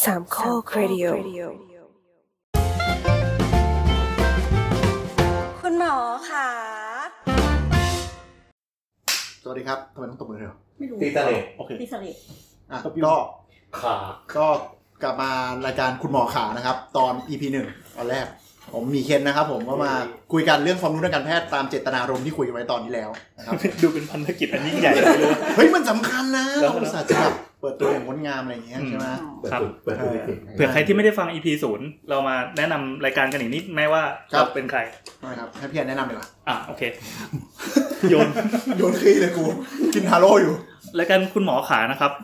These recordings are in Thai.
สามข้อครดิโอคุณหมอค่ะสวัสดีครับทำไมต้องตบมือเลยไม่รู้ตีสะเลดโอเคตีสะเลดก็กลับมารายการคุณหมอขานะครับตอน EP 1 ตอนแรกผมมีเคนนะครับผมก็มาคุยกันเรื่องความรู้ทางการแพทย์ตามเจตนารมณ์ที่คุยกันไว้ตอนที่แล้วนะครับดูเป็นพันธกิจอันยิ่งใหญ่เลยเฮ้ยมันสำคัญนะเราอุตส่าห์จะแบบเปิดตัวอย่างงดงามอะไรอย่างเงี้ยใช่ไหมครับเผื่อใครที่ไม่ได้ฟัง EP 0เรามาแนะนำรายการกันอีกนิดแม้ว่าเราเป็นใครใช่ครับให้พี่แอนแนะนำดีกว่าโอเคโยนขี้เลยกูกินฮาโร่อยู่รายการคุณหมอขานะครับ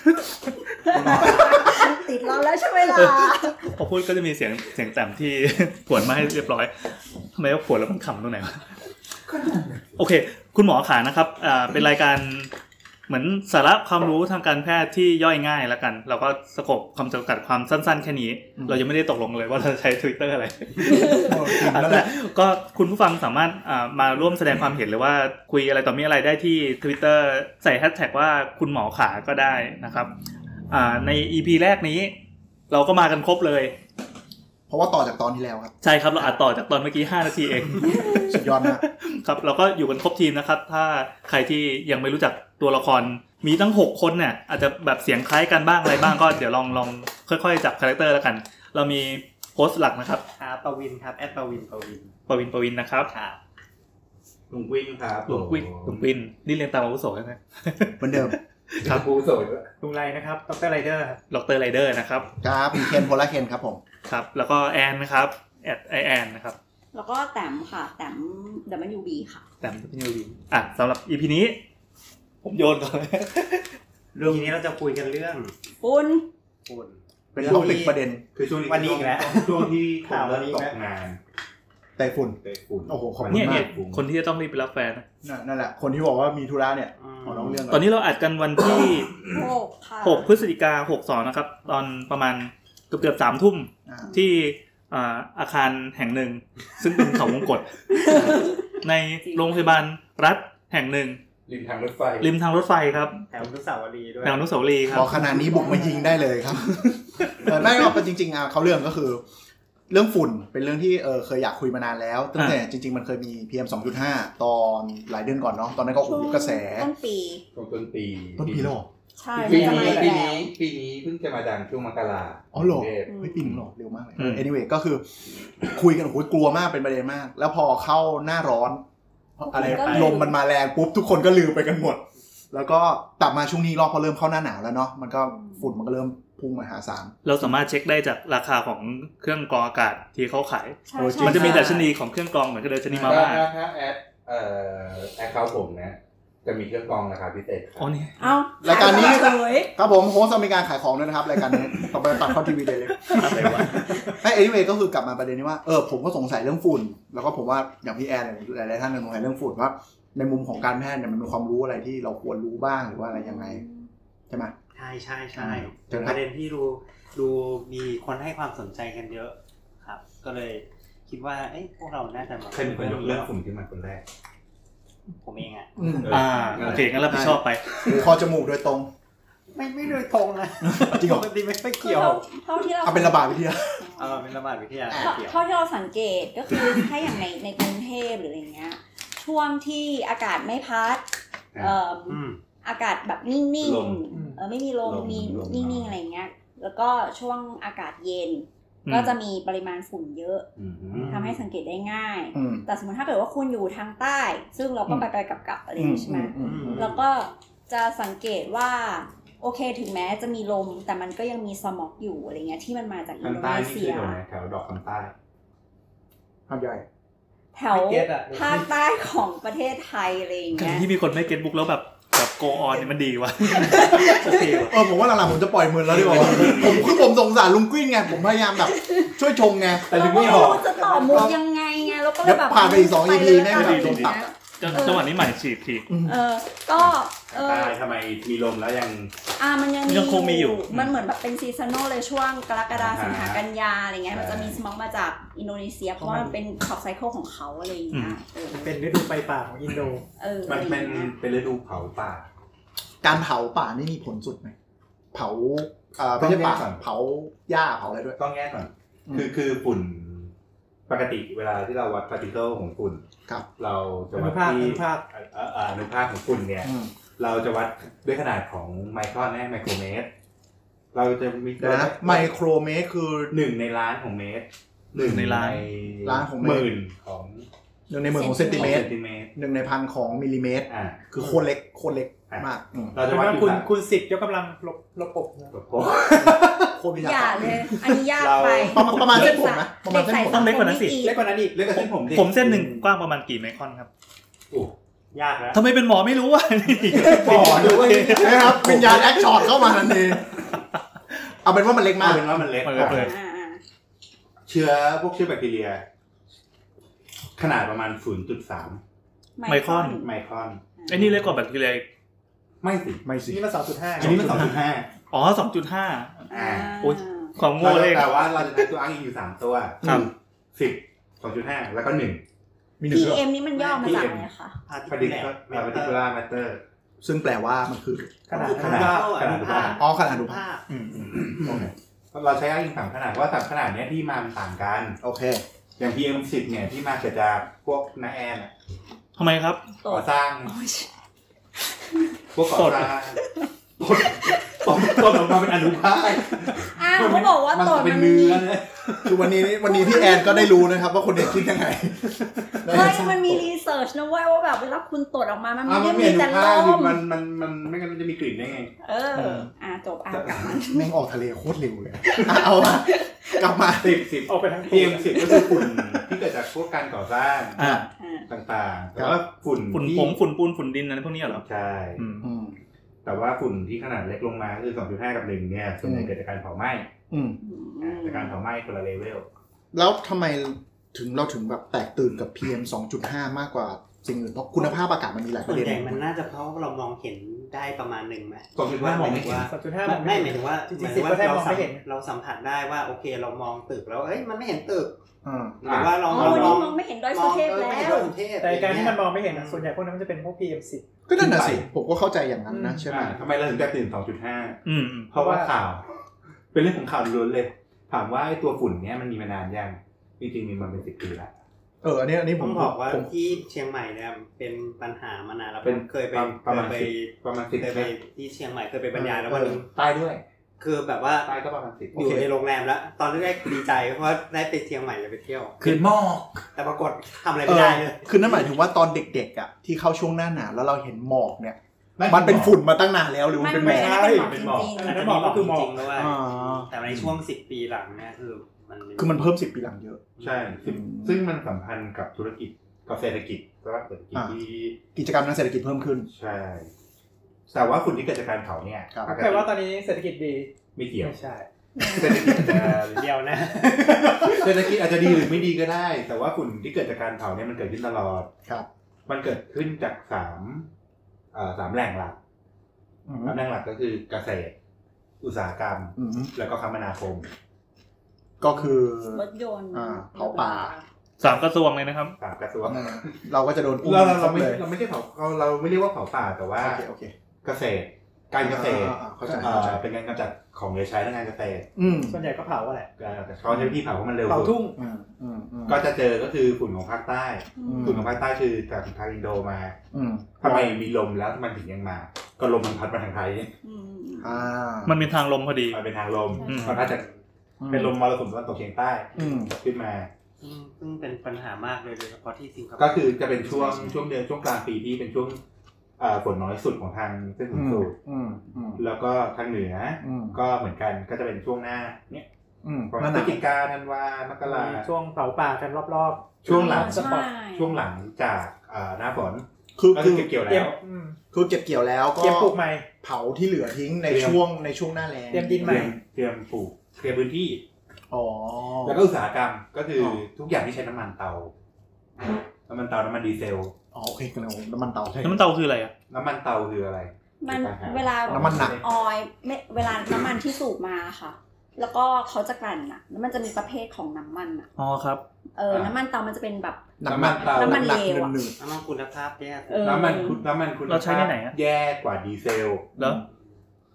ติดเราแล้วใช่ไหมล่ะพอพูดก็จะมีเสียงแต้มที่ผวนมาให้เรียบร้อยทำไมว่าผวนแล้วมันขำตรงไหนวะโอเคคุณหมอขานะครับเป็นรายการเหมือนสาระความรู้ทางการแพทย์ที่ย่อยง่ายแล้วกันเราก็สกบความจำกัดความสั้นๆแค่นี้เรายังไม่ได้ตกลงเลยว่าเราจะใช้ Twitter อะไรนั่นแหละก็คุณผู้ฟังสามารถมาร่วมแสดงความเห็นหรือว่าคุยอะไรต่อมีอะไรได้ที่ Twitter ใส่แฮชแท็กว่าคุณหมอขาก็ได้นะครับใน EP แรกนี้เราก็มากันครบเลยเพราะว่าต่อจากตอนที่แล้วครับใช่ครับเราอัดต่อจากตอนเมื่อกี้5นาทีเองสุดยอดมากครับเราก็อยู่กันครบทีมนะครับถ้าใครที่ยังไม่รู้จักตัวละครมีตั้ง6คนเนี่ยอาจจะแบบเสียงคล้ายกันบ้างอะไรบ้างก็เดี๋ยวลองค่อยๆจับคาแรคเตอร์แล้วกันเรามีโฮสต์หลักนะครับปวินครับปวินนะครับลุงวินครับลุงวินนี่เรียนตามอาวุโสใช่ไหมเหมือนเดิมครับอาวุโสลุงไรนะครับดรไรเดอร์นะครับครับมีเคนโพลาเคนครับผมครับแล้วก็แอนนะครับแอนนะครับแล้วก็แต้มค่ะแต้ม WB ค่ะแต้ม WB สำหรับ EP นี้ผมโยนก่อนเลยเรื่องนี้เราจะคุยกันเรื่องฝุ่นเป็นท็อปิกประเด็นคือช่วงนี้วันนี้อีกแล้วช่วงที่ข่าววันนี้ตกงานไต้ฝุ่นโอ้โหขอบคุณมากคนที่จะต้องรีบไปรับแฟนนั่นแหละคนที่บอกว่ามีธุระเนี่ยขอร้องเรื่องตอนนี้เราอัดกันวันที่6 พฤศจิกายน 62นะครับตอนประมาณเกือบ 3 ทุ่มที่อาคารแห่งหนึ่งซึ่งเป็นเขาวงกตในโรงพยาบาลรัฐแห่งหนึ่งริมทางรถไฟครับแถวอนุสาวรีย์ด้วยแถวอนุสาวรีย์ครับพอขนาดนี้บุกมายิงได้เลยครับไม่ก็จริงๆเขาเรื่องก็คือเรื่องฝุ่นเป็นเรื่องที่เคยอยากคุยมานานแล้วตั้งแต่จริงๆมันเคยมี PM 2.5 ตอนหลายเดือนก่อนเนาะตอนนั้นก็โอ้โหกระแสต้นปีหรอใช่ปีนี้เพิ่งจะมาดังช่วงมกราอ๋อเหรอไม่ปีนึงหรอเร็วมากเลยanyway ก็คือคุยกันโอ้โหกลัวมากเป็นประเด็นมากแล้วพอเข้าหน้าร้อนอะไรลมมันมาแรงปุ๊บทุกคนก็ลืมไปกันหมดแล้วก็กลับมาช่วงนี้รอบพอเริ่มเข้าหน้าหนาวแล้วเนาะมันก็ฝุ่นมันก็เริ่มพุ่งมหาศาลเราสามารถเช็คได้จากราคาของเครื่องกรองอากาศที่เขาขายมันจะมีดัชนีของเครื่องกรองเหมือนกับดัชนีมาม่าถ้าแอดเขาผมนะจะมีเครื่องกรองราคาพิเศษอ๋อนี่รายการนี้ครับผมโฮสต์มีการขายของด้วยนะครับรายการนี้ต่อไปตัดเข้าทีวีเลยอะไรวะanyway ก็คือกลับมาประเด็นนี้ว่าผมก็สงสัยเรื่องฝุ่นแล้วก็ผมว่าอย่างพี่แอนหลายๆท่านสงสัยเรื่องฝุ่นว่าในมุมของการแพทย์เนี่ยมันมีความรู้อะไรที่เราควรรู้บ้างหรือว่าอะไรยังไงใช่ไหมใช่เป็นประเด็นที่ดูมีคนให้ความสนใจกันเยอะครับก็เลยคิดว่าพวกเราน่าจะมาเป็นคนยกเรื่องฝุ่นขึ้นมาคนแรกผมเองโอเคงั้นรับผิดชอบไปคอจมูกโดยตรงไม่โดยตรงนะจริงเหรอปกติไม่เกี่ยวเท่าที่เราเป็นระบาดวิทยาเป็นระบาดวิทยาเท่าที่เราสังเกตก็คือถ้าอย่างในกรุงเทพหรืออะไรเงี้ยช่วงที่อากาศไม่พัดอากาศแบบนิ่งๆไม่มีลมมีนิ่งๆอะไรเงี้ยแล้วก็ช่วงอากาศเย็นก็จะมีปริมาณฝุ่นเยอะทำให้สังเกตได้ง่ายแต่สมมติถ้าเกิดว่าคุณอยู่ทางใต้ซึ่งเราก็ไปกลับอะไรใช่ไหมแล้วก็จะสังเกตว่าโอเคถึงแม้จะมีลมแต่มันก็ยังมีสโมกอยู่อะไรเงี้ยที่มันมาจากอินโดนีเซียแถวดอกคำใต้ภาคใหญ่แถวภาคใต้ของประเทศไทยอะไรเงี้ยที่มีคนไม่เก็ตบุ๊กแล้วแบบโกออนนี่มันดีว่ะโอเคผมว่าหลังๆผมจะปล่อยมือแล้วดีกว่าผมสงสารลุงกุ้ยไงผมพยายามแบบช่วยชงไงแต่ลุงไม่ออกจะต่อมุกยังไงไงแล้วก็แบบผ่านไปอีก2 EP แม่งแบบโดนตัดจังหวะนี้ใหม่ฉีดทีก็ทำไมมีลมแล้วยังมันยังคงมีอยู่มันเหมือนแบบเป็นซีซันนอลเลยช่วงกรกฎาคมสิงหากันยาอะไรเงี้ยมันจะมีสโมกมาจากอินโดนีเซียเพราะว่ามันเป็นขอบไซเคิลของเขาอะไรอย่างเงี้ยเป็นฤดูไฟป่าของอินโดมันเป็นฤดูเผาป่าการเผาป่านี่มีผลสุดไหมเผาไม่ใช่ป่าเผาหญ้าเผาอะไรด้วยต้องแยกก่อนคือฝุ่นปกติเวลาที่เราวัดพาร์ติเคิลของฝุ่นเราจะวัดที่อนุภาคของฝุ่นเนี่ยเราจะวัดด้วยขนาดของไมครอนไมโครเมตรเราจะมีไมโครเมตรคือ 1ในล้านของเมตร1ในล้านของหมื่นของ 1ในหมื่นของเซนติเมตร1ในพันของมิลลิเมตรคือโคตรเล็กมากเราจะวัดคุณ10ยกกำลังลบโคตรยากอย่าเลยอันนี้ยากไปประมาณเส้นผมนะประมาณเส้นผมต้องเล็กกว่านั้นสิเล็กกว่าเส้นผมเส้นหนึ่งกว้างประมาณกี่ไมครอนครับยากแล้วทำไมเป็นหมอไม่รู้อ่ะหมอด้วยนะครับวิญญาณแอคช็อตเข้ามาทันทีเอาเป็นว่ามันเล็กมากเป็นว่ามันเล็กเชื้อพวกเชื้อแบคทีเรียขนาดประมาณ 0.3 ไมครอนไอ้นี่เล็กกว่าแบคทีเรียไม่สินี่มัน 2.5 อันนี้มัน 2.5 อ๋อ 2.5 โอ้ยความโง่เลยแต่ว่าเราจะใช้ตัวอ้างอิงอยู่3ตัว10 2.5 แล้วก็1 มี PM นี่มันย่อมาจากอะไรคะ particular matter ซึ่งแปลว่ามันคือขนาดอนุภาคขนาดอนุภาคเราใช้อ้างอิง3ขนาดว่า3ขนาดนี้ที่มาต่างกันโอเคอย่าง PM10 เนี่ยที่มาเกิดจากพวกนาแอนทำไมครับก่อสร้างพวกก่อสร้างตดออกมาเป็นอนุภาคเขาบอกว่าตดเป็นเนื้อคือวันนี้พี่แอนก็ได้รู้นะครับว่าคนเด็กคิดยังไงมันมีรีเสิร์ชนะว่าแบบเวลาคุณตดออกมามันไม่ได้มีแต่ลมมันไม่งั้นมันจะมีกลิ่นได้ไงจบกลับมาแม่งออกทะเลโคตรเร็วเลยเอามากลับมา 10ออกไปทั้ง PM10 ก็คือฝุ่นที่เกิดจากพวกการก่อสร้างต่างๆแต่ว่าฝุ่นผมฝุ่นปูนฝุ่นดินอะไรพวกนี้เหรอใช่แต่ว่าฝุ่นที่ขนาดเล็กลงมาคือ 2.5 กับ 1เนี่ยส่วนใหญ่เกิดจากการเผาไหม้จากการเผาไหม้คนละเลเวลแล้วทำไมเราถึงแบบแตกตื่นกับ PM 2.5 มากกว่าสิ่งอื่นเพราะคุณภาพอากาศมันมีหลายประเด็นแต่มันน่าจะเพราะเรามองเห็นได้ประมาณ1มั้ย 2.5 มองไม่เห็น 2.5 ไม่หมายถึงว่าเราสัมผัสได้ว่าโอเคเรามองตึกแล้วเอ้ยมันไม่เห็นตึกหรือว่าเรามองไม่เห็นดอยสุเทพแล้วแต่การที่มันมองไม่เห็นส่วนใหญ่พวกนั้นมันจะเป็นพวก PM10 ก็นั่นน่ะสิผมก็เข้าใจอย่างนั้นนะใช่ไหมทำไมเราถึงได้ตื่น 2.5 เพราะว่าข่าวเป็นเรื่องของข่าวล้วนเลยถามว่าไอ้ตัวฝุ่นเนี้ยมันมีมานานยังจริงๆมีมาเป็น10 ปีแล้วอันนี้ผมบอกว่าที่เชียงใหม่เนี่ยเป็นปัญหามานานแล้วเคยไปประมาณ 10เคยไปที่เชียงใหม่เคยไปบรรยายแล้ววันนึงใต้ด้วยคือแบบว่าใต้ก็ประมาณ10 อยู่ในโรงแรมแล้วตอนแรกดีใจเพราะได้ไปเชียงใหม่จะไปเที่ยวคือหมอกแต่ปรากฏทำอะไรไม่ได้เลยคือนั่นหมายถึงว่าตอนเด็กๆอ่ะที่เข้าช่วงหน้าหนาวแล้วเราเห็นหมอกเนี่ยมันเป็นฝุ่นมาตั้งนานแล้วหรือมันเป็นหมอกเป็นหมอกอันนั้นหมอกก็คือหมอกด้วยแต่ในช่วง10 ปีหลังเนี่ยคือมันเพิ่ม10 ปีหลังเยอะใช่ซึ่งมันสัมพันธ์กับธุรกิจกับเศรษฐกิจเพราะว่าเศรษฐกิจที่กิจกรรมทางเศรษฐกิจเพิ่มขึ้นใช่แต่ว่าฝุ่นที่เกิดจากการเผาเนี่ยแปลว่าตอนนี้เศรษฐกิจดีไม่เกี่ยวไม่ใช่เศรษฐกิจจะเดียวนะเศรษฐกิจอาจจะดีหรือไม่ดีก็ได้แต่ว่าฝุ่นที่เกิดจากการเผาเนี่ยมันเกิดขึ้นตลอดครับมันเกิดขึ้นจาก3แหล่งหลัก3แหล่งหลักก็คือเกษตรอุตสาหกรรมแล้วก็คมนาคมก็คือรถยนต์เผาป่า 3 กระทรวงเลยนะครับ 3 กระทรวงเราก็จะโดนเราไม่ใช่เผาเราไม่เรียกว่าเผาป่าแต่ว่าเกษตรการเกษตรเป็นการกำจัดของเหลือใช้ในงานเกษตรส่วนใหญ่ก็เผาแหละแต่เขาใช้วิธีเผาเพราะมันเร็วเผาทุ่งก็จะเจอก็คือฝุ่นของภาคใต้ฝุ่นของภาคใต้คือจากทางอินโดมาทำไมมีลมแล้วมันถึงยังมาก็ลมมันพัดมาทางไทยมันเป็นทางลมพอดีมันเป็นทางลมมันพัดจากเป็นลมมรสุมตะวันตกเฉียงใต้ขึ้นมาซึ่งเป็นปัญหามากเลยโดยเฉพาะที่สิงคโปร์ก็คือจะเป็นช่วงเดือนช่วงกลางปีที่เป็นช่วงฝนน้อยสุดของทางเส้นศูนย์สูตรแล้วก็ทางเหนือก็เหมือนกันก็จะเป็นช่วงหน้าเนี่ยพฤศจิกาธันวามกราช่วงเผาป่ากันรอบๆช่วงหลังจากหน้าฝนคือเก็บเกี่ยวแล้วคือเก็บเกี่ยวแล้วก็เตรียมปลูกใหม่เผาที่เหลือทิ้งในช่วงหน้าแล้งเตรียมดินใหม่เตรียมปลูกเคลียร์พื้นที่แล้วก็อุตสาหกรรมก็คือทุกอย่างที่ใช้น้ำมันเตาน้ำมันดีเซลโอเคกันน้ำมันเตาใช่น้ำมันเตาคืออะไรอ่ะน้ำมันเตาคืออะไรมันเวลาน้ำมันหนักออยไม่เวลาน้ำมันที่สูบมาค่ะแล้วก็เขาจะกลั่นอ่ะแล้วมันจะมีประเภทของน้ำมันอ่ะครับน้ำมันเตามันจะเป็นแบบน้ำมันเตาน้ำมันเลวอ่ะน้ำมันคุณภาพแย่น้ำมันคุณเราใช้ในไหนอ่ะแย่กว่าดีเซลแล้ว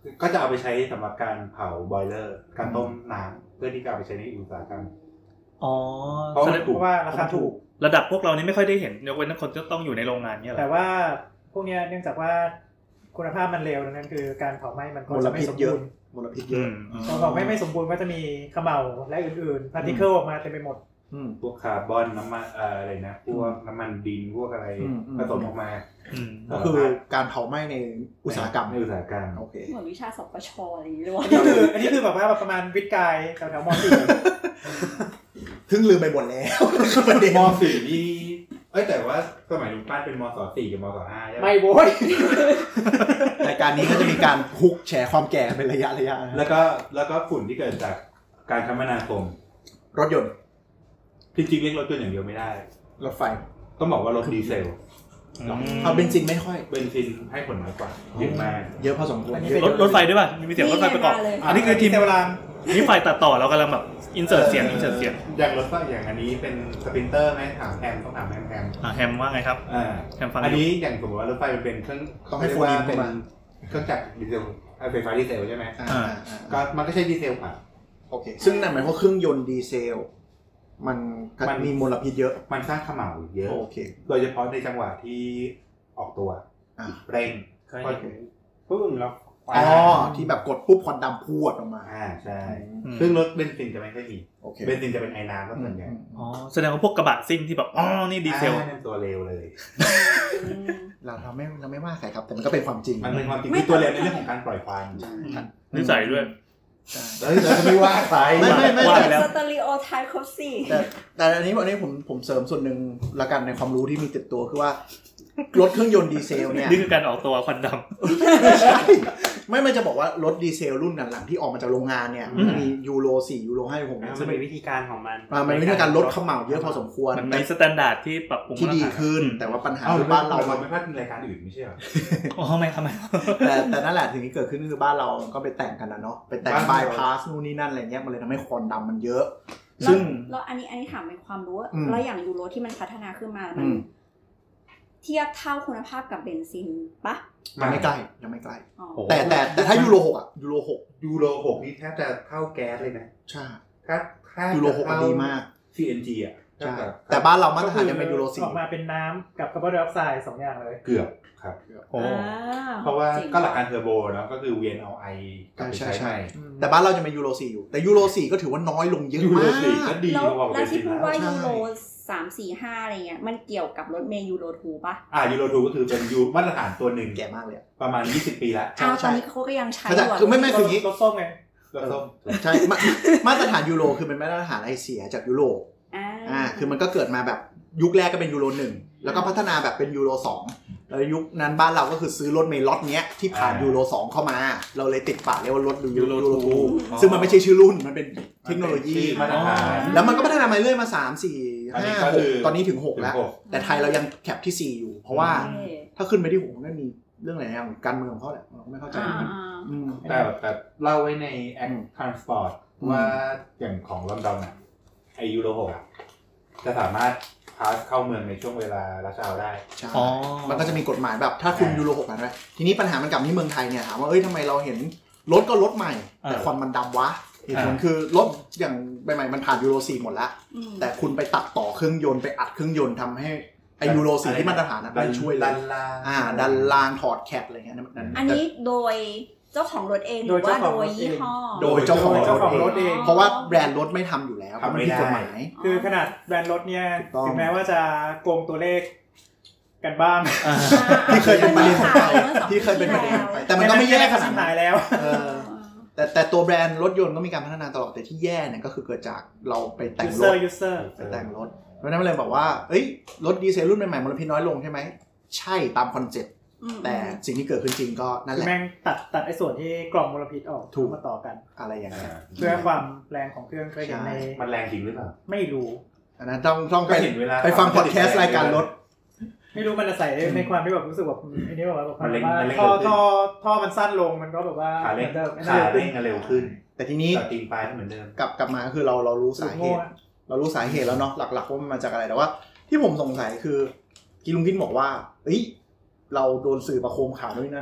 ก็จะเอาไปใช้สำหรับการเผาบอยเลอร์การต้มน้ำเพื่อที่จะเอาไปใช้ในอุตสาหกรรมเพราะว่าราคาถูกระดับพวกเรานี่ไม่ค่อยได้เห็นยกเว้นคนจะต้องอยู่ในโรงงานเนี่ยแหละแต่ว่าพวกนี้เนื่องจากว่าคุณภาพมันเลวดังนั้นคือการเผาไหม้มันก็จะไม่สมบูรณ์มลพิษเยอะพอเผาไม่สมบูรณ์ก็จะมีเขม่าและอื่นๆพาร์ติเคิลออกมาเต็มไปหมดพวกคาร์บอนน้ำมันอะไรนะพวกน้ำมันดินพวกอะไรผสมออกมาก็คือการเผาไหม้ในอุตสาหกรรมโอเคเหมือนวิชาสปช.อะไรอย่างเงี้ยอันนี้คือแบบว่าประมาณวิทย์กายแถวๆม.4 ถึงลืมไปหมดแล้วม.4 นี่แต่ว่าสมัยลุงป้านเป็นม.4 กับม.5 ใช่ไหมไม่โว้ยรายการนี้ก็จะมีการฮุกแชร์ความแก่เป็นระยะแล้วก็ฝุ่นที่เกิดจากการคมนาคมรถยนต์จริงๆเรียกรถยนต์อย่างเดียวไม่ได้รถไฟต้องบอกว่ารถดีเซลเอาเบนซินไม่ค่อยเบนซินให้ผลน้อยกว่าเยอะมากเยอะพอสมควรรถไฟด้วยป่ะมีเสียงรถไฟประกอบอันนี้คือทีมนี่ไฟตัดต่อเรากำลังแบบอินเสิร์ตเสียงอย่างรถไฟอย่างอันนี้เป็นสปรินเตอร์ไหมถามแฮมต้องถามแฮมแฮมว่าไงครับแฮมฟังอันนี้อย่างสมมติว่ารถไฟเป็นเครื่องต้องให้โฟนินเป็นเครื่องจักรดีเซลไฟฟ้าดีเซลใช่ไหมก็มันก็ใช้ดีเซลผ่านโอเคซึ่งนั่นหมายความว่าเครื่องยนต์ดีเซลมันมีมลพิษเยอะมันสร้างเขม่าเยอะโอเคโดยเฉพาะในจังหวะที่ออกตัวเร่งปึ้งแล้วที่แบบกดปุ๊บควันดำพูดออกมาใช่ซึ่งรถเบนซินจะไม่ค่อยมีเบนซินจะเป็นไอน้ำก็ส่วนใหญ่แสดงว่าพวกกระบะซิ่งที่แบบนี่ดีเซลเป็นตัวเลวเลยเราไม่ว่าใครครับแต่มันก็เป็นความจริงมันเป็นความจริงคือตัวเลวในเรื่องของการปล่อยควันนิสัยด้วยเราจะไม่ว่าใครไม่สเตอริโอไทป์เขาสิแต่อันนี้ผมเสริมส่วนหนึ่งละกันในความรู้ที่มีติดตัวคือว่ารถเครื่องยนต์ดีเซลเนี่ยนี่คือการออกตัวควันดำไม่จะบอกว่ารถดีเซลรุ่นหลังๆที่ออกมาจากโรงงานเนี่ยมันมียูโร4ยูโร5ยูโร6 มันเป็นวิธีการของมันเป็นวิธีการลดเขม่าเยอะพอสมควรมันมีสแตนดาร์ดที่ปรับปรุงที่ดีขึ้นแต่ว่าปัญหาคือบ้านเราไม่พลาดรายการอื่นไม่ใช่หรอทำไมแต่นั่นแหละถึงที่เกิดขึ้นคือบ้านเราก็ไปแต่งกันนะเนาะไปแต่งบายพาสนู่นนี่นั่นอะไรเงี้ยมันเลยทำให้ควันดำมันเยอะซึ่งแล้วอันนี้ถามเป็นความรู้แล้วอย่างยูโรที่มันพัฒนาขึ้นมามันเทียบเท่าคุณภาพกับเบนซินปะยังไม่ใกล้แต่ถ้ายูโร6อ่ะยูโร6 นี่แทบจะเท่าแก๊สเลยนะใช่ถ้ายูโร6ดีมาก CNG อ่ะใช่แต่บ้านเรามาตรฐานยังเป็นยูโร4 ออกมาเป็นน้ำกับคาร์บอนไดออกไซด์2อย่างเลยเกือบครับเพราะว่าก็หลักการเทอร์โบเนาะก็คือเวียนเอาไอกับไปใช้ใหม่แต่บ้านเราจะเป็นยูโร4อยู่แต่ยูโร4ก็ถือว่าน้อยลงเยอะมากก็ดีกว่าเบนซินแล้วที่พูดว่ายูโร3-4-5อะไรเงี้ยมันเกี่ยวกับรถเมล์ยูโร2ป่ะยูโร2ก็คือเป็นมาตรฐานตัวหนึ่งแก่มากเลยประมาณ20ปีแล้วตอนนี้เขาก็ยังใช้อยู่คือไม่คืออย่างนี้รถส้มไงรถส้มใช่มาตรฐานยูโรคือเป็นมาตรฐานไอเสียจากยุโรปคือมันก็เกิดมาแบบยุคแรกก็เป็นยูโร1แล้วก็พัฒนาแบบเป็นยูโร2แล้วยุคนั้นบ้านเราก็คือซื้อรถเมล์ล็อตเนี้ยที่ผ่านยูโร2เข้ามาเราเลยติดปากเรียกว่ารถยูโร2ซึ่งมันไม่ใช่ชื่อรุ่นมันเป็นเทคโนโลยีแล้วมันก็พัฒนามาเรื่อยมา3 4 5 6ตอนนี้ถึง6แล้วแต่ไทยเรายังแคปที่4อยู่เพราะว่าถ้าขึ้นไปที่6มันมีเรื่องอะไรนะการเมืองของเขาแหละเราไม่เข้าใจแต่เล่าไว้ใน Act Transport ว่าอย่างของลอนดอนอ่ะไอยูโร6จะสามารถพาสเข้าเมืองในช่วงเวลาราชการได้มันก็จะมีกฎหมายแบบถ้าคุณยูโร6นะทีนี้ปัญหามันกลับที่เมืองไทยเนี่ยถามว่าทำไมเราเห็นรถก็รถใหม่แต่ควันมันดำวะเหตุผลคือรถอย่างใหม่ๆมันผ่านยูโร4หมดแล้วแต่คุณไปตัดต่อเครื่องยนต์ไปอัดเครื่องยนต์ทำให้ไอยูโร4ที่มาตรฐานไม่ช่วยดันลางถอดแคปอะไรเงี้ยอันนี้โดยเจ้าของรถเองหรือว่าโดยยี่ห้อโดยเจ้าของรถเองเพราะว่าแบรนด์รถไม่ทำอยู่แล้วมันผิดกฎหมายคือขนาดแบรนด์รถเนี่ยถึงแม้ว่าจะโกงตัวเลขกันบ้างที่เคยเป็นประเด็นไปแต่มันก็ไม่แย่ขนาดนั้นแล้วแต่ตัวแบรนด์รถยนต์ก็มีการพัฒนาตลอดแต่ที่แย่เนี่ยก็คือเกิดจากเราไปแต่งรถไปแต่งรถเพราะนั้นเลยบอกว่ารถดีเซลรุ่นใหม่ๆมลพิษน้อยลงใช่ไหมใช่ตามคอนเซ็ปต์แต่สิ่งที่เกิดขึ้นจริงก็นั่นแหละแม่งตัดไอ้ส่วนที่กล่องมลพิษออกถูกมาต่อกันอะไรอย่างเงี้ยเพื่อความแรงของเครื่องเคยเห็นในมันแรงจริงหรือเปล่าไม่รู้อันนั้นต้องไปฟังพอดแคสต์รายการรถไม่รู้มันจะใส่ในความที่แบบรู้สึกแบบอันนี้แบบท่อมันสั้นลงมันก็แบบว่าขาเร่งเร็วขึ้นแต่ทีนี้ตีนปลายเหมือนเดิมกลับมาคือเรารู้สาเหตุแล้วเนาะหลักๆว่ามันมาจากอะไรแต่ว่าที่ผมสงสัยคือกีลุงกินบอกว่าเราโดนสื่อประโคมข่าวด้วยนั่นจ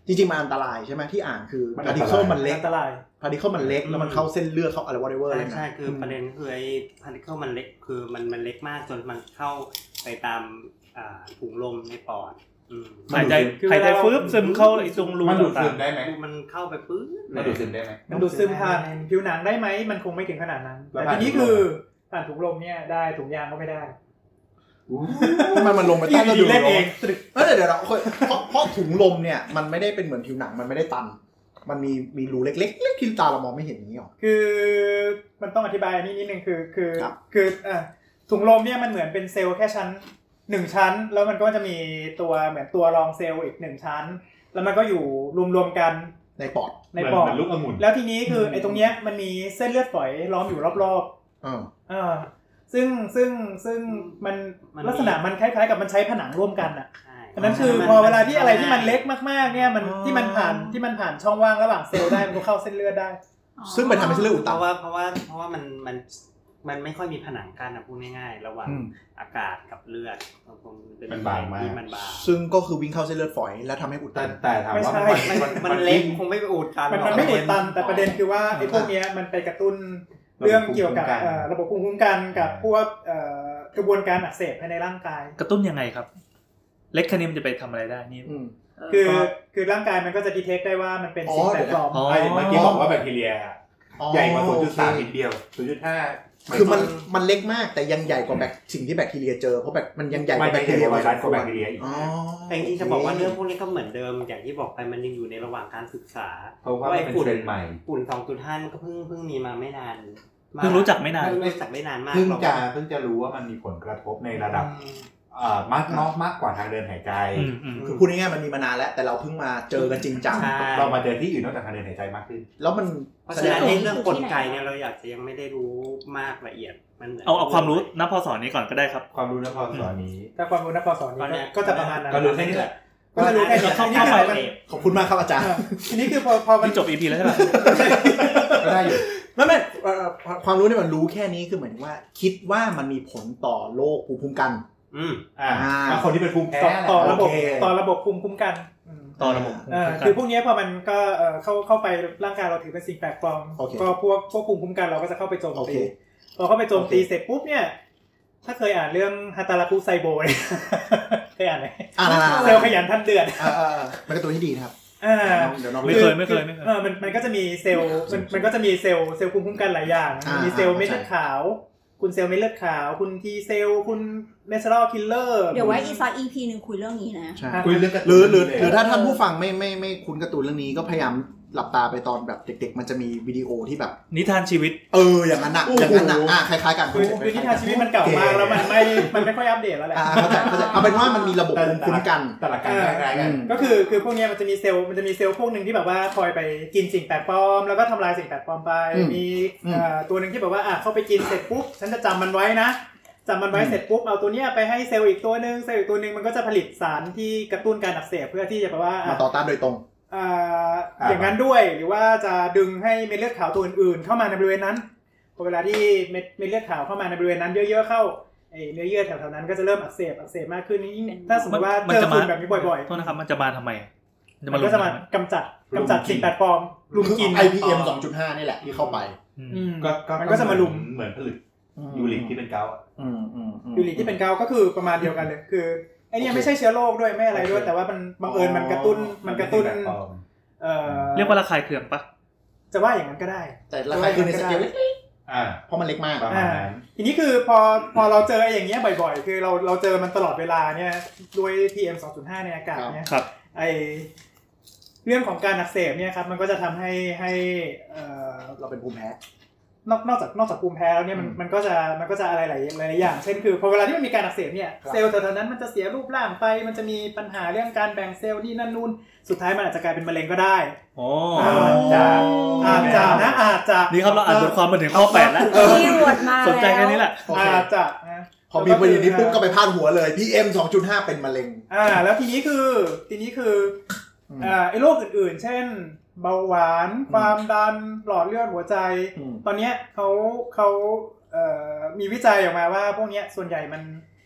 จริงๆมันอันตรายใช่ไหมที่อ่านคือพาร์ติเคิลมันเล็กอันตรายพาร์ติเคิลมันเล็กแล้วมันเข้าเส้นเลือดเข้าอะไรwhateverอะไรนะใช่คือประเด็นคือไอ้พาร์ติเคิลมันเล็กคือมันเล็กมากจนมันเข้าไปตามถุงลมในปอดหายใจฟื้นซึมเข้าไอ้ตรงรูมันดูดซึมได้ไหมมันเข้าไปปื้ดมันดูดซึมได้ไหมมันดูดซึมผ่านผิวหนังได้ไหมมันคงไม่ถึงขนาดนั้นแต่ทีนี้คือผ่านถุงลมเนี่ยได้ถุงยางก็ไม่ได้มันลงไปใต้กระดูกเองเดี๋ยวเพราะถุงลมเนี่ยมันไม่ได้เป็นเหมือนผิวหนังมันไม่ได้ตันมันมีรูเล็กๆที่ตาเรามองไม่เห็นนี้หรอคือมันต้องอธิบายนิดนึงคือถุงลมเนี่ยมันเหมือนเป็นเซลล์แค่ชั้น1ชั้นแล้วมันก็จะมีตัวเหมือนตัวรองเซลล์อีก1ชั้นแล้วมันก็อยู่รวมๆกันในปอดเหมือนลูกองุ่นแล้วทีนี้คือไอ้ตรงเนี้ยมันมีเส้นเลือดฝอยล้อมอยู่รอบๆซึ่งมันลักษณะมันคล้ายๆกับมันใช้ผนังร่วมกันอ่ะอันนั้นคือพอเวลาที่อะไรที่มันเล็กมากๆเนี่ยมันที่มันผ่านช่องว่างระหว่างเซลล์ได้มันก็เข้าเส้นเลือดได้ซึ่งไปทำให้เส้นเลือดอุดตันเพราะว่ามันไม่ค่อยมีผนังกั้นนะพูดง่ายๆระหว่างอากาศกับเลือดมันบางมากซึ่งก็คือวิ่งเข้าเส้นเลือดฝอยแล้วทำให้อุดตันแต่ถามว่ามันเล็กคงไม่ไปอุดตันมันไม่อุดตันแต่ประเด็นคือว่าไอ้พวกนี้มันไปกระตุ้นเรื่องเกี่ยวกับระบบภูมิคุ้มกันกับพวกกระบวนการอักเสบภายในร่างกายกระตุ้นยังไงครับเล็กแค่นี้มันจะไปทำอะไรได้นี่คือร่างกายมันก็จะดีเทคได้ว่ามันเป็นสิ่งแปลกปลอมเมื่อกี้บอกว่าแบคทีเรียใหญ่กว่า 0.3 นิดเดียว 0.5 คือมันเล็กมากแต่ยังใหญ่กว่าสิ่งที่แบคทีเรียเจอเพราะมันยังใหญ่กว่าแบคทีเรียไวรัสกว่าแบคทีเรียอีกแต่จริงๆจะบอกว่าเรื่องพวกนี้ก็เหมือนเดิมอย่างที่บอกไปมันยังอยู่ในระหว่างการศึกษาเพราะว่าไอ้ฝุ่นใหม่ฝุ่น 2.5 มันก็เพิ่งมีมาไม่นานเพิ่งรู้จักไม่นานมากเพิ่งจะรู้ว่ามันมีผลกระทบในระดับมากกว่าทางเดินหายใจคือพูดง่ายๆมันมีมานานแล้วแต่เราเพิ่งมาเจอกันจริงจังเรามาเจอที่อื่นนอกจากทางเดินหายใจมากขึ้นแล้วมันเพราะฉะนั้นเรื่องกลไกเนี่ยเราอยากจะยังไม่ได้รู้มากละเอียดมันเอาความรู้ณพ.ส.นี้ก่อนก็ได้ครับความรู้ณพ.ส.นี้ถ้าความรู้ณพ.ส.นี้ก็จะประมาณนั้นก็รู้แค่นี้แหละก็จะรู้แค่นี้ขอบคุณมากครับอาจารย์ทีนี้คือพอมันจบ EP แล้วใช่ไหมก็ได้อยู่ไม่ความรู้เนี่ยมันรู้แค่นี้คือเหมือนว่าคิดว่ามันมีผลต่อโรคภูมิคุ้มกันคนที่เป็นภูมิแพ้ต่อระบบภูมิคุ้มกันต่อระบบคือพวกนี้พอมันก็เข้าไปร่างกายเราถือเป็นสิ่งแปลกปลอมก็พวกภูมิคุ้มกันเราก็จะเข้าไปโจมตีพอเข้าไปโจมตีเสร็จปุ๊บเนี่ยถ้าเคยอ่านเรื่องฮาตาราคุไซโบเคยอ่านไหมเซลล์ขยันทันเดือนมันก็ตัวที่ดีนะครับไม่เคยมันก็จะมีเซลล์มันก็จะมีเซลล์ภูมิคุ้มกันหลายอย่างมีเซลล์เม็ดเลือดขาวคุณเซลล์เม็ดเลือดขาวคุณทีเซลล์คุณเนเชอรัลคิลเลอร์เดี๋ยวไว้อีกสัก EP นึงคุยเรื่องนี้นะคุยเรื่องหรือถ้าท่านผู้ฟังไม่คุ้นการ์ตูนเรื่องนี้ก็พยายามหลับตาไปตอนแบบเด็กๆมันจะมีวิดีโอที่แบบนิทานชีวิตอย่างนั้นคล้ายๆกันคือนิทานชีวิตมันเก่ามากแล้วมันไม่ค่อยอัปเดตแล้วแหละเข้าใจเอาเป็นว่ามันมีระบบภูมิคุ้มกันแต่ละการคล้ายๆกันก็คือพวกนี้มันจะมีเซลล์พวกนึงที่แบบว่าคอยไปกินสิ่งแปลกปลอมแล้วก็ทำลายสิ่งแปลกปลอมไปมีตัวนึงที่แบบว่าเข้าไปกินเสร็จปุ๊บฉันจะจำมันไว้นะจำมันไว้เสร็จปุ๊บเอาตัวนี้ไปให้เซลล์อีกตัวนึงมันก็จะผลิตสารที่กระตุ้นการอักเสบเพื่อที่จะแบบว่ามาต่อต้านโดยตรงอย่างนั้นด้วยหรือว่าจะดึงให้เม็ดเลือดขาวตัวอื่นๆเข้ามาในบริเวณนั้นพอเวลาที่เม็ดเลือดขาวเข้ามาในบริเวณนั้นเยอะๆเข้าไอ้เนื้อเยื่อแถวๆนั้นก็จะเริ่มอักเสบมากขึ้นยิ่งถ้าสมมติว่าเจอฝุ่นแบบนี้บ่อยๆโทษนะครับมันจะมาทำไมมันก็จะมากำจัดสิ่งแปลกปลอมลุมกิน IPM 2.5 นี่แหละที่เข้าไปมันก็จะมาลุมเหมือนผลิตยูริกที่เป็นเกาต์ยูริกที่เป็นเกาต์ก็คือประมาณเดียวกันเลยคือไอ้นี่ไม่ใช่เชื้อโรคด้วยไม่อะไรด้วยแต่ว่ามันบังเอิญมันกระตุ้นเรียกว่าระคายเคืองปะจะว่าอย่างนั้นก็ได้แต่ระคายเคืองในสเกลเล็กเพราะมันเล็กมากทีนี้คือพอเราเจออย่างเงี้ยบ่อยๆคือเราเจอมันตลอดเวลาเนี่ยด้วย PM 2.5 ในอากาศเนี่ยไอเรื่องของการอักเสบเนี่ยครับมันก็จะทำให้เราเป็นภูมิแพ้นอกจากภูมิแพ้แล้วเนี่ยมันก็จะอะไรหลายอย่างเช่นคือพอเวลาที่มันมีการอักเสบเนี่ยเซลล์แถวๆนั้นมันจะเสียรูปร่างไปมันจะมีปัญหาเรื่องการแบ่งเซลล์นี่นั่นนู่นสุดท้ายมันอาจจะกลายเป็นมะเร็งก็ได้อาจจะนี่ครับเราอ่านบทความมาถึงข้อ8แล้วสนใจแค่นี้แหละอาจจะพอมีประเด็นนี้ปุ๊บก็ไปพาดหัวเลย PM 2.5 เป็นมะเร็งแล้วทีนี้คือไอ้โรคอื่นๆเช่นเบาหวานความดันหลอดเลือดหัวใจตอนนี้เขามีวิจัยออกมาว่าพวกนี้ส่วนใหญ่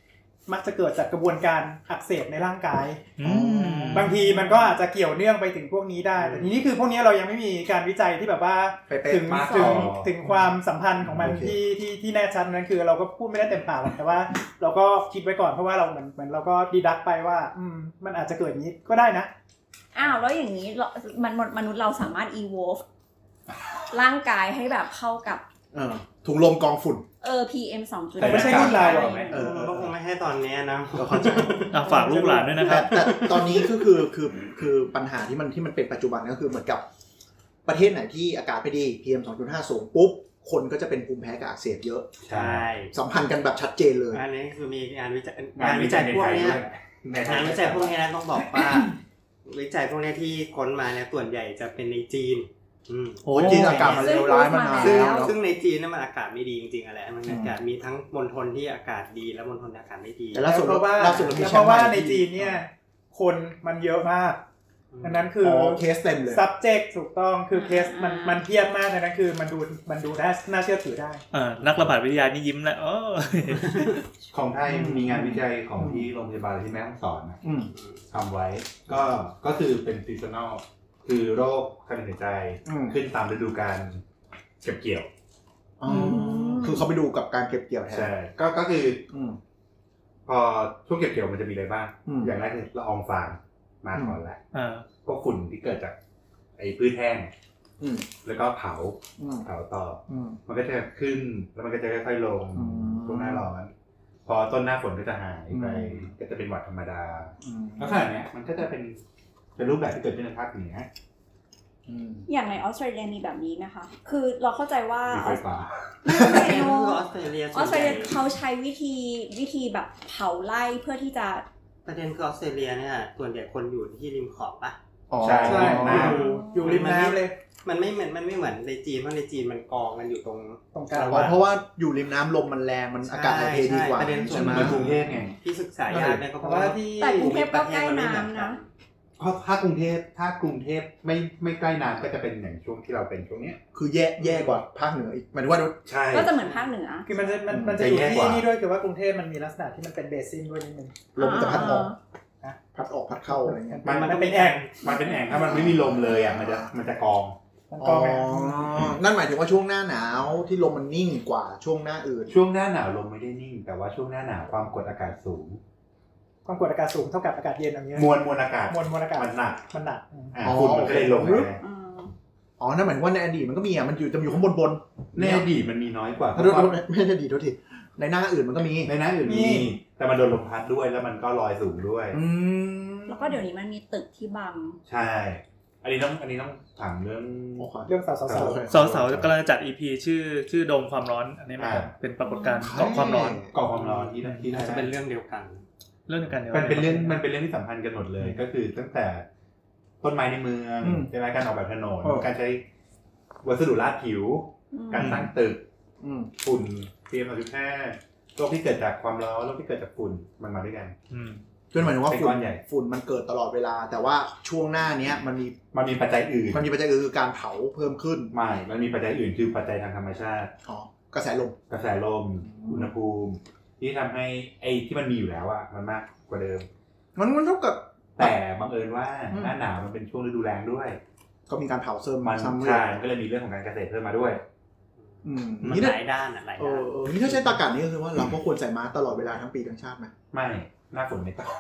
มักจะเกิดจากกระบวนการอักเสบในร่างกายบางทีมันก็อาจจะเกี่ยวเนื่องไปถึงพวกนี้ได้แต่ทีนี้คือพวกนี้เรายังไม่มีการวิจัยที่แบบว่าถึงความสัมพันธ์ของมันที่แน่ชัดนั้นคือเราก็พูดไม่ได้เต็มปากแต่ว่าเราก็คิดไว้ก่อนเพราะว่าเราเหมือนเราก็ดีดักไปว่ามันอาจจะเกิดอย่างนี้ก็ได้นะแล้วอย่างนี้มนุษย์เราสามารถ evolve ร่างกายให้แบบเข้ากับถุงลมกองฝุ่น PM 2.5 แต่ไม่ใช่รุ่นเราก็คงไม่ให้ตอนนี้นะก็เข้าใจฝากลูกหลานด้วยนะครับแต่ตอนนี้ก็คือปัญหาที่มันเป็นปัจจุบันก็คือเหมือนกับประเทศไหนที่อากาศไม่ดี PM 2.5 สูงปุ๊บคนก็จะเป็นภูมิแพ้กับอักเสบเยอะใช่สัมพันธ์กันแบบชัดเจนเลยอันนี้คือมีงานวิจัยพวกนี้งานวิจัยพวกนี้นะต้องบอกว่าวิจัยพวกนี้ที่ค้นมาเนี่ยส่วนใหญ่จะเป็นในจีนโอ้จีนอากาศมันเลวร้ายมากซึ่งในจีนนั้นมันอากาศไม่ดีจริงๆอะไรมันอากาศมีทั้งมณฑลที่อากาศดีและมณฑลที่อากาศไม่ดีแต่เพราะว่าในจีนเนี่ยคนมันเยอะมากดังนั้นคือเคสเต็มเลย subject ถูกต้องคือเคสมันเทียบมากดังนั้นคือมันดูได้น่าเชื่อถือได้นักระบาดวิทยานี่ยิ้มแล้วของไทยมีงานวิจัยของที่โรงพยาบาลที่แม่ฮ่องสอนนะทำไว้ก็คือเป็นซีซันนอลคือโรคทางเดินหายใจขึ้นตามฤดูกาลเก็บเกี่ยวคือเขาไปดูกับการเก็บเกี่ยวแทนใช่ก็คือพอช่วงเก็บเกี่ยวมันจะมีอะไรบ้างอย่างแรกคือละอองฟางมาก่อนแล้วพวกฝุ่นที่เกิดจากไอ้พืชแห้งแล้วก็เผาต่อมันก็จะขึ้นแล้วมันก็จะค่อยๆลงช่วงหน้าร้อนพอต้นหน้าฝนก็จะหายไปก็จะเป็นหวัดธรรมดาแล้วขณะนี้มันก็จะเป็นรูปแบบที่เกิดขึ้นในภาคเหนืออย่างในออสเตรเลียมีแบบนี้นะคะคือเราเข้าใจว่าออสเตรเลียเขาใช้วิธีแบบเผาไล่เพื่อที่จะประเด็นคือออสเตรเลียเนี่ยส่วนใหญ่คนอยู่ที่ริมขอบป่ะใช่อยู่ริมน้ำเลยมันไม่เหมือนในจีนเพราะในจีนมันกองกันอยู่ตรงกลางเพราะว่าอยู่ริมน้ำลมมันแรงมันอากาศถ่ายเทดีกว่าใช่ไหมกรุงเทพไงที่ศึกษายากเนี่ยก็เพราะว่าแต่กรุงเทพก็ใกล้น้ำนะเพราะถ้ากรุงเทพไม่ใกล้น้ำก็จะเป็นอย่างช่วงที่เราเป็นช่วงนี้คือแย่กว่าภาคเหนืออีกหมายถึงว่าใช่ก็จะเหมือนภาคเหนือคือมันจะอยู่ที่นี่ด้วยคือว่ากรุงเทพมันมีลักษณะที่มันเป็นเบสินด้วยนิดนึงลมมันจะพัดออกพัดเข้าอะไรเงี้ยมันเป็นแอ่งถ้ามันไม่มีลมเลยอ่ะมันจะกองนั่นหมายถึงว่าช่วงหน้าหนาวที่ลมมันนิ่งกว่าช่วงหน้าอื่นช่วงหน้าหนาวลมไม่ได้นิ่งแต่ว่าช่วงหน้าหนาวความกดอากาศสูงความกดอากาศสูงเท่ากับอากาศเย็นอย่างเงี้ยมวลอากาศมันหนักฝุ่นมันก็เลยลงไปนั่นหมายถึงว่าในอดีตมันก็มีมันจะอยู่ข้างบนในอดีตมันมีน้อยกว่าไม่ใช่อดีตทีในหน้าอื่นมันก็มีในหน้าอื่นมีแต่มันโดนลมพัดด้วยแล้วมันก็ลอยสูงด้วยแล้วก็เดี๋ยวนี้มันมีตึกที่บังใช่อันนี้ต้องถามเรื่องสาวกำลังจะจัด EP ชื่อโดมความร้อนอันนี้มั้ยเป็นปรากฏการณ์เกาะความร้อนที่น่าจะเป็นเรื่องเดียวกันมันเป็นเรื่องที่สัมพันธ์กันหมดเลยก็คือตั้งแต่ต้นไม้ในเมืองใช่ไหมการออกแบบถนนการใช้วัสดุลาดผิวการสร้างตึกฝุ่น PM 2.5โรคที่เกิดจากความร้อนโรคที่เกิดจากฝุ่นมันมาด้วยกันจนหมายถึงว่าฝุ่นมันเกิดตลอดเวลาแต่ว่าช่วงหน้านี้มันมีปัจจัยอื่นคือการเผาเพิ่มขึ้นมันมีปัจจัยอื่นคือปัจจัยทางธรรมชาติกระแสลมอุณหภูมิที่ทำให้ไอ้ที่มันมีอยู่แล้วอะมันมากกว่าเดิมมันเท่ากับแต่บังเอิญว่าหน้าหนาวมันเป็นช่วงฤดูแล้งด้วยก็มีการเผาเสริมมันใช่ก็เลยมีเรื่องของการเกษตรเพิ่มมาด้วยมันหลายด้านหลายด้านนี่ถ้าใช้ตรรกะนี้ก็คือว่าเราก็ควรใส่มาสก์ตลอดเวลาทั้งปีทั้งชาติไหมไม่หน้าฝนไม่ต้อง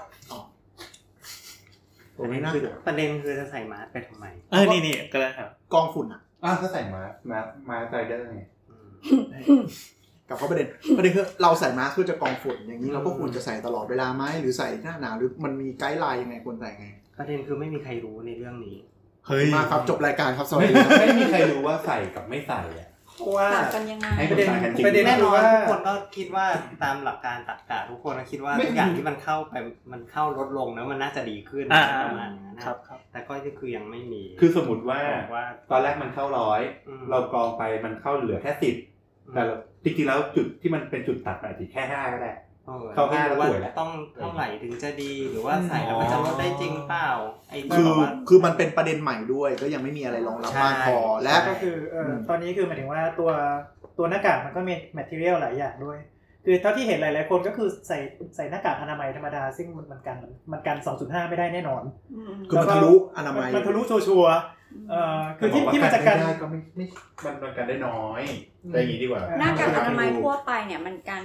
ประเด็นคือจะใส่มาสก์ไปทำไมนี่ก็ได้ครับกองฝุ่นถ้าใส่มาสก์ไรเดอร์ไงกับประเด็นคือเราใส่มาสก์เพื่อจะกองฝุ่นอย่างนี้เราก็ควรจะใส่ตลอดเวลาไหมหรือใส่หน้าหนาวหรือมันมีไกด์ไลน์ยังไงควรใส่ไงประเด็นคือไม่มีใครรู้ในเรื่องนี้มาครับจบรายการครับสวัสดีไม่มีใครรู้ว่าใส่กับไม่ใส่ว่ากันยังไงประเด็นแน่นอนทุกคนก็คิดว่าตามหลักการตรรกะทุกคนคิดว่าทุกอย่างที่มันเข้าไปมันเข้าลดลงแล้วมันน่าจะดีขึ้นประมาณนั้นนะครับแต่ก็คือยังไม่มีคือสมมติว่าตอนแรกมันเข้า100เรากรองไปมันเข้าเหลือแค่10แต่จริงๆแล้วจุดที่มันเป็นจุดตัดอาจจะแค่5ก็ได้เข้า5แล้วป่วยแล้วต้องเท่าไหร่ถึงจะดีหรือว่าใส่แล้วมันจะลดได้จริงเปล่าคือมันเป็นประเด็นใหม่ด้วยก็ยังไม่มีอะไรรองรับมากพอและก็คือตอนนี้คือหมายถึงว่าตัวหน้ากากมันก็มี material หลายอย่างด้วยคือเท่าที่เห็นหลายๆคนก็คือใส่หน้ากากอนามัยธรรมดาซึ่งมันกัน 2.5 ไม่ได้แน่นอนคือมันทะลุอนามัยมันทะลุชัวร์คือที่มันจะกันได้ก็ไม่มันกันได้น้อยได้อย่างนี้ดีกว่าหน้ากากอนามัยทั่วไปเนี่ยมันกัน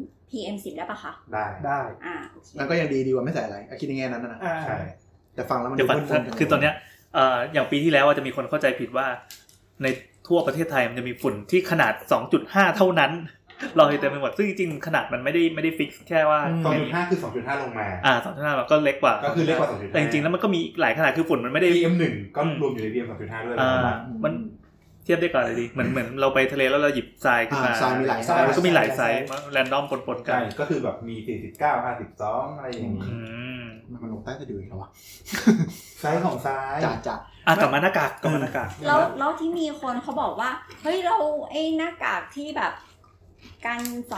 PM10 ได้ปะคะได้แล้วก็ยังดีกว่าไม่ใส่อะไรคิดในแง่นั้นนะใช่แต่ฟังแล้วมันคือตอนเนี้ยอย่างปีที่แล้วจะมีคนเข้าใจผิดว่าในทั่วประเทศไทยมันจะมีฝุ่นที่ขนาด 2.5 เท่านั้นลอยเต็มไปหมดซึ่งจริงๆขนาดมันไม่ได้ฟิกแค่ว่า 2.5 คือ 2.5 ลงมา 2.5 ก็เล็กกว่าก็คือเล็กกว่า 2.5 แต่จริงๆแล้วมันก็มีหลายขนาดคือฝุ่นมันไม่ได้ PM1 ก็รวมอยู่ใน PM 2.5 ด้วยมันเทียบได้ก่อนเลยดิเหมือนเราไปทะเลแล้วเราหยิบทรายขึ้นมาทรายมีหลายไซส์ก็มีหลายไซส์แรนดอมปนๆกันใช่ก็คือแบบมี49 52อะไรอย่างงี้มันลงใต้สะดือแล้ววะไซส์ของทรายจ้ะกลับมาหน้ากากแล้วที่มีคนเขาบอกว่าเฮ้ยเราไอ้หน้ากากที่แบบกัน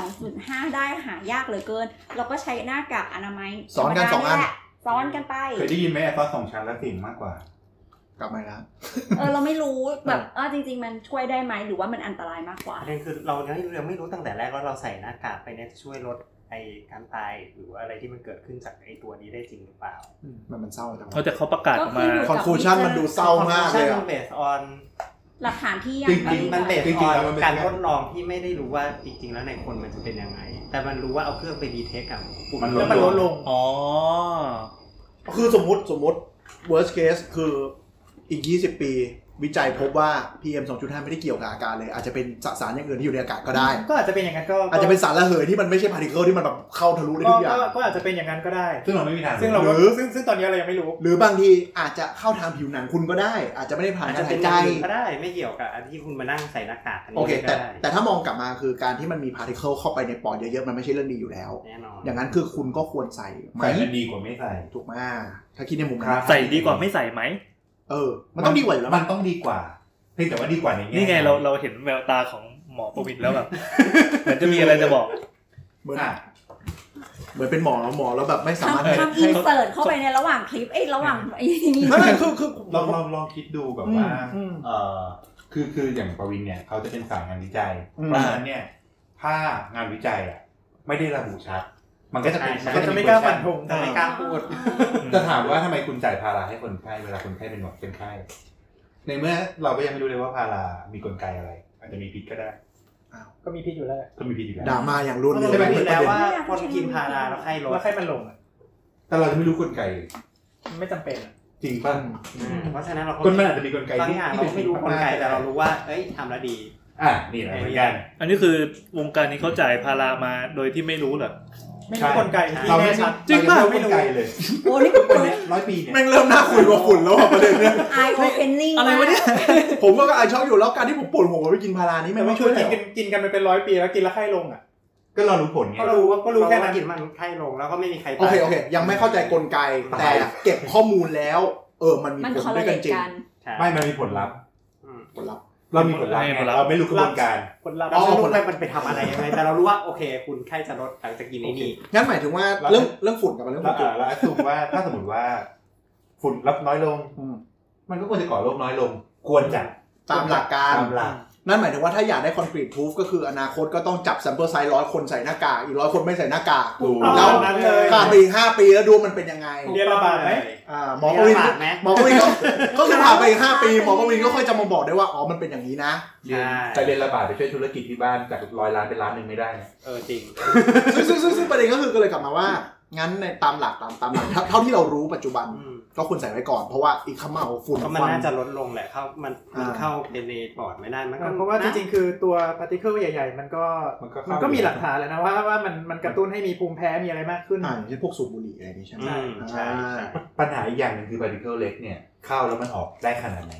2.5 ได้หายากเหลือเกินเราก็ใช้หน้ากากอนามัยซ้อนกัน2อันซ้อนกันไปเคยได้ยินไหมซ้อน2ชั้นแล้วสิ่งมากกว่ากลับมาแล้วเราไม่รู้แบบจริงๆมันช่วยได้ไหมหรือว่ามันอันตรายมากกว่าประเด็นคือเราไม่รู้ตั้งแต่แรกว่าเราใส่หน้ากากไปเนี่ยช่วยลดไอ้การตายหรือว่าอะไรที่มันเกิดขึ้นจากไอ้ตัวนี้ได้จริงหรือเปล่ามันเศร้าจังแต่เขาประกาศออกมาคอนคลูชั่นมันดูเศร้ามากเลยมันเบสออนหลักฐานที่ยังมันเบสออนการทดลองที่ไม่ได้รู้ว่าจริงๆแล้วในคนมันจะเป็นยังไงแต่มันรู้ว่าเอาเครื่องไปดีเทคกับมันลดลงคือสมมุติ worst case คืออีก20 ปีวิจัยพบว่า PM 2.5 ไม่ได้เกี่ยวกับอาการเลยอาจจะเป็นสารอย่างอื่นที่อยู่ในอากาศก็ได้ก็อาจจะเป็นอย่างนั้นก็อาจจะเป็นสารระเหยที่มันไม่ใช่พาร์ติเคิลที่มันแบบเข้าทะลุได้ทุกอย่างก็อาจจะเป็นอย่างนั้นก็ได้ซึ่งเราไม่มีทางซึ่งตอนนี้เรายังไม่รู้หรือบางทีอาจจะเข้าทางผิวหนังคุณก็ได้อาจจะไม่ได้ผ่านการหายใจก็ได้ไม่เกี่ยวกับอันที่คุณมานั่งใส่หน้ากากโอเคแต่ถ้ามองกลับมาคือการที่มันมีพาร์ติเคิลเข้าไปในปอดเยอะๆมันไม่ใช่เรื่องดีอยู่แล้วอย่างนั้นคือคุณก็ควรใส่ไหมดีกว่าไม่ใส่ถูกไหมถ้าคิดในมุมนั้นใส่ดีกว่าไม่ใส่ไหมมันต้องดีกว่าอยู่แล้วมันต้องดีกว่าเพียงแต่ว่าดีกว่าในแง่นี่ไงเราเห็นแววตาของหมอประวิตรแล้วแบบเหมือนจะมีอะไรจะบอกเหมือนเป็นหมอแล้วแบบไม่สามารถทำอินเสิร์ตเข้าไปในระหว่างคลิประหว่างนี่คือลองคิดดูแบบว่าคืออย่างประวินเนี่ยเขาจะเป็นสายงานวิจัยเพราะฉะนั้นเนี่ยถ้างานวิจัยไม่ได้ระบุชัดมันก็จะไม่กล้าฟันธงไม่กล้าพูดจะถามว่าทำไมคุณจ่ายพาราให้คนไข้เวลาคนไข้เป็นหวัดเป็นไข้ในเมื่อเราก็ยังไม่รู้เลยว่าพารามีกลไกอะไรอาจจะมีพิษก็ได้ก็มีพิษอยู่แล้วด่ามาอย่างรุนแรงใช่ไหมแล้วว่าคนกินพาราแล้วไข้ลดแล้วไข้มันลงแต่เราจะไม่รู้กลไกไม่จำเป็นจริงป่ะเพราะฉะนั้นเราคนมันอาจจะมีกลไกที่ไม่รู้กลไกแต่เรารู้ว่าทำแล้วดีนี่แหละเหมือนกันอันนี้คือวงการนี้เขาจ่ายพารามาโดยที่ไม่รู้เหรอไม่มีกลไกเราไม่ชัดจริงป่ะไม่รู้เลยโอ้นี่คนนี้100 ปีเนี่ยแม่งเริ่มน่าคุยกว่าฝุ่นแล้วประเด็นเนี่ยไอโอเพนนิ่งอะไรวะเนี่ยผมก็ไอช็อกอยู่แล้วการที่ผมปวดหัวไปกินพารานี้มันไม่ช่วยกินกันเป็น100 ปีแล้วกินแล้วไข้ลงก็เรารู้ผลไงก็รู้แค่นั้นกินมันไข้ลงแล้วก็ไม่มีใครโอเคยังไม่เข้าใจกลไกแต่เก็บข้อมูลแล้วมันมีผลด้วยกันจริงไม่มันมีผลลัพธ์เรามีผลลัพธ์เราไม่รู้กระบวนการเราไม่รู้ว่ามันไปทำอะไรยังไงแต่เรารู้ว่าโอเคคุณไข้จะลดหลังจากกินนี่งั้นหมายถึงว่าเรื่องฝุ่นกับเรื่องฝุ่นแล้วสมมติว่าถ้าสมมติว่าฝุ่นลดน้อยลงมันก็ควรจะก่อโรคน้อยลงควรจะตามหลักการนั่นหมายถึงว่าถ้าอยากได้ concrete proof ก็คืออนาคตก็ต้องจับ sample size 100 คนใส่หน้ากากอีก100 คนไม่ใส่หน้ากากแล้วผ่านไปอีก5 ปีแล้วดูมันเป็นยังไงเรียนระบาดไหมหมอประวินก็คือผ่านไปอีก5 ปีหมอประวินก็ค่อยจะมาบอกได้ว่ามันเป็นอย่างนี้นะแต่เรียนระบาดไปช่วยธุรกิจที่บ้านจาก100 ล้านเป็นล้านนึงไม่ได้นะจริงซึ่งประเด็นก็คือก็เลยกลับมาว่างั้นในตามหลักเท่าที่เรารู้ปัจจุบันก็ควรใส่ไว้ก่อนเพราะว่าอีกขม่าฝุ่นมันน่าจะลดลงแหละมันเข้าในปอดไม่ได้มันเพราะว่าจริงๆคือตัวพาร์ติเคิลใหญ่ๆมันก็มีหลักฐานแล้วนะว่ามันกระตุ้นให้มีภูมิแพ้มีอะไรมากขึ้นเช่นพวกสูบบุหรี่อะไรนี่ใช่ไหมใช่ปัญหาอีกอย่างนึงคือพาร์ติเคิลเล็กเนี่ยเข้าแล้วมันออกได้ขนาดไหน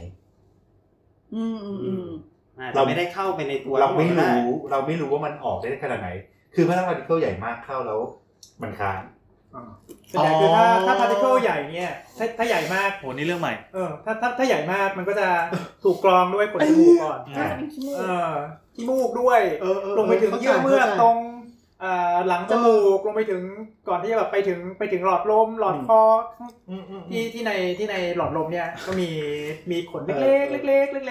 เราไม่ได้เข้าไปในตัวเราไม่รู้ว่ามันออกได้ขนาดไหนคือถ้าพาร์ติเคิลใหญ่มากเข้าแล้วมันค้างแต่คือถ้าพาร์ติเคิลใหญ่เนี่ยถ้าใหญ่มากโหนี่เรื่องใหม่ถ้าใหญ่มากมันก็จะถูกกรองด้วยขนจมูกก่อนขี้มูกด้วยลงไปถึงเยื่อเมือกตรงหลังจมูกลงไปถึงก่อนที่จะแบบไปถึงหลอดลมหลอดคอที่ในหลอดลมเนี่ยก็มีขนเล็กๆค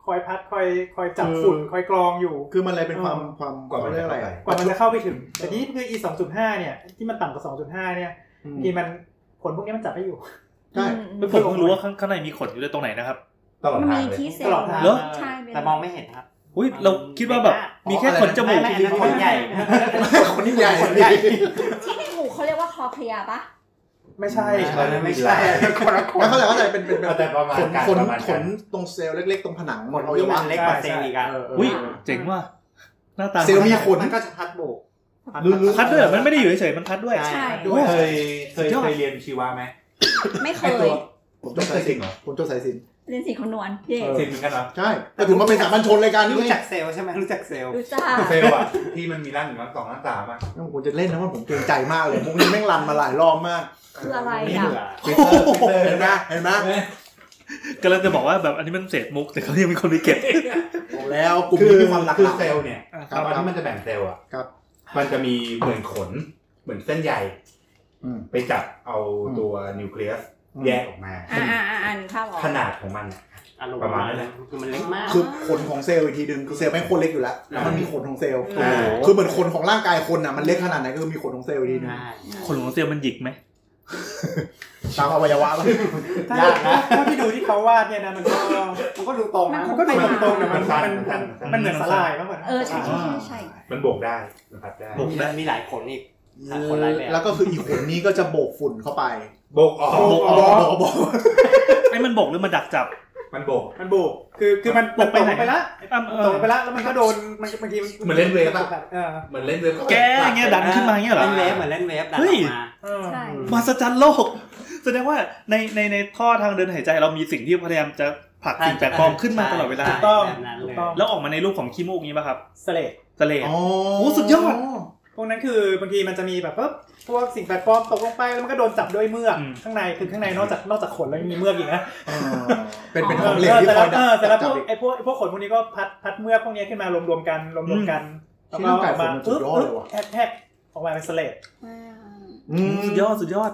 อยพัดคอยจับฝุ่นคอยกรองอยู่คือมันอะไรเป็นความกว่ามันจะอะไรกว่ามันจะเข้าไปถึงแต่นี้คือ E 2.5 เนี่ยที่มันต่ำกว่า 2.5 เนี่ยที่มันขนพวกนี้มันจับไม่อยู่ใช่ผมเพิ่งรู้ว่าข้างในมีขนอยู่ตรงไหนนะครับตลอดทางเลยตลอดทางแต่มองไม่เห็นครับอุ้ยเราคิดว่าแบบมีแค่ขนจมูกที่ขนใหญ่ขนใหญ่ที่ในหูเขาเรียกว่าคอเคลียร์ปะไม่ใช่คนเข้าใจเป็นแต่ประมาณขนตรงเซลล์เล็กๆตรงผนังมันที่มันเล็กกว่าเซลล์อีกอ่ะอุ้ยเจ๋งว่ะหน้าตาเซลล์มีขนมันก็จะพัดโบกพัดด้วยมันไม่ได้อยู่เฉยๆมันพัดด้วยใช่เคยเรียนชีวะไหมไม่เคยผมจบสายศิลป์เหรอผมจบสายศิลป์เรียนศิลป์คำนวณศิลป์เหมือนกันเหรอใช่แต่ถึงมาเป็นสามัญชนรายการนี้รู้จักเซลล์ใช่ไหมรู้จักเซลล์เซลล์อ่ะที่มันมีร่าง1 ร่าง 2 ร่าง 3อ่ะผมจะเล่นนะว่าผมเกรงใจมากเลยพวกนี้แม่งรันมาหลายรอบมากคืออะไรอ่ะเห็นไหมกำลังจะบอกว่าแบบอันนี้มันเศษมุกแต่เขายังมีคนไปเก็บแล้วกลุ่มนี้มีความหลากหลายเซลล์เนี่ยตอนที่มันจะแบ่งเซลล์อ่ะมันจะมีเหมือนขนเหมือนเส้นใยไปจับเอาตัวนิวเคลียสแยกออกมาขนาดของมันประมาณนั้นคือมันเล็กมากคือขนของเซลล์อีกทีนึงคือเซลล์ไม่คนเล็กอยู่แล้วแล้วมันมีขนของเซลล์คือเหมือนขนของร่างกายคนอ่ะมันเล็กขนาดไหนก็คือมีขนของเซลล์ดีนะขนของเซลล์มันหยิกไหมตามอวัยวะยากนะถ้าพี่ดูที่เขาวาดเนี่ยนะมันก็ดูตรงนะมันก็ดูตรงแต่มันเหมือนสลายมากกว่าใช่มันโบกได้นะครับได้โบกได้มีหลายขนอีกแล้วก็คืออีกขนนี้ก็จะโบกฝุ่นเข้าไปโบกออกไอ้มันโบกหรือมันดักจับมันโบกคือมันตกไปแล้วแล้วมันก็โดนบางทีเหมือนเล่นเวฟอ่ะเหมือนเล่นเวฟแกเงี้ยดันขึ้นมาเงี้ยเหรอเหมือนเล่นเวฟดันออกมาใช่มหัศจรรย์โลกแสดงว่าในท่อทางเดินหายใจเรามีสิ่งที่พยายามจะผลักสิ่งแปลกปลอมขึ้นมาตลอดเวลาต้องแล้วออกมาในรูปของขี้มูกงี้ป่ะครับสเลดโอ้สุดยอดพวกนั้นคือบางทีมันจะมีแบบพวกสิ่งแปลกปลอมตกลงไปแล้วมันก็โดนจับด้วยเมือกข้างในคือข้างในนอกจากขนแล้วมีเมือกอีกนะเป็นของเหลวที่คอยดับแต่แล้วพวกขนพวกนี้ก็พัดเมือกพวกนี้ขึ้นมารวมกันแล้วก็ออกมาแท็กออกมาเป็นสเลดสุดยอด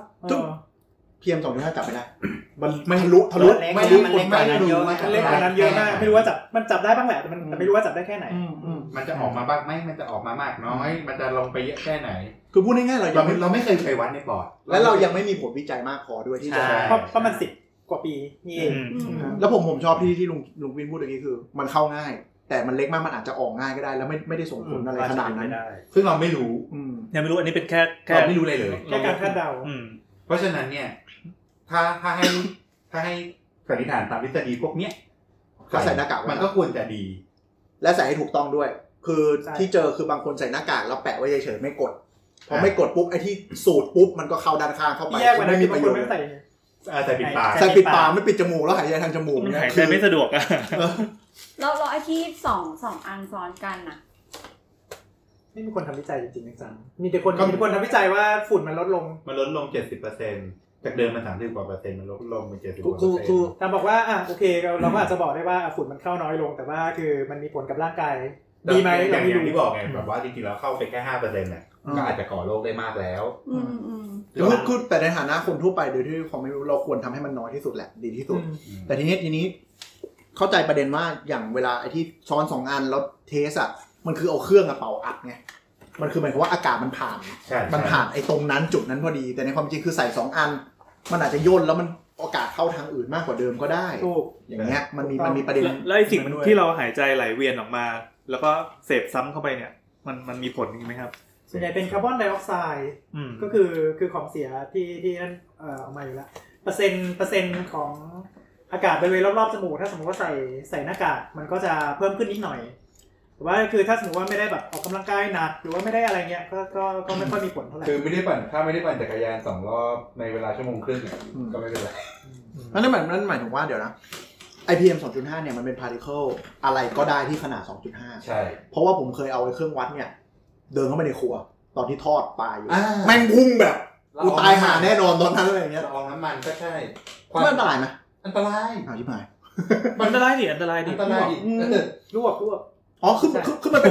PM 2.5 จับไม่ได้มันไม่ทะลุไม่เล็กกว่านั้นเยอะมากไม่รู้ว่าจับมันจับได้บ้างแหละแต่มันไม่รู้ว่าจับได้แค่ไหนมันจะออกมาบ้างไหมมันจะออกมามากน้อยมันจะลงไปเยอะแค่ไหนคือพูดง่ายๆเราไม่เคยวัดในปอดและเรายังไม่มีผลวิจัยมากพอด้วยที่จะเพราะมัน10 กว่าปีนี่เองแล้วผมชอบที่ลุงวินพูดเมื่อกี้คือมันเข้าง่ายแต่มันเล็กมากมันอาจจะออกง่ายก็ได้แล้วไม่ได้ส่งผลอะไรขนาดนั้นซึ่งเราไม่รู้ยังไม่รู้อันนี้เป็นแค่เราไม่รู้เลยแค่การคาดเดาเพราะฉะนั้นเนี่ยถ้าให้สันนิษฐานตามทฤษฎีพวกเนี้ยก็ใส่หน้ากากมันก็ควรจะดีและใส่ให้ถูกต้องด้วยคือที่เจอคือบางคนใส่หน้ากากแล้วแปะไว้เฉยๆไม่กดพอไม่กดปุ๊บไอ้ที่สูดปุ๊บมันก็เข้าด้านข้างเข้าไปไม่มีประโยชน์ใส่ปิดปากไม่ปิดจมูกแล้วหายใจทางจมูกเนี่ยหายใจไม่สะดวกอ่ะแล้วไอ้ที่สองอันซ้อนกันน่ะไม่มีคนทำวิจัยจริงๆจังมีแต่คนทำวิจัยว่าฝุ่นมันลดลง 70%จากเดิมมัน30%กว่ามันลดลงเป็น70% คือถ้าบอกว่าโอเคเราก็อาจจะบอกได้ว่าฝุ่นมันเข้าน้อยลงแต่ว่าคือมันมีผลกับร่างกายดีไหมอย่างที่บอกไงแบบว่าจริงๆแล้วเข้าไปแค่ 5% เนี่ยก็อาจจะก่อโรคได้มากแล้วคือแต่ในฐานะคนทั่วไปโดยที่ความไม่รู้เราควรทำให้มันน้อยที่สุดแหละดีที่สุดแต่ทีนี้เข้าใจประเด็นว่าอย่างเวลาไอ้ที่ซ้อน2อันแล้วเทสอ่ะมันคือเอาเครื่องเป่าอัดไงมันคือหมายความว่าอากาศมันผ่านไอ้ตรงนั้นจุดนั้นพอดีแต่ในความจริงคือใส่2อันมันอาจจะย่นแล้วมันอากาศเข้าทางอื่นมากกว่าเดิมก็ได้อย่างเงี้ยมันมีประเด็นแล้วไอ้สิ่งที่เราหายใจไหลเวียนออกมาแล้วก็เสพซ้ำเข้าไปเนี่ยมันมีผลจริงไหมครับส่วนใหญ่เป็นคาร์บอนไดออกไซด์ก็คือของเสียที่นั่นออกมาอยู่แล้วเปอร์เซ็นต์ของอากาศบริเวณรอบๆจมูกถ้าสมมติว่าใส่หน้ากากมันก็จะเพิ่มขึ้นนิดหน่อยแต่ว่าคือถ้าสมมติว่าไม่ได้แบบออกกำลังกายหนักหรือว่าไม่ได้อะไรเงี้ยก็ไม่ค่อยมีผลเท่าไหร่คือไม่ได้ปั่นจักรยาน2 รอบในเวลา1 ชั่วโมงก็ไม่เป็นไรนั่นหมายถึงว่าเดี๋ยวนะ IPM 2.5 เนี่ยมันเป็นพาร์ติเคิลอะไรก็ได้ที่ขนาด 2.5 ใช่เพราะว่าผมเคยเอาไอ้เครื่องวัดเนี่ยเดินเข้าไปในครัวตอนที่ทอดปลาอยู่แม่งพุ่งแบบกูตายห่าแน่นอนตอนนั้นอะไรอย่างเงี้ยละอองน้ำมันก็ใช่มันอันตรายไหมอันตรายชิบหายอันตรายดิลวกอ๋อคือมันเป็น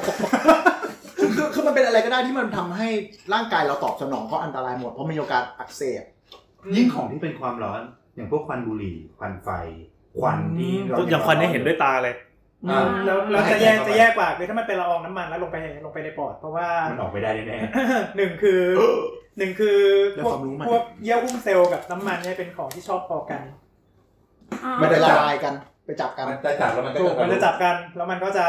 คือมันเป็นอะไรก็ได้ที่มันทำให้ร่างกายเราตอบสนองเพราะอันตรายหมดเพราะมีโอกาสอักเสบยิ่งของที่เป็นความร้อนอย่างพวกควันบุหรี่ควันไฟควันที่อย่างควันนี่เห็นด้วยตาเลยแล้วจะแยกกว่าคือถ้ามันเป็นละอองน้ำมันแล้วลงไปในปอดเพราะว่ามันออกไปได้แน่ๆหนึ่งคือพวกเยื่อหุ้มเซลล์กับน้ำมันเนี่ยเป็นของที่ชอบพอกันมันจะละลายกันไปจับกันมันจะจับแล้วมันจะจับกันแล้วมันก็จะ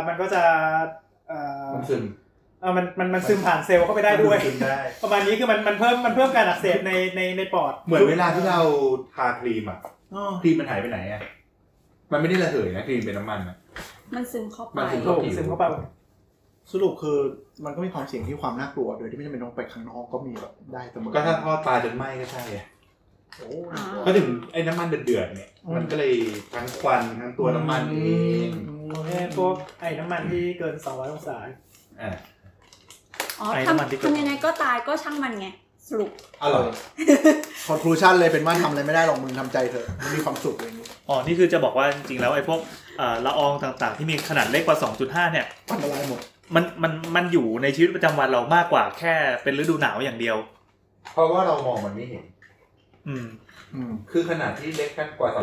มันซึมมันซึมผ่านเซลล์เข้าไปได้ด้วยประมาณนี้คือมันเพิ่มการอักเสบในปอดเหมือนเวลาที่เราทาครีมอ่ะครีมมันหายไปไหนอ่ะมันไม่ได้ระเหยนะครีมเป็นน้ำมันอ่ะมันซึมเข้าไปสรุปคือมันก็มีความเสี่ยงที่ความน่ากลัวโดยที่ไม่จำเป็นต้องไปข้างนอกก็มีแบบได้เสมอก็ถ้าทอดปลาจนไหม้ก็ใช่ไงก็ถึงไอ้น้ำมันเดือดเนี่ยมันก็เลยทั้งควันทั้งตัวน้ำมันเองพวกไอ้น้ำมันที่เกิน200องศาทำยังไงก็ตายก็ช่างมันไงสรุปอร่อย conclusion เลยเป็นว่าทำอะไรไม่ได้หรอกมึงทำใจเถอะมันมีความสุขอย่างนี้นี่คือจะบอกว่าจริงๆแล้วไอ้พวกละอองต่างๆที่มีขนาดเล็กกว่า 2.5 เนี่ยอันตรายหมดมันอยู่ในชีวิตประจำวันเรามากกว่าแค่เป็นฤดูหนาวอย่างเดียวเพราะว่าเรามองมันไม่เห็นคือขนาดที่เล็กกว่า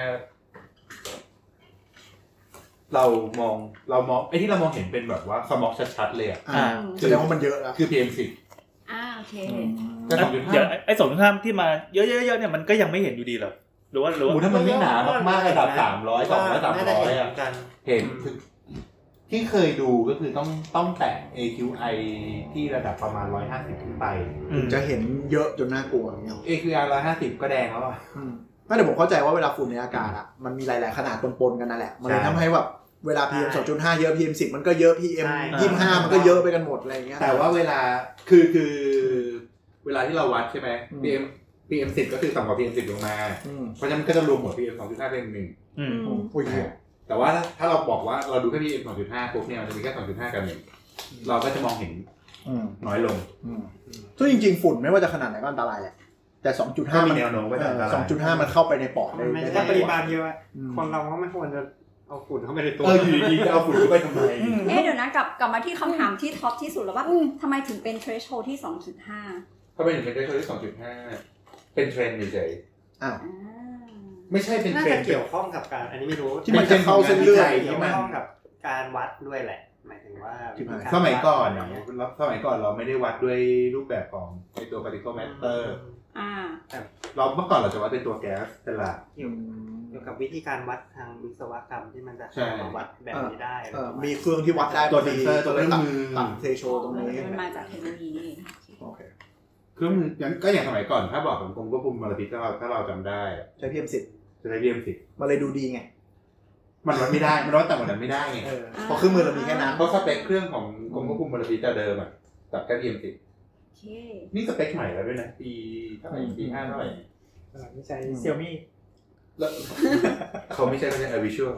2.5 เรามองไอ้ที่เรามองเห็นเป็นแบบว่าสมอกชัดๆเลยอ่ะแสดงว่ามันเยอะแล้วคือ PM10 โอเคแต่ 2.5 เดี๋ยวไอ้ 2.5 ที่มาเยอะๆๆเนี่ยมันก็ยังไม่เห็นอยู่ดีหรอหรือว่าถ้ามันไม่หนามากๆระดับ300 200 300อ่ะเห็นที่เคยดูก็คือต้องแตะ AQI ที่ระดับประมาณ150ขึ้นไปจะเห็นเยอะจนน่ากลัวอย่างเงี้ย AQI 150ก็แดงแล้วอ่ะแต่ผมเข้าใจว่าเวลาฝุ่นในอากาศอ่ะมันมีหลายๆขนาดปนๆกันนั่นแหละมันเลยทำให้แบบเวลา PM 2.5 เยอะ PM10 มันก็เยอะ PM 25 มันก็เยอะไปกันหมดอะไรอย่างเงี้ยแต่ว่าเวลาคือเวลาที่เราวัดใช่ไหม PM10 ก็คือต่ำกว่า PM10 ลงมาเพราะฉะนั้นมันก็จะรวมหมด PM 2.5 เป็น1แต่ว่าถ้าเราบอกว่าเราดูแค่ PM 2.5 ปุ๊บเนี่ยมันจะมีแค่ 2.5 กับ1เราก็จะมองเห็นน้อยลงซึ่งจริงๆฝุ่นไม่ว่าจะขนาดไหนก็อันตรายแหละแต่ 2.5 มันแนวโน้มว่าจะอันตราย 2.5 มันเข้าไปในปอดได้ถ้าปริมาณเยอะคนเราก็ไม่ควรจะเอาฝุ่นเข้าไปในตัวอยู่ดีๆจะเอาฝุ่นเข้าไปทำไมเดี๋ยวนะกลับมาที่คำถามที่ท็อปที่สุดแล้วว่าทำไมถึงเป็น threshold ที่ 2.5 ทำไมถึงเป็น threshold ที่ 2.5 เป็นเทรนด์เฉยๆไม่ใช่เป็นเทรนด์เกี่ยวข้องกับการอันนี้ไม่รู้ที่มันจะเข้าเส้นเลือดเกี่ยวข้องกับการวัดด้วยแหละหมายถึงว่าสมัยก่อนเราไม่ได้วัดด้วยรูปแบบของไอตัว particle matter เราเมื่อก่อนเราจะวัดเป็นตัวแก๊สเป็นหลักเกี่ยวกับวิธีการวัดทางวิศวกรรมที่มันจะวัดแบบนี้ได้มีเครื่องที่วัดได้ตัวเซนเซอร์ตัวเครื่องมือตัดเทโชตรงนี้มันมาจากเทคโนโลยีโอเคเครื่องมือก็อย่างสมัยก่อนถ้าบอกของกรมควบคุมมลพิษถ้าเราจำได้ใช้ PM10 จะใช้ PM10 มันเลยดูดีไงมันวัดไม่ได้มันวัดแต่มันไม่ได้ไงเพราะเครื่องมือเรามีแค่นั้นเพราะสเปคเครื่องของกรมควบคุมมลพิษแต่เดิมอ่ะจับแค่ PM10 นี่สเปคใหม่แล้วด้วยนะปี5เท่าไหร่ไม่ใช่ Xiaomi เขาไม่ใช่เขาใช้ iVisual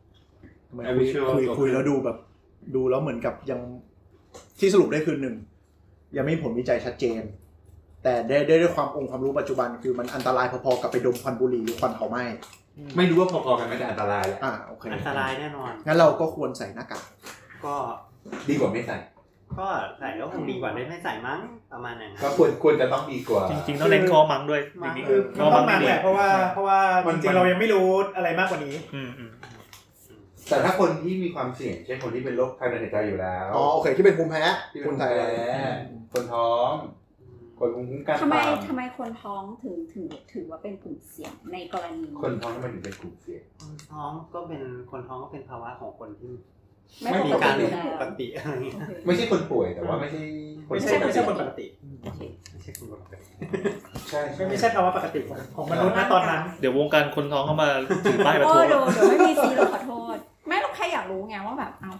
คุยแล้วดูแบบดูแล้วเหมือนกับยังที่สรุปได้คือ1ยังไม่มีผลวิจัยชัดเจนแต่ได้ด้วยความองค์ความรู้ปัจจุบันคือมันอันตรายพอๆกับไปดมควันบุหรี่หรือควันเผาไหม้ไม่รู้ว่าพอๆกันไม่แต่อันตรายแหละโอเคอันตรายแน่นอนงั้นเราก็ควรใส่หน้ากากก็ดีกว่าไม่ใส่ก็ใส่ก็คงดีกว่าไม่ใส่มั้งประมาณนั้นก็ควรจะต้องดีกว่าจริงๆต้องเน้นคอมั้งด้วยจริงๆคือต้องมั้งแหละเพราะว่าจริงๆเรายังไม่รู้อะไรมากกว่านี้แต่ถ้าคนที่มีความเสี่ยงเช่นคนที่เป็นโรคทางเดินหายใจอยู่แล้วโอเคที่เป็นภูมิแพ้คนไทยคนท้องคนภูมิคุ้มกันทำไมคนท้องถึงถือว่าเป็นกลุ่มเสี่ยงในกรณีคนท้องทำไมถึงเป็นกลุ่มเสี่ยงคนท้องก็เป็นภาวะของคนที่ไม่มีการปกติอะไรเงี้ยไม่ใช่คนป่วยแต่ว่าไม่ใช่คนปกติไม่ใช่คนปกติใช่ไม่ใช่ภาวะปกติของมนุษย์ณตอนนั้นเดี๋ยววงการคนท้องเข้ามาถือป้ายประท้วงเดี๋ยวไม่มีซีเราขอโทษไม่เราแค่อยากรู้ไงว่าแบบเอา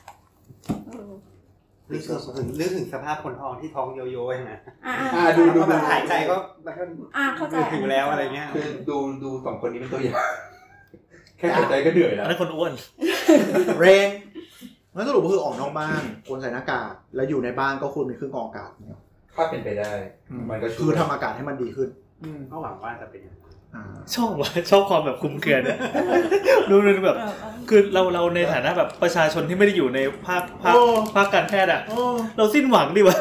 นึกถึงสภาพคนท้องที่ท้องโยโย่ใช่ไหมดูแบบหายใจก็แบบเข้าใจถึงแล้วอะไรเงี้ยคือดูสองคนนี้เป็นตัวอย่างแค่หายใจก็เหนื่อยแล้วนั่นคนอ้วนเรนงั้นสรุปก็คือออกนอกบ้านควรใส่หน้ากากแล้วอยู่ในบ้านก็ควรมีเครื่องกรองอากาศเนี่ยถ้าเป็นไปได้มันก็คือทำอากาศให้มันดีขึ้นก็หวังว่าจะเป็นชอบความแบบคุมเครือเนี่ยดูแบบคือเราในฐานะแบบประชาชนที่ไม่ได้อยู่ในภาคการแพทย์อ่ะเราสิ้นหวังดิวะ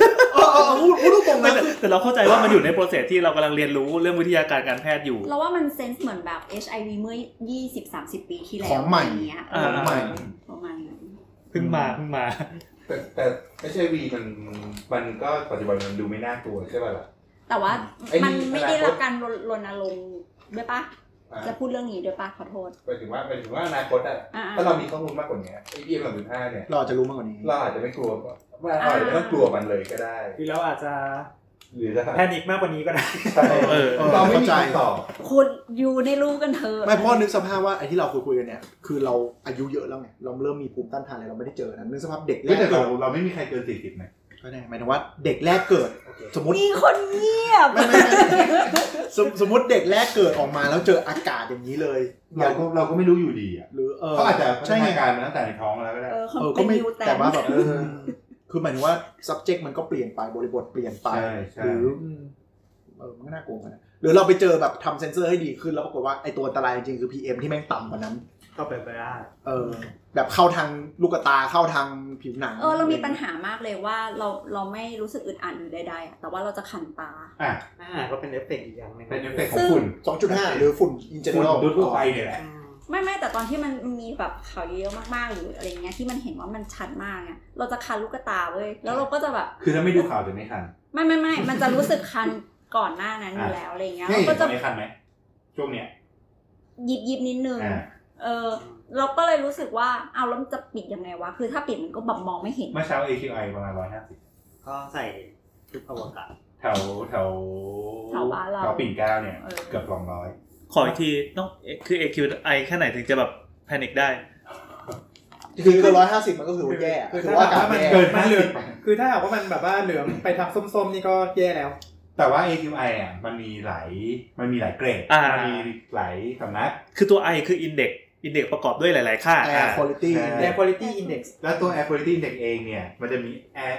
พูดตรงๆนะแต่เราเข้าใจว่ามันอยู่ในโปรเซสที่เรากำลังเรียนรู้เรื่องวิทยาการการแพทย์อยู่เราว่ามันเซนส์เหมือนแบบ HIV เมื่อ 20-30 ปีที่แล้วของใหม่อย่างเงี้ยของใหม่ประมาณนั้นเพิ่งมาแต่ HIV มันก็ปัจจุบันมันดูไม่น่ากลัวใช่ป่ะล่ะแต่ว่ามันไม่ได้รับการรณรงค์ด้วยปะจะพูดเรื่องนี้ด้วยปะขอโทษหมายถึงว่าอนาคตถ้าเรามีข้อมูลมากกว่านี้ไอ้PM2.5เนี่ยเราอาจจะรู้มากกว่านี้เราอาจจะไม่กลัวว่าเราอาจจะไม่กลัวมันเลยก็ได้หรือเราอาจจะหรือจะแพนิคมากกว่านี้ก็ได้เราไม่มีต่อคุณอยู่ในรู้กันเถอะไม่เพราะนึกสภาพว่าไอ้ที่เราคุยกันเนี่ยคือเราอายุเยอะแล้วไงเราเริ่มมีภูมิต้านทานอะไรเราไม่ได้เจอนะนึกสภาพเด็กแรกเกิดเราไม่มีใครเกิน40นะก็ได้หมายถึงว่าเด็กแรกเกิดสมมติมีคนเงียบสมมติเด็กแรกเกิดออกมาแล้วเจออากาศอย่างนี้เลยเราก็ไม่รู้อยู่ดีอ่ะหรือเขาอาจจะพัฒนาการมาตั้งแต่ในท้องแล้วก็ได้ก็ไม่แต่ว่าแบบคือหมายถึงว่า subject มันก็เปลี่ยนไปบริบทเปลี่ยนไปหรือมันก็น่ากลัวนะหรือเราไปเจอแบบทำเซนเซอร์ให้ดีขึ้นแล้วปรากฏว่าไอตัวอันตรายจริงๆคือ PM ที่แม่งต่ำกว่านั้นก็เป็นไปได้แบบเข้าทางลูกตาเข้าทางผิวหนังเรามีปัญหามากเลยว่าเราไม่รู้สึกอึดอัดหรือใดๆแต่ว่าเราจะคันตาก็เป็นเอฟเฟกต์อีกอย่างนึงเป็นเอฟเฟกต์ของฝุ่น 2.5 หรือฝุ่น in general ทั่วไปเนี่ยแหละไม่แต่ตอนที่มันมีแบบข่าวเยอะมากๆหรืออะไรเงี้ยที่มันเห็นว่ามันชัดมากเนี่ยเราจะคันลูกตาเว้ยแล้วเราก็จะแบบคือถ้าไม่ดูข่าวจะไม่คันไม่มันจะรู้สึกคันก่อนหน้านั้นอยู่แล้วอะไรเงี้ยเราก็จะไม่คันไหมช่วงเนี้ยยิบนิดนึงเราก็เลยรู้สึกว่าเอาแล้วจะปิดยังไงวะคือถ้าปิดมันก็แบบมองไม่เห็นเมื่อเช้า AQI ประมาณ150 ก็ใส่ชุดอวกาศแถวบ้านเราแถวปิ่นเกล้าเนี่ยเกือบ200 ขออีกทีต้องคือ AQI แค่ไหนถึงจะแบบแพนิคได้คือเกิน150มันก็คือว่าแย่คือว่ามันเกินมันเหลืองคือถ้าหากว่ามันแบบว่าเหลืองไปทางส้มๆนี่ก็แย่แล้วแต่ว่า AQI มันมีหลายเกรดมันมีหลายสำนักคือตัว I คืออินเด็กซ์ประกอบด้วยหลายๆค่า Air Quality Index แล้วตัว Air Quality Index เองเนี่ยมันจะมี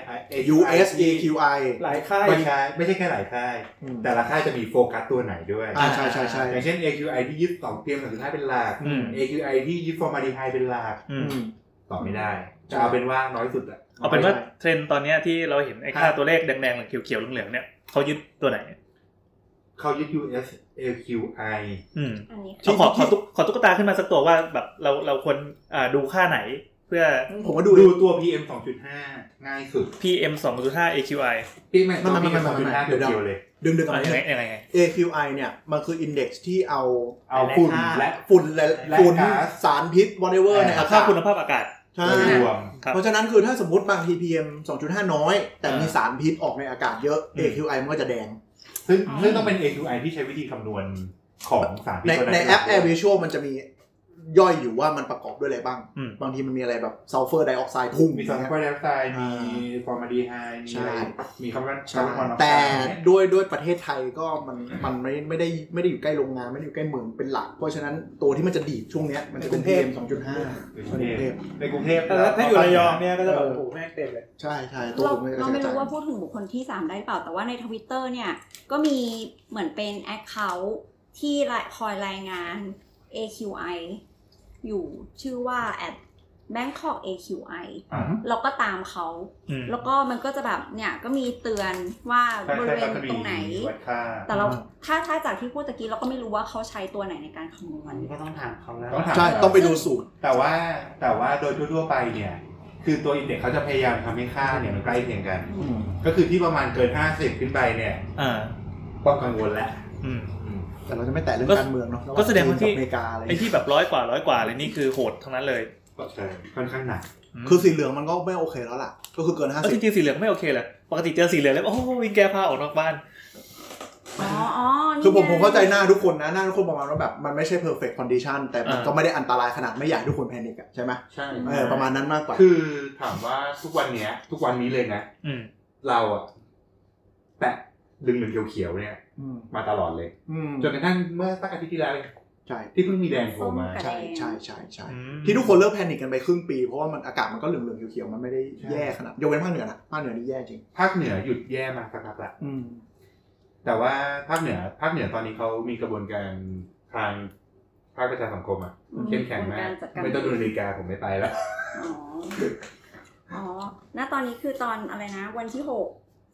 US AQI หลายค่ายไม่ใช่แค่หลายค่ายแต่ละค่ายจะมีโฟกัสตัวไหนด้วยใช่อย่างเช่น AQI ที่ยึด2 PM2.5 เป็นหลัก AQI ที่ยึด formaldehyde เป็นหลักตอบไม่ได้จะเอาเป็นว่าน้อยสุดอะเอาเป็นว่าเทรนด์ตอนนี้ที่เราเห็นไอ้ค่าตัวเลขแดงๆเขียวๆเหลืองๆเนี่ยเขายึดตัวไหนเขายึด US AQI ขอตุ๊กตาขึ้นมาสักตัวว่าแบบเราควรดูค่าไหนเพื่อผมก็ดูตัว PM 2.5 ง่ายสุด PM 2.5 AQI ไม่ 2.5 เดียวเลยดึงๆกันยังไง AQI เนี่ยมันคือ index ที่เอาฝุ่นและสารพิษ whatever ในค่าคุณภาพอากาศใช่เพราะฉะนั้นคือถ้าสมมติบางที PM 2.5 น้อยแต่มีสารพิษออกในอากาศเยอะ AQI มันก็จะแดงซึ่งต้องเป็น AQI ที่ใช้วิธีคำนวณของสารพิษในแอป Air Visual มันจะมีย่อยอยู่ว่ามันประกอบด้วยอะไรบ้างบางทีมันมีอะไรแบบซัลเฟอร์ไดออกไซด์พุ่งมีซัลเฟอร์ไดออกไซด์มีฟอร์มาลดีไฮด์มีคาร์บอนแต่ด้วยประเทศไทยก็มันไม่ได้อยู่ใกล้โรงงานไม่ได้อยู่ใกล้เมืองเป็นหลักเพราะฉะนั้นตัวที่มันจะดีดช่วงนี้มันจะเป็น PM 2.5 ในกรุงเทพแล้วถ้าอยู่ระยองเนี่ยก็จะแบบโอ้โหแม่งเต็มเลยใช่ตัวเราไม่รู้ว่าพูดถึงบุคคลที่3ได้เปล่าแต่ว่าใน Twitter เนี่ยก็มีเหมือนเป็น account ที่คอยรายงาน AQI อยู่ชื่อว่า @Bangkok AQI เราก็ตามเขาแล้วก็มันก็จะแบบเนี่ยก็มีเตือนว่าบริเวณตรงไหนแต่เราถ้าจากที่พูดตะกี้เราก็ไม่รู้ว่าเขาใช้ตัวไหนในการคำนวณก็ต้องถามเขาแล้วใช่ต้องไปดูสูตรแต่ว่าโดยทั่วไปเนี่ยคือตัวอินเด็กซ์เขาจะพยายามทำให้ค่าเนี่ยมันใกล้เคียงกันก็คือที่ประมาณเกิน50ขึ้นไปเนี่ยต้องกังวลแล้วแต่เราจะไม่แตะเรื่องการเมืองเนาะก็แสดงว่าที่ไอ้ที่แบบ100 กว่าอะไรนี่คือโหดทั้งนั้นเลยใช่ค่อนข้างหนักคือสีเหลืองมันก็ไม่โอเคแล้วล่ะก็คือเกิน50 จริงๆสีเหลืองไม่โอเคเลยปกติเจอสีเหลืองแล้วโอ้วิ่งแก้ผ้าออกนอกบ้านคือผมเข้าใจหน้าทุกคนนะหน้าทุกคนประมาณว่าแบบมันไม่ใช่ perfect condition แต่มันก็ไม่ได้อันตรายขนาดไม่อยากทุกคนแพนิคใช่ไหมใช่ประมาณนั้นมากกว่าคือถามว่าทุกวันนี้เลยนะเราอะแตะดึงเหลืองเขียวๆเนี่ยมาตลอดเลยจนกระทั่งเมื่อสักอาทิตย์ที่แล้วใช่ที่เพิ่งมีแดงโผล่มาใช่ที่ทุกคนเลิกแพนิคกันไปครึ่งปีเพราะว่ามันอากาศมันก็เหลืองๆเขียวๆมันไม่ได้แย่ขนาดยกเว้นภาคเหนือนะภาคเหนือนี่แย่จริงภาคเหนือหยุดแย่มาสักพักละแต่ว่าภาคเหนือตอนนี้เขามีกระบวนการทางภาคประชาสังคมอ่ะเข้มแข็งมากไม่ต้องดูนาฬิกาผมไม่ไปแล้วณตอนนี้คือตอนอะไรนะวันที่6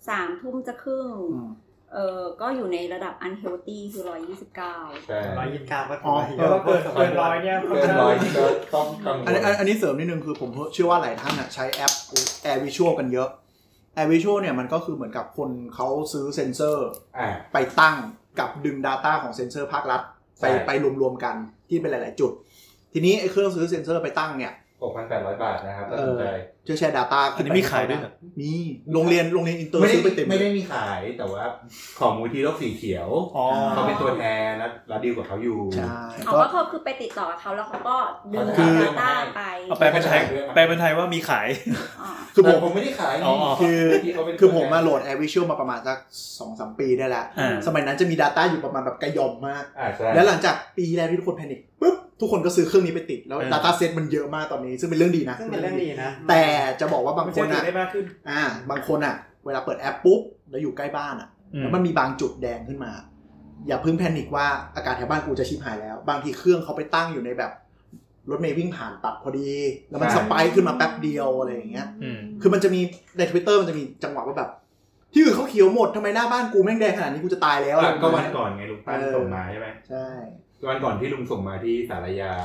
3 ทุ่มจะครึ่งก็อยู่ในระดับ unhealthy คือ129 ใช่ 129ก็ถือว่าเกิน100เนี่ยเกิน100นี่ก็ต้องกังวลอันนี้เสริมนิดนึงคือผมเชื่อว่าหลายท่านใช้แอป Air Visual กันเยอะ Air Visual เนี่ยมันก็คือเหมือนกับคนเขาซื้อเซ็นเซอร์ไปตั้งกับดึง data ของเซ็นเซอร์ภาครัฐไปรวมๆกันที่เป็นหลายๆจุดทีนี้ไอ้เครื่องซื้อเซ็นเซอร์ไปตั้งเนี่ย 6,800 บาทนะครับถ้าสนใจจะแชร์ data อันนี้มีขายด้วยเหรอมีโรงเรียนอินเตอร์ซื้อไปเต็มไม่ได้มีขายแต่ว่าของมูลที่โลกสีเขียวเขาเป็นตัวแทนแล้วดีลกับเขาอยู่ใช่ก็คือไปติดต่อกับเขาแล้วเขาก็ดึง data ไปเอาแปลเป็นไทยว่ามีขายคือผมไม่ได้ขายคือผมมาโหลด Air Visual มาประมาณสัก 2-3 ปีได้แล้วสมัยนั้นจะมี data อยู่ประมาณแบบกระยอมมากแล้วหลังจากปีแรกที่ทุกคนแพนิคปุ๊บทุกคนก็ซื้อเครื่องนี้ไปติดแล้ว data set มันเยอะมากตอนนี้ซึ่งเป็นเรื่องดีนะแต่จะบอกว่าบางคนบางคนเวลาเปิดแอปปุ๊บแล้วอยู่ใกล้บ้านแล้วมันมีบางจุดแดงขึ้นมาอย่าเพิ่งแพนิคว่าอากาศแถวบ้านกูจะชิบหายแล้วบางทีเครื่องเขาไปตั้งอยู่ในแบบรถเมล์วิ่งผ่านตัดพอดีแล้วมันสไปค์ขึ้นมาแป๊บเดียวอะไรอย่างเงี้ยคือมันจะมีใน Twitter มันจะมีจังหวะว่าแบบที่อื่นเขาเขียวหมดทำไมหน้าบ้านกูแม่งแดงขนาดนี้กูจะตายแล้วก็วันก่อนไงลุงปั้นส่งมาใช่ไหมใช่วันก่อนที่ลุงส่งมาที่สารยา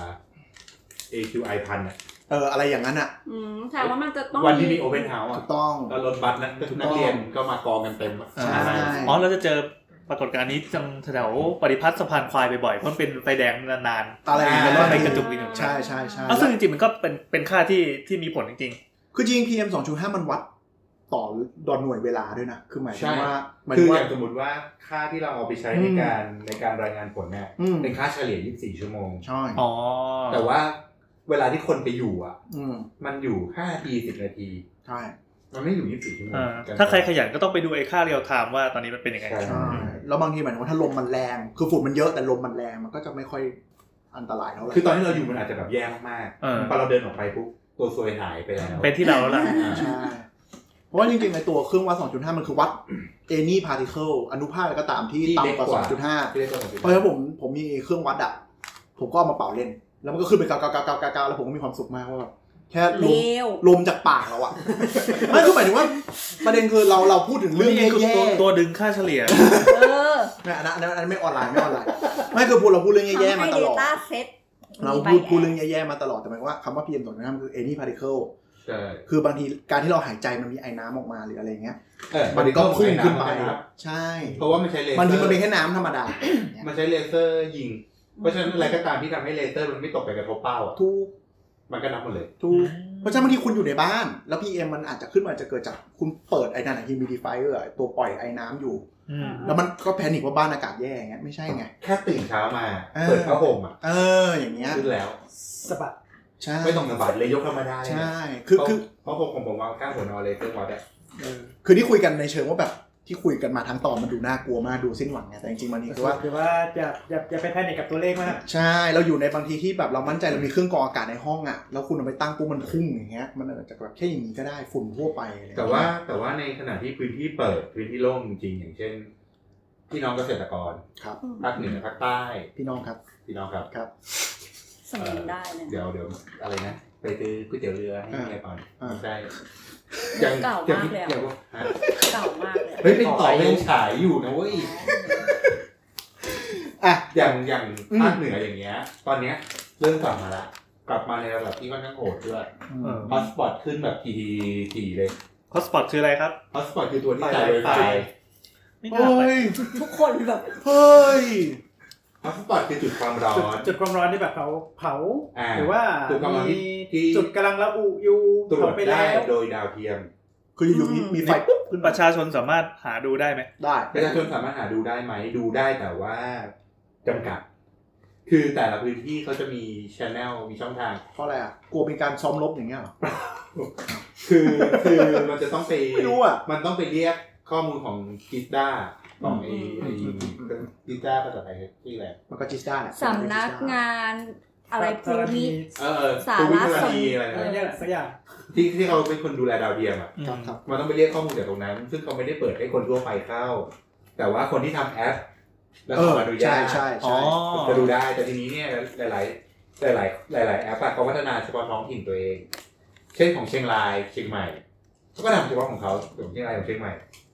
AQI 1,000 อะไรอย่างนั้นแต่ว่ามันจะต้องวันที่มีโอเพ่นเฮาส์ถูกต้องแล้วรถบัสนักเรียนก็มากองกันเต็มใช่เราจะเจอปรากฏการณ์นี้จังแถวปฏิพัฒน์สะพานควายบ่อยๆเพราะเป็นไฟแดงนานๆอะไรอย่างเงี้ยแล้วในกระจุกอยู่ใช่ซึ่งจริงๆมันก็เป็นค่าที่มีผลจริงๆคือจริง PM 2.5 มันวัดต่อหน่วยเวลาด้วยนะคือหมายถึงว่าคืออย่างสมมติว่าค่าที่เราเอาไปใช้ในการรายงานผลเนี่ยเป็นค่าเฉลี่ย24ชั่วโมงใช่แต่ว่าเวลาที่คนไปอยู่มันอยู่5นาที10นาทีใช่มันไม่อยู่24ชั่วโมงถ้าใครขยันก็ต้องไปดูไอ้ค่าเรียลไทม์ว่าตอนนี้มันเป็นยังไงใช่แล้วบางทีหมายถึงว่าถ้าลมมันแรงคือฝุ่นมันเยอะแต่ลมมันแรงมันก็จะไม่ค่อยอันตรายเท่าไหร่คือตอนที่เราอยู่มันอาจจะแบบแย่มากๆพอเราเดินออกไปปุ๊บตัวซวยหายไปแล้วเป็นที่เราแล้วใช่เพราะว่าจริงๆในตัวเครื่องวัด 2.5 มันคือวัด any particle อนุภาคอะไรก็ตามที่ต่ำกว่า 2.5 เพราะฉะนั้นผมมีเครื่องวัดผมก็เอามาเป่าเล่นแล้วมันก็ขึ้นไปกาวๆๆๆแล้วผมก็มีความสุขมากว่าแบบแค่ลมจากปากเราไม่คือหมายถึงว่าประเด็นคือเราพูดถึงเรื่องแย่ๆตัวดึงค่าเฉลี่ยไม่อันนั้นไม่ออนไลน์ไม่คือเราพูดเรื่องแย่ๆมาตลอดเราพูดเรื่องแย่ๆมาตลอดแต่หมายว่าคำว่า PM 2.5 มันคือ any particleคือบางทีการที่เราหายใจมันมีไอน้ำออกมาหรืออะไรเงี้ยมันก็พุ่งขึ้นไปใช่เพราะว่ามันใช้เลเซอร์บางทีมันเป็นแค่น้ำธรรมดามันใช้เลเซอร์ยิงเพราะฉะนั้นอะไรก็ตามที่ทำให้เลเซอร์มันไม่ตกไปกระทบเป้าทุกมันก็นับหมดเลยทุกเพราะฉะนั้นบางทีคุณอยู่ในบ้านแล้ว PM มันอาจจะขึ้นมาจะเกิดจากคุณเปิดไอ้นั่นhumidifier ตัวปล่อยไอน้ำอยู่แล้วมันก็แพนิคว่าบ้านอากาศแย่อย่างเงี้ยไม่ใช่ไงแค่ตื่นเช้ามาเปิดผ้าห่มอย่างเงี้ยขึ้นแล้วสะบัดใช่ไม่ต้องสะบัดเลยยกธรรมดาใช่คือเพราะผมวางข้างหัวนอนเลยเพื่อวัดคือที่คุยกันในเชิงว่าแบบที่คุยกันมาทั้งตอนมันดูน่ากลัวมากดูสิ้นหวังไงแต่จริงๆมันนี่คือว่าอย่าไปแพนิคกับตัวเลขมากใช่เราอยู่ในบางทีที่แบบเรามั่นใจเรามีเครื่องกรองอากาศในห้องแล้วคุณเอาไปตั้งปุ๊บมันพุ่งอย่างเงี้ยมันอาจจะแบบแค่อย่างนี้ก็ได้ฝุ่นทั่วไปแต่ว่าในขณะที่พื้นที่เปิดพื้นที่โล่งจริงๆอย่างเช่นพี่น้องเกษตรกรครับภาคเหนือภาคใต้พี่น้องครับครับสมบูรณ์ได้เลยเดี๋ยวอะไรนะไปซื้อก๋วยเตี๋ยวเรือให้เมียก่อนใช่เก่ามากเลยเก่ามากเลยเฮ้ยเป็นต่อยังฉายอยู่นะเว้ยอย่างภาคเหนืออย่างเงี้ยตอนเนี้ยเริ่มกลับมาละกลับมาในระดับที่ค่อนข้างโหดด้วยฮอตสปอตขึ้นแบบทีเลยฮอตสปอตคืออะไรครับฮอตสปอตคือตัวที่จ่ายไฟไม่น่าไปทุกคนแบบเฮ้ยฮอตสปอตคือจุดความร้อนจุดความร้อนที่แบบเผาหรือว่ามีจุดกำลังระอุอยู่ตรวจได้โดยดาวเทียมคืออยู่มีไฟปุ๊บขึ้นประชาชนสามารถหาดูได้ไหมได้ประชาชนสามารถหาดูได้ไหมดูได้แต่ว่าจำกัดคือแต่ละพื้นที่เขาจะมี channel มีช่องทางเพราะอะไรกลัวเป็นการซ้อมรบอย่างเงี้ยหรอคือมันจะต้องไปไม่รู้มันต้องไปเรียกข้อมูลของจิด้าของไอ้จิด้าภาษาไทยที่อะไรมันก็จิด้าแหละสำนักงานอะไรภูมิสารสนอะไรสักอย่างที่เขาเป็นคนดูแลดาวเทียมมันต้องไปเรียกข้อมูลจากตรงนั้นซึ่งเขาไม่ได้เปิดให้คนทั่วไปเข้าแต่ว่าคนที่ทำแอปแล้วขอมาดูยากจะดูได้แต่ทีนี้เนี่ยหลายแอปเขาพัฒนาเฉพาะท้องถิ่นตัวเองเช่นของเชียงรายเชียงใหม่เขาก็ทำเฉพาะของเขาของเชียงรายของเชียงใหม่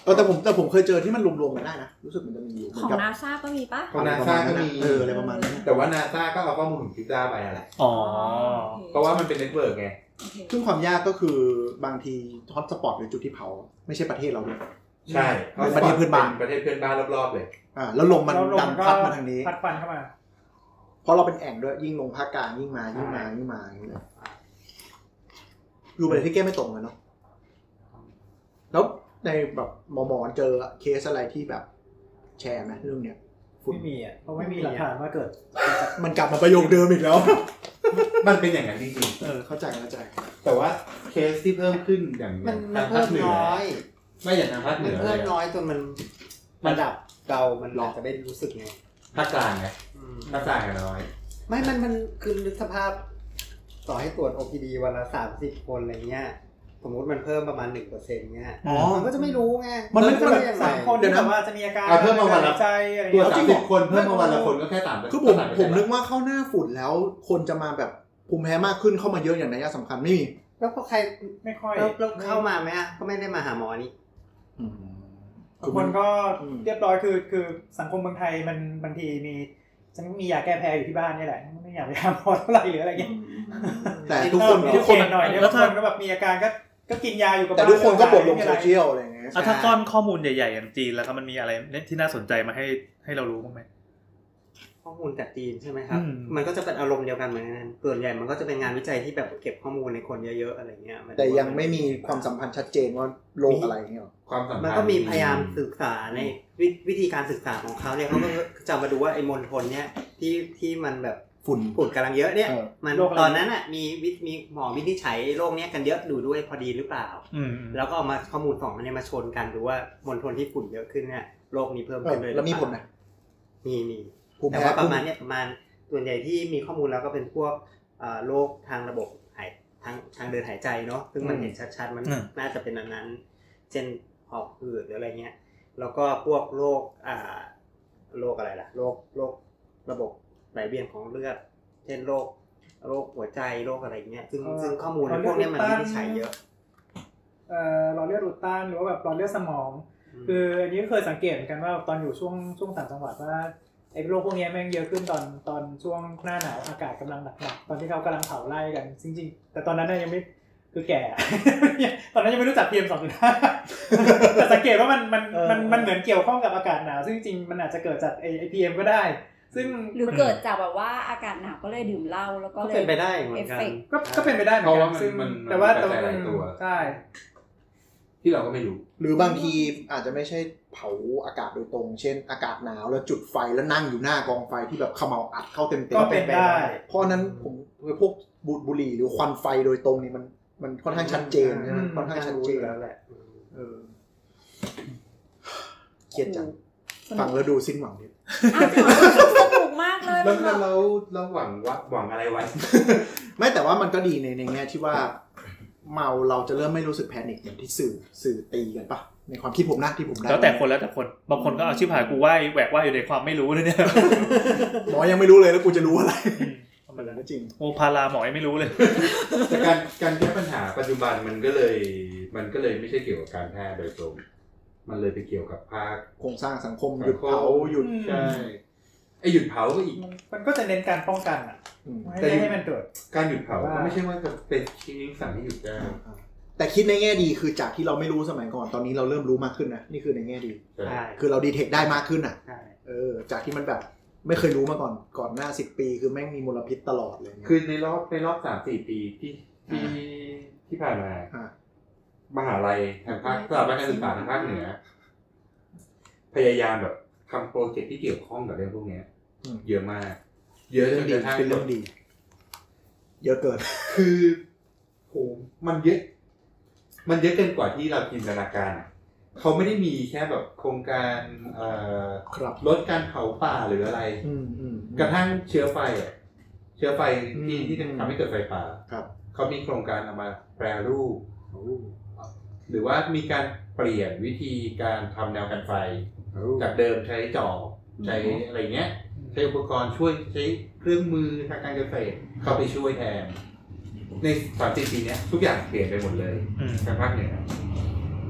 แต่ผมเคยเจอที่มันรวมๆกันได้นะรู้สึกมันจะมีอยู่ของ NASA ก็มีปะของ NASA ก็มีอะไรประมาณนั้นแต่ว่า NASA ก็เอาข้อมูลของ Pizza ไปอะไรเพราะว่ามันเป็นเน็ตเวิร์กไงซึ่งความยากก็คือบางทีฮอตสปอตหรือจุดที่เผาไม่ใช่ประเทศเราด้วยใช่ประเทศเพื่อนบ้านประเทศเพื่อนบ้านรอบๆเลยแล้วลมมันดันพัดมาทางนี้พัดฟันเข้ามาเพราะเราเป็นแอ่งด้วยยิ่งลงภาคกลางยิ่งมาอย่างนี้เลยดูไปที่แก้ไม่ตรงกันเนาะแล้วในแบบหมอเจอเคสอะไรที่แบบแชร์ไหมเรื่องเนี้ยไม่มีอ่ะเพราะไม่มีหลักฐานว่าเกิดมันกลับมาประโยคเดิมอีกแล้วมันเป็นอย่างนั้นจริงๆเข้าใจแต่ว่าเคสที่เพิ่มขึ้นอย่างมันเพิ่มน้อยไม่อย่างทางภาคเหนือเพิ่มน้อยจนมันระดับเรามันอาจจะไม่รู้สึกไงภาคกลางไงภาคกลางน้อยไม่มันคือนึกสภาพต่อให้ตรวจ OPD วันละ30คนอะไรเงี้ยสมมติมันเพิ่มประมาณ 1% เงี้ยมันก็จะไม่รู้ไงมันไม่จะแบบ3คนเดี๋ยวนะว่าจะมีอาการเพิ่มมาวันละใจอะไรตัว30คนเพิ่มมาวันละคนก็แค่3% คือผมนึกว่าเข้าหน้าฝุ่นแล้วคนจะมาแบบภูมิแพ้มากขึ้นเข้ามาเยอะอย่างนัยสำคัญไม่มีแล้วก็ใครไม่ค่อยแล้วเข้ามาไหมอ่ะก็ไม่ได้มาหาหมอนี่คนก็เรียบร้อยคือสังคมเมืองไทยมันบางทีฉันมียาแก้แพ้อยู่ที่บ้านนี่แหละไม่อยากไปหาหมอเท่าไหร่หรืออะไรเงี้ยแต่ทุกคนหน่อยแล้วคนก็แบบมีอาการก็กินยาอยู่กับแต่ทุกคนก็บ่นลงโซเชียลอะไรเงี้ยถ้าก้อนข้อมูลใหญ่ๆอย่างจีนแล้วครับมันมีอะไรที่น่าสนใจมาให้เรารู้บ้างไหมข้อมูลจากจีนใช่ไหมครับมันก็จะเป็นอารมณ์เดียวกันเหมือนกันส่วนใหญ่มันก็จะเป็นงานวิจัยที่แบบเก็บข้อมูลในคนเยอะๆอะไรเงี้ยแต่ยังไม่มีความสัมพันธ์ชัดเจนว่าโรคอะไรเงี้ยความสัมพันธ์มันก็มีพยายามศึกษาในวิธีการศึกษาของเขาเนี่ยเขาก็จะมาดูว่าไอ้มลพิษเนี่ยที่มันแบบฝุ่นกำลังเยอะเนี่ยมันตอนนั้นอ่ะมีหมอวินิจฉัยโรคเนี้ยกันเยอะดูด้วยพอดีหรือเปล่าแล้วก็เอามาข้อมูล2อันนี้มาชนกันดูว่ามลพิษที่ฝุ่นเยอะขึ้นเนี่ยโรคนี้เพิ่มขึ้นเลยแล้วมีผลไหมมีแต่ว่าประมาณส่วนใหญ่ที่มีข้อมูลแล้วก็เป็นพวกโรคทางระบบทางเดินหายใจเนาะซึ่งมันเห็นชัดๆมันน่าจะเป็นอันนั้นเช่นหอบหืดหรืออะไรเงี้ยแล้วก็พวกโรคอะไรล่ะโรคระบบไหลเวียนของเลือดเช่นโรคหัวใจโรคอะไรเงี้ยซึ่งข้อมูลพวกนี้มันไม่ได้ใช้เยอะหลอดเลือดอุดตันหรือว่าแบบหลอดเลือดสมองคืออันนี้เคยสังเกตเหมือนกันว่าตอนอยู่ช่วงต่างจังหวัดว่าไอ้โรคพวกนี้แม่งเยอะขึ้นตอนช่วงหน้าหนาวอากาศกำลังหนักๆตอนที่เขากำลังเผาไร่กันจริงๆแต่ตอนนั้นยังไม่คือแก่ ตอนนั้นยังไม่รู้จัก PM 2.5 แต่สังเกตว่ามันเหมือนเกี่ยวข้องกับอากาศหนาวซึ่งจริงๆมันอาจจะเกิดจากไอ้ PM ก็ได้ซึ่งหรือเกิดจากแบบว่าอากาศหนาวก็เลยดื่มเหล้าแล้วก็เลยเป็นไปได้เหมือนกันก็เป็นไปได้เหมือนกันซึ่งแต่ว่าใช่ที่เราก็ไม่รู้หรือบางทีอาจจะไม่ใช่เผาอากาศโดยตรงเช่นอากาศหนาวแล้วจุดไฟแล้วนั่งอยู่หน้ากองไฟที่แบบเขม่าอัดเข้าเต็มๆก็เป็นไปได้เพราะนั้นผมพวกบุหรี่หรือควันไฟโดยตรงนี่มันค่อนข้างชัดเจนนะค่อนข้างชัดเจนแล้วแหละเครียดจังฟังแล้วดูสิ้นหวังดิสนุกมากเลยแล้วเราหวังอะไรไว้ไม่แต่ว่ามันก็ดีในแง่ที่ว่าเมาเราจะเริ่มไม่รู้สึกแพนิคอย่างที่สื่อตีกันปะในความคิดผมนะที่ผมได้แล้วแต่คนบางคนก็เอาชิบหายกูว่ายแหวกว่ายอยู่ในความไม่รู้เลยเนี่ยหมอยังไม่รู้เลยแล้วกูจะรู้อะไรมันก็จริงโอพาราหมอยังไม่รู้เลยแต่การแก้ปัญหาปัจจุบันมันก็เลยไม่ใช่เกี่ยวกับการแพทย์โดยตรงมันเลยไปเกี่ยวกับภาคโครงสร้างสังคมหยุดเผาหยุดใช่ไอ้หยุดเผาก็อีกมันก็จะเน้นการป้องกันอ่ะให้มันเกิดการหยุดเผาก็ไม่ใช่ว่าจะเป็นชิ้นสั่งให้หยุดได้แต่คิดในแง่ดีคือจากที่เราไม่รู้สมัยก่อนตอนนี้เราเริ่มรู้มากขึ้นนะนี่คือในแง่ดีคือเราดีเทคได้มากขึ้นอ่ะจากที่มันแบบไม่เคยรู้มาก่อนหน้า10 ปีคือแม่งมีมลพิษตลอดเลยคือในรอบ 3-4 ปีที่ผ่านมามหาลัยทางภาคสถาบันการศึกษาทางภาคเหนือพยายามแบบทำโปรเจกต์ที่เกี่ยวข้องกับเรื่องพวกนี้เยอะมากเยอะจนกระทั่งเป็นเรื่องดีเยอะเกินคือโหมันเยอะเกินกว่าที่เราจินตนาการเขาไม่ได้มีแค่แบบโครงการลดการเผาป่าหรืออะไรกระทั่งเชื้อไฟที่จะทำให้เกิดไฟป่าเขามีโครงการเอามาแปรรูปหรือว่ามีการเปลี่ยนวิธีการทำแนวกันไฟจากเดิมใช้จอบใช้อะไรเงี้ยใช้อุปกรณ์ช่วยใช้เครื่องมือทางการเกษตรเข้าไปช่วยแทนใน3-4 ปีนี้ทุกอย่างเปลี่ยนไปหมดเลยทางภาคเหนือ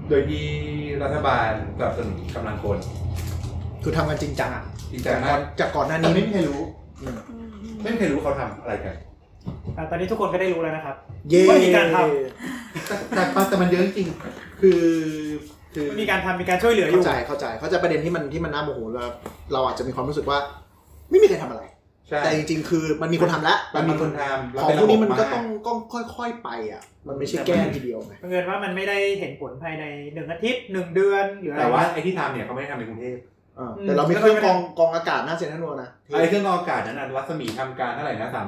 โดยที่รัฐบาลสนับสนุนกำลังคนคือทำกันจริงจังอ่ะจริงจังมากจากก่อนหน้านี้ไม่มีใครรู้ไม่มีใครรู้เขาทำอะไรกันตอนนี้ทุกคนก็ได้รู้แล้วนะครับว่ามีการทแต่มันเยอะจริงคือมีการทำมีการช่วยเหลืออยู่เข้าใจประเด็นที่มันน่าโมโหแล้วเราอาจจะมีความรู้สึกว่าไม่มีใครทำอะไรแต่จริงๆคือมันมีคนทำแล้วมันมีคนทำของพวกนี้มันก็ต้องค่อยๆไปอ่ะมันไม่ใช่แก้ทีเดียวไงเงินว่ามันไม่ได้เห็นผลภายใน1อาทิตย์1เดือนหรืออะไรแต่ว่าไอ้ที่ทำเนี่ยเขาไม่ได้ทำในกรุงเทพแต่เรามีเครื่องกองอากาศหน้าเซ็นทรัลเวิลด์นะไอ้เครื่องกองอากาศนั้นรัศมีทำการเท่าไหร่นะ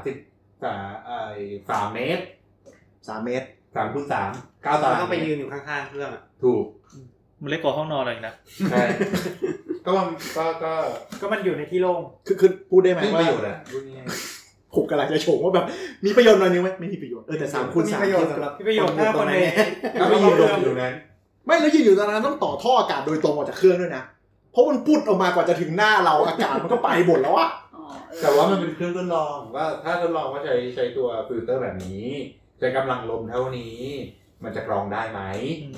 3 เมตร 3 เมตร 3 คูณ 3 9 ตารางต้องไปยืนอยู่ข้างๆเครื่องถูกมันเล็กกว่าห้องนอนเลยนะใช่ก็มันอยู่ในที่โล่งคือพูดได้ไหมว่าประโยชน์อ่ะผมกำลังจะโฉมว่าแบบมีประโยชน์หน่อยนึงไหมไม่มีประโยชน์แต่3 คูณ 3 มีประโยชน์ถ้าคนในไม่ยืนอยู่นั้นไม่แล้วยืนอยู่ตอนนั้นต้องต่อท่ออากาศโดยตรงออกจากเครื่องด้วยนะเพราะมันพุดออกมากว่าจะถึงหน้าเราอากาศมันก็ไปหมดแล้วอะแต่ว่ามันเป็นเครื่องทดลองว่าถ้าทดลองว่าใช้ตัวฟิลเตอร์แบบนี้ใช้กำลังลมเท่านี้มันจะกรองได้ไหม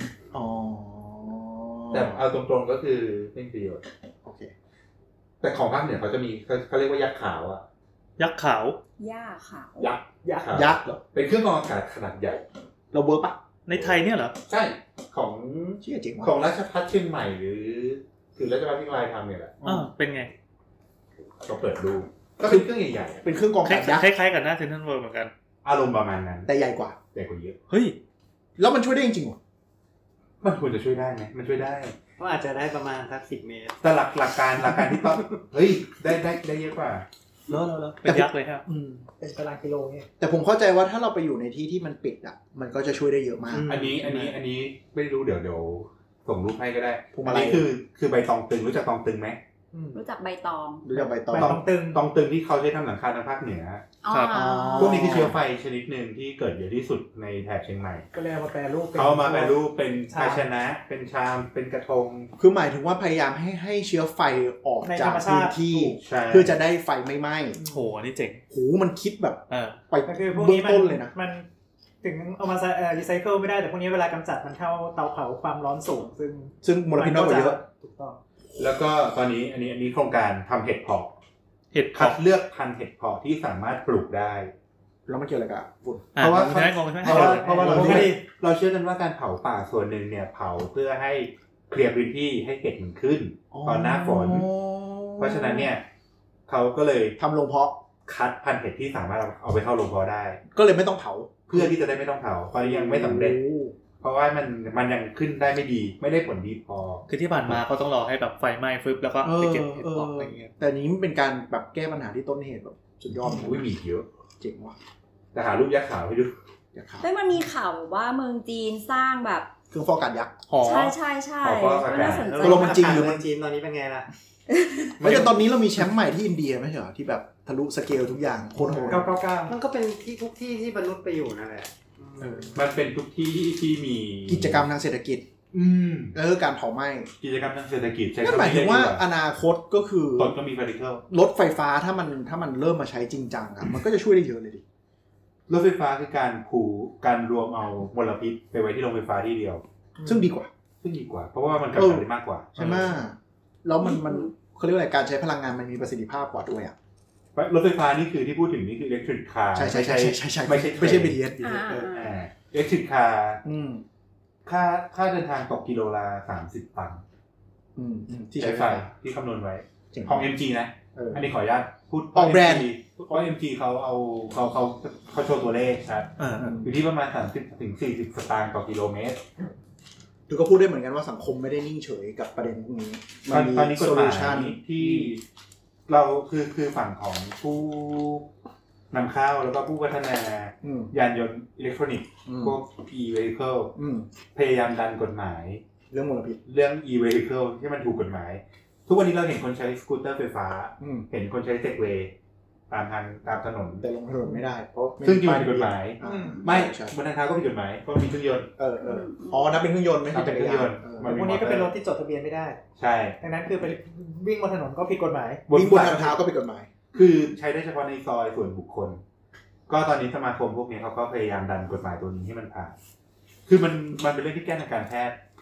แต่เอาตรงๆก็คือไม่มีประโยชน์โอเคแต่ของภาคเหนือเขาจะมีเขาเรียกว่ายักษ์ขาวอะยักษ์ขาวย่าขาวยักษ์เหรอเป็นเครื่องกรองอากาศขนาดใหญ่เราเวิร์กปะในไทยเนี่ยเหรอใช่ของจริงของราชภัฏเชียงใหม่หรือราชภัฏเชียงรายทำเนี่ยแหละเป็นไงก็เปิดดูก็เป็นเครื่องใหญ่ๆเป็นเครื่องกรองอากาศยักษ์คล้ายๆกับหน้าเซ็นทรัลเวิลด์เหมือนกันอารมณ์ประมาณนั้นแต่ใหญ่กว่าเยอะเฮ้ยแล้วมันช่วยได้จริงๆหรอมันควรจะช่วยได้ไหมมันช่วยได้ก็อาจจะได้ประมาณสัก10 เมตรแต่หลักการที่ต้องเฮ้ยได้เยอะกว่าแล้วเป็นยักษ์เลยครับเป็นตารางกิโลเนี่ยแต่ผมเข้าใจว่าถ้าเราไปอยู่ในที่มันปิดอ่ะมันก็จะช่วยได้เยอะมากอันนี้ไม่รู้เดี๋ยวส่งรูปให้ก็ได้อันนี้คือใบตองตึงรู้จักตองตึงไหมรู้จักใบตองตองตึงที่เขาใช้ทำหลังคาทางภาคเหนือครับพวกนี้คือเชื้อไฟชนิดหนึ่งที่เกิดเยอะที่สุดในแถบเชียงใหม่ก็เลยมาแปรรูปเขามาแปรรูปเป็นภาชนะเป็นชามเป็นกระทงคือหมายถึงว่าพยายามให้เชื้อไฟออกจากพื้นที่เพื่อจะได้ไฟไม่ไหม้โหนี่เจ๋งโหมันคิดแบบไปคือพวกนี้ต้นเลยนะมันถึงเอามารีไซเคิลไม่ได้แต่พวกนี้เวลากำจัดมันเข้าเตาเผาความร้อนสูงซึ่งมลพิษน้อยกว่าเยอะถูกต้องแล้วก็ตอนนี้อันนี้โครงการทำเห็ดเพาะคัดเลือกพันธุ์เห็ดเพาะที่สามารถปลูกได้แล้วมันเกี่ยวอะไรกับฝุ่นเพราะว่าเราเชื่อกันว่าการเผาป่าส่วนหนึ่งเนี่ยเผาเพื่อให้เคลียร์พื้นที่ให้เห็ดมันขึ้นตอนหน้าฝนเพราะฉะนั้นเนี่ยเขาก็เลยทำโรงเพาะคัดพันธุ์เห็ดที่สามารถเอาไปเข้าโรงเพาะได้ก็เลยไม่ต้องเผาเพื่อที่จะได้ไม่ต้องเผาตอนนี้ยังไม่สำเร็จเพราะว่ามันยังขึ้นได้ไม่ดีไม่ได้ผลดีพอคือที่ผ่านมาเขาต้องรอให้แบบไฟไหม้ฟึบแล้วก็ไปเก็บเห็ดออกอะไรเงี้ยแต่นี้มันเป็นการแบบแก้ปัญหาที่ต้นเหตุแบบสุดยอดมีเยอะเจ๋งว่ะจะหารูปยักษ์ขาวให้ดูยักษ์ขาวมันมีข่าวว่าเมืองจีนสร้างแบบเครื่องฟอกอากาศยักษ์ใช่ก็น่าสนใจลงมันจริงหรือมันจีนตอนนี้เป็นไงล่ะไม่แต่ตอนนี้เรามีแชมป์ใหม่ที่อินเดียไม่ใช่เหรอที่แบบทะลุสเกลทุกอย่างโคตรโหด 999 มันก็เป็นที่ทุกที่ที่มนุษย์ไปอยู่นั่นแหละมันเป็นทุกที่ที่มีกิจกรรมทางเศรษฐกิจการเผาไหม้กิจกรรมทางเศรษฐกิจใช่หมายถึงว่าอนาคตก็คือต้นก็มีพาร์ติเคิลรถไฟฟ้าถ้ามันเริ่มมาใช้จริงจังอ่ะมันก็จะช่วยได้เยอะเลยดิรถไฟฟ้าคือการรวมเอามลพิษไปไว้ที่โรงไฟฟ้าที่เดียวซึ่งดีกว่าเพราะว่ามันกำจัดได้มากกว่าใช่ไหมแล้วมันเขาเรียกว่าอะไรการใช้พลังงานมันมีประสิทธิภาพกว่าด้วยอ่ะรถไฟฟ้านี่คือที่พูดถึงนี่คือ electric car ใช่ไม่ใช่ BTS electric car ค่าเดินทางตกกิโลละ30 ตังค์ที่ใช้ไฟที่คำนวณไว้ของ MG นะอันนี้ขออนุญาตพูดของแบรนด์เพราะ MG เขาโชว์ตัวเลขชัดอยู่ที่ประมาณ30 ถึง 40 สตางค์ต่อกิโลเมตรดูก็พูดได้เหมือนกันว่าสังคมไม่ได้นิ่งเฉยกับประเด็นพวกนี้มันมีโซลูชันที่เราคือฝั่งของผู้นำเข้าแล้วก็ผู้พัฒนายานยนต์อิเล็กทรอนิกส์พวก e-vehicle พยายามดันกฎหมายเรื่องมลพิษเรื่อง e-vehicle ที่มันถูกกฎหมายทุกวันนี้เราเห็นคนใช้สกูตเตอร์ไฟฟ้าเห็นคนใช้เซกเวย์ตามถนนแต่ลงถนนไม่ได้เพราะซึ่งจริงผิดกฎหมายไม่บนทางเท้าก็ผิดกฎหมายเพราะมีเครื่องยนต์นับเป็นเครื่องยนต์ไม่ใช่เป็นเครื่องยนต์พวกนี้ก็เป็นรถที่จดทะเบียนไม่ได้ใช่ดังนั้นคือไปวิ่งบนถนนก็ผิดกฎหมายวิ่งบนทางเท้าก็ผิดกฎหมายคือใช้ได้เฉพาะในซอยส่วนบุคคลก็ตอนนี้สมาคมพวกนี้เขาก็พยายามดันกฎหมายตัวนี้ให้มันผ่านคือมันเป็นเรื่องที่แก้ทางการแพทย์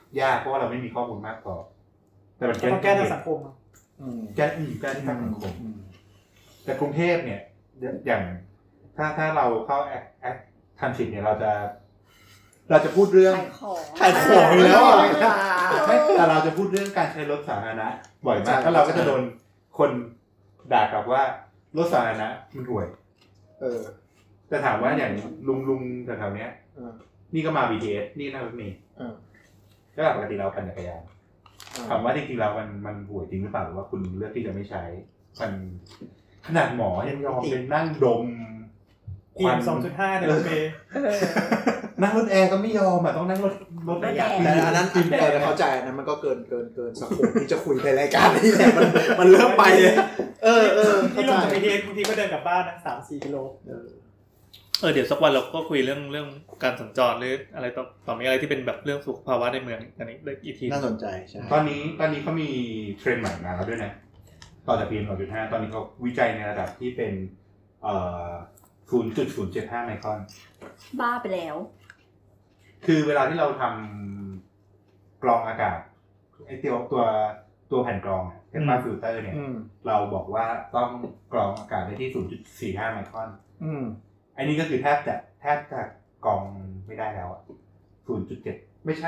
ยากเพราะว่าเราไม่มีข้อมูลมากพอแต่มันต้องแก้ทางสังคมแก้ที่ทางสังคมแต่กรุงเทพเนี่ยอย่างถ้าเราเข้าแอคทันสิทธิ์เนี่ยเราจะพูดเรื่องขายของแล้วอ่ะแต่เราจะพูดเรื่องการใช้รถสาธารณะบ่อยมากแล้วเราก็จะโดนคนด่ากลับว่ารถสาธารณะมันห่วยแต่ถามว่าอย่างลุงแถวๆเนี้ยนี่ก็มา BTS นี่นั่งรถเมล์ก็ปกติเราปั่นจักรยานถามว่าจริงๆเรามันห่วยจริงหรือเปล่าหรือว่าคุณเลือกที่จะไม่ใช้มันขนาดหมอยังยอมเป็นนั่งดมควัน 2.5 ในรถเมล์นั่งรถแอร์ก็ไม่ยอมต้องนั่งรถระยะแต่อันนั้นทีมแอร์เข้าใจนั้นมันก็เกินสโคปที่จะคุยในรายการนี้แหละมันเริ่มไปเลยที่ลงจาก BTS บางทีก็เดินกลับบ้านนะ 3-4 กิโลเดี๋ยวสักวันเราก็คุยเรื่องการสัญจรหรืออะไรต่อมีอะไรที่เป็นแบบเรื่องสุขภาวะในเมืองอันนี้ได้อีกทีน่าสนใจใช่ตอนนี้เขามีเทรนด์ใหม่มาแล้วด้วยนะต่อจาก PM 2.5 ตอนนี้เขาวิจัยในระดับที่เป็น0.075 ไมครอนบ้าไปแล้วคือเวลาที่เราทำกรองอากาศไอ้ตัวแผ่นกรองเป็นมาฟิลเตอร์เนี่ยเราบอกว่าต้องกรองอากาศได้ที่ 0.45 ไมครอนอันนี้ก็คือแทบจะกรองไม่ได้แล้ว0.7 ไม่ใช่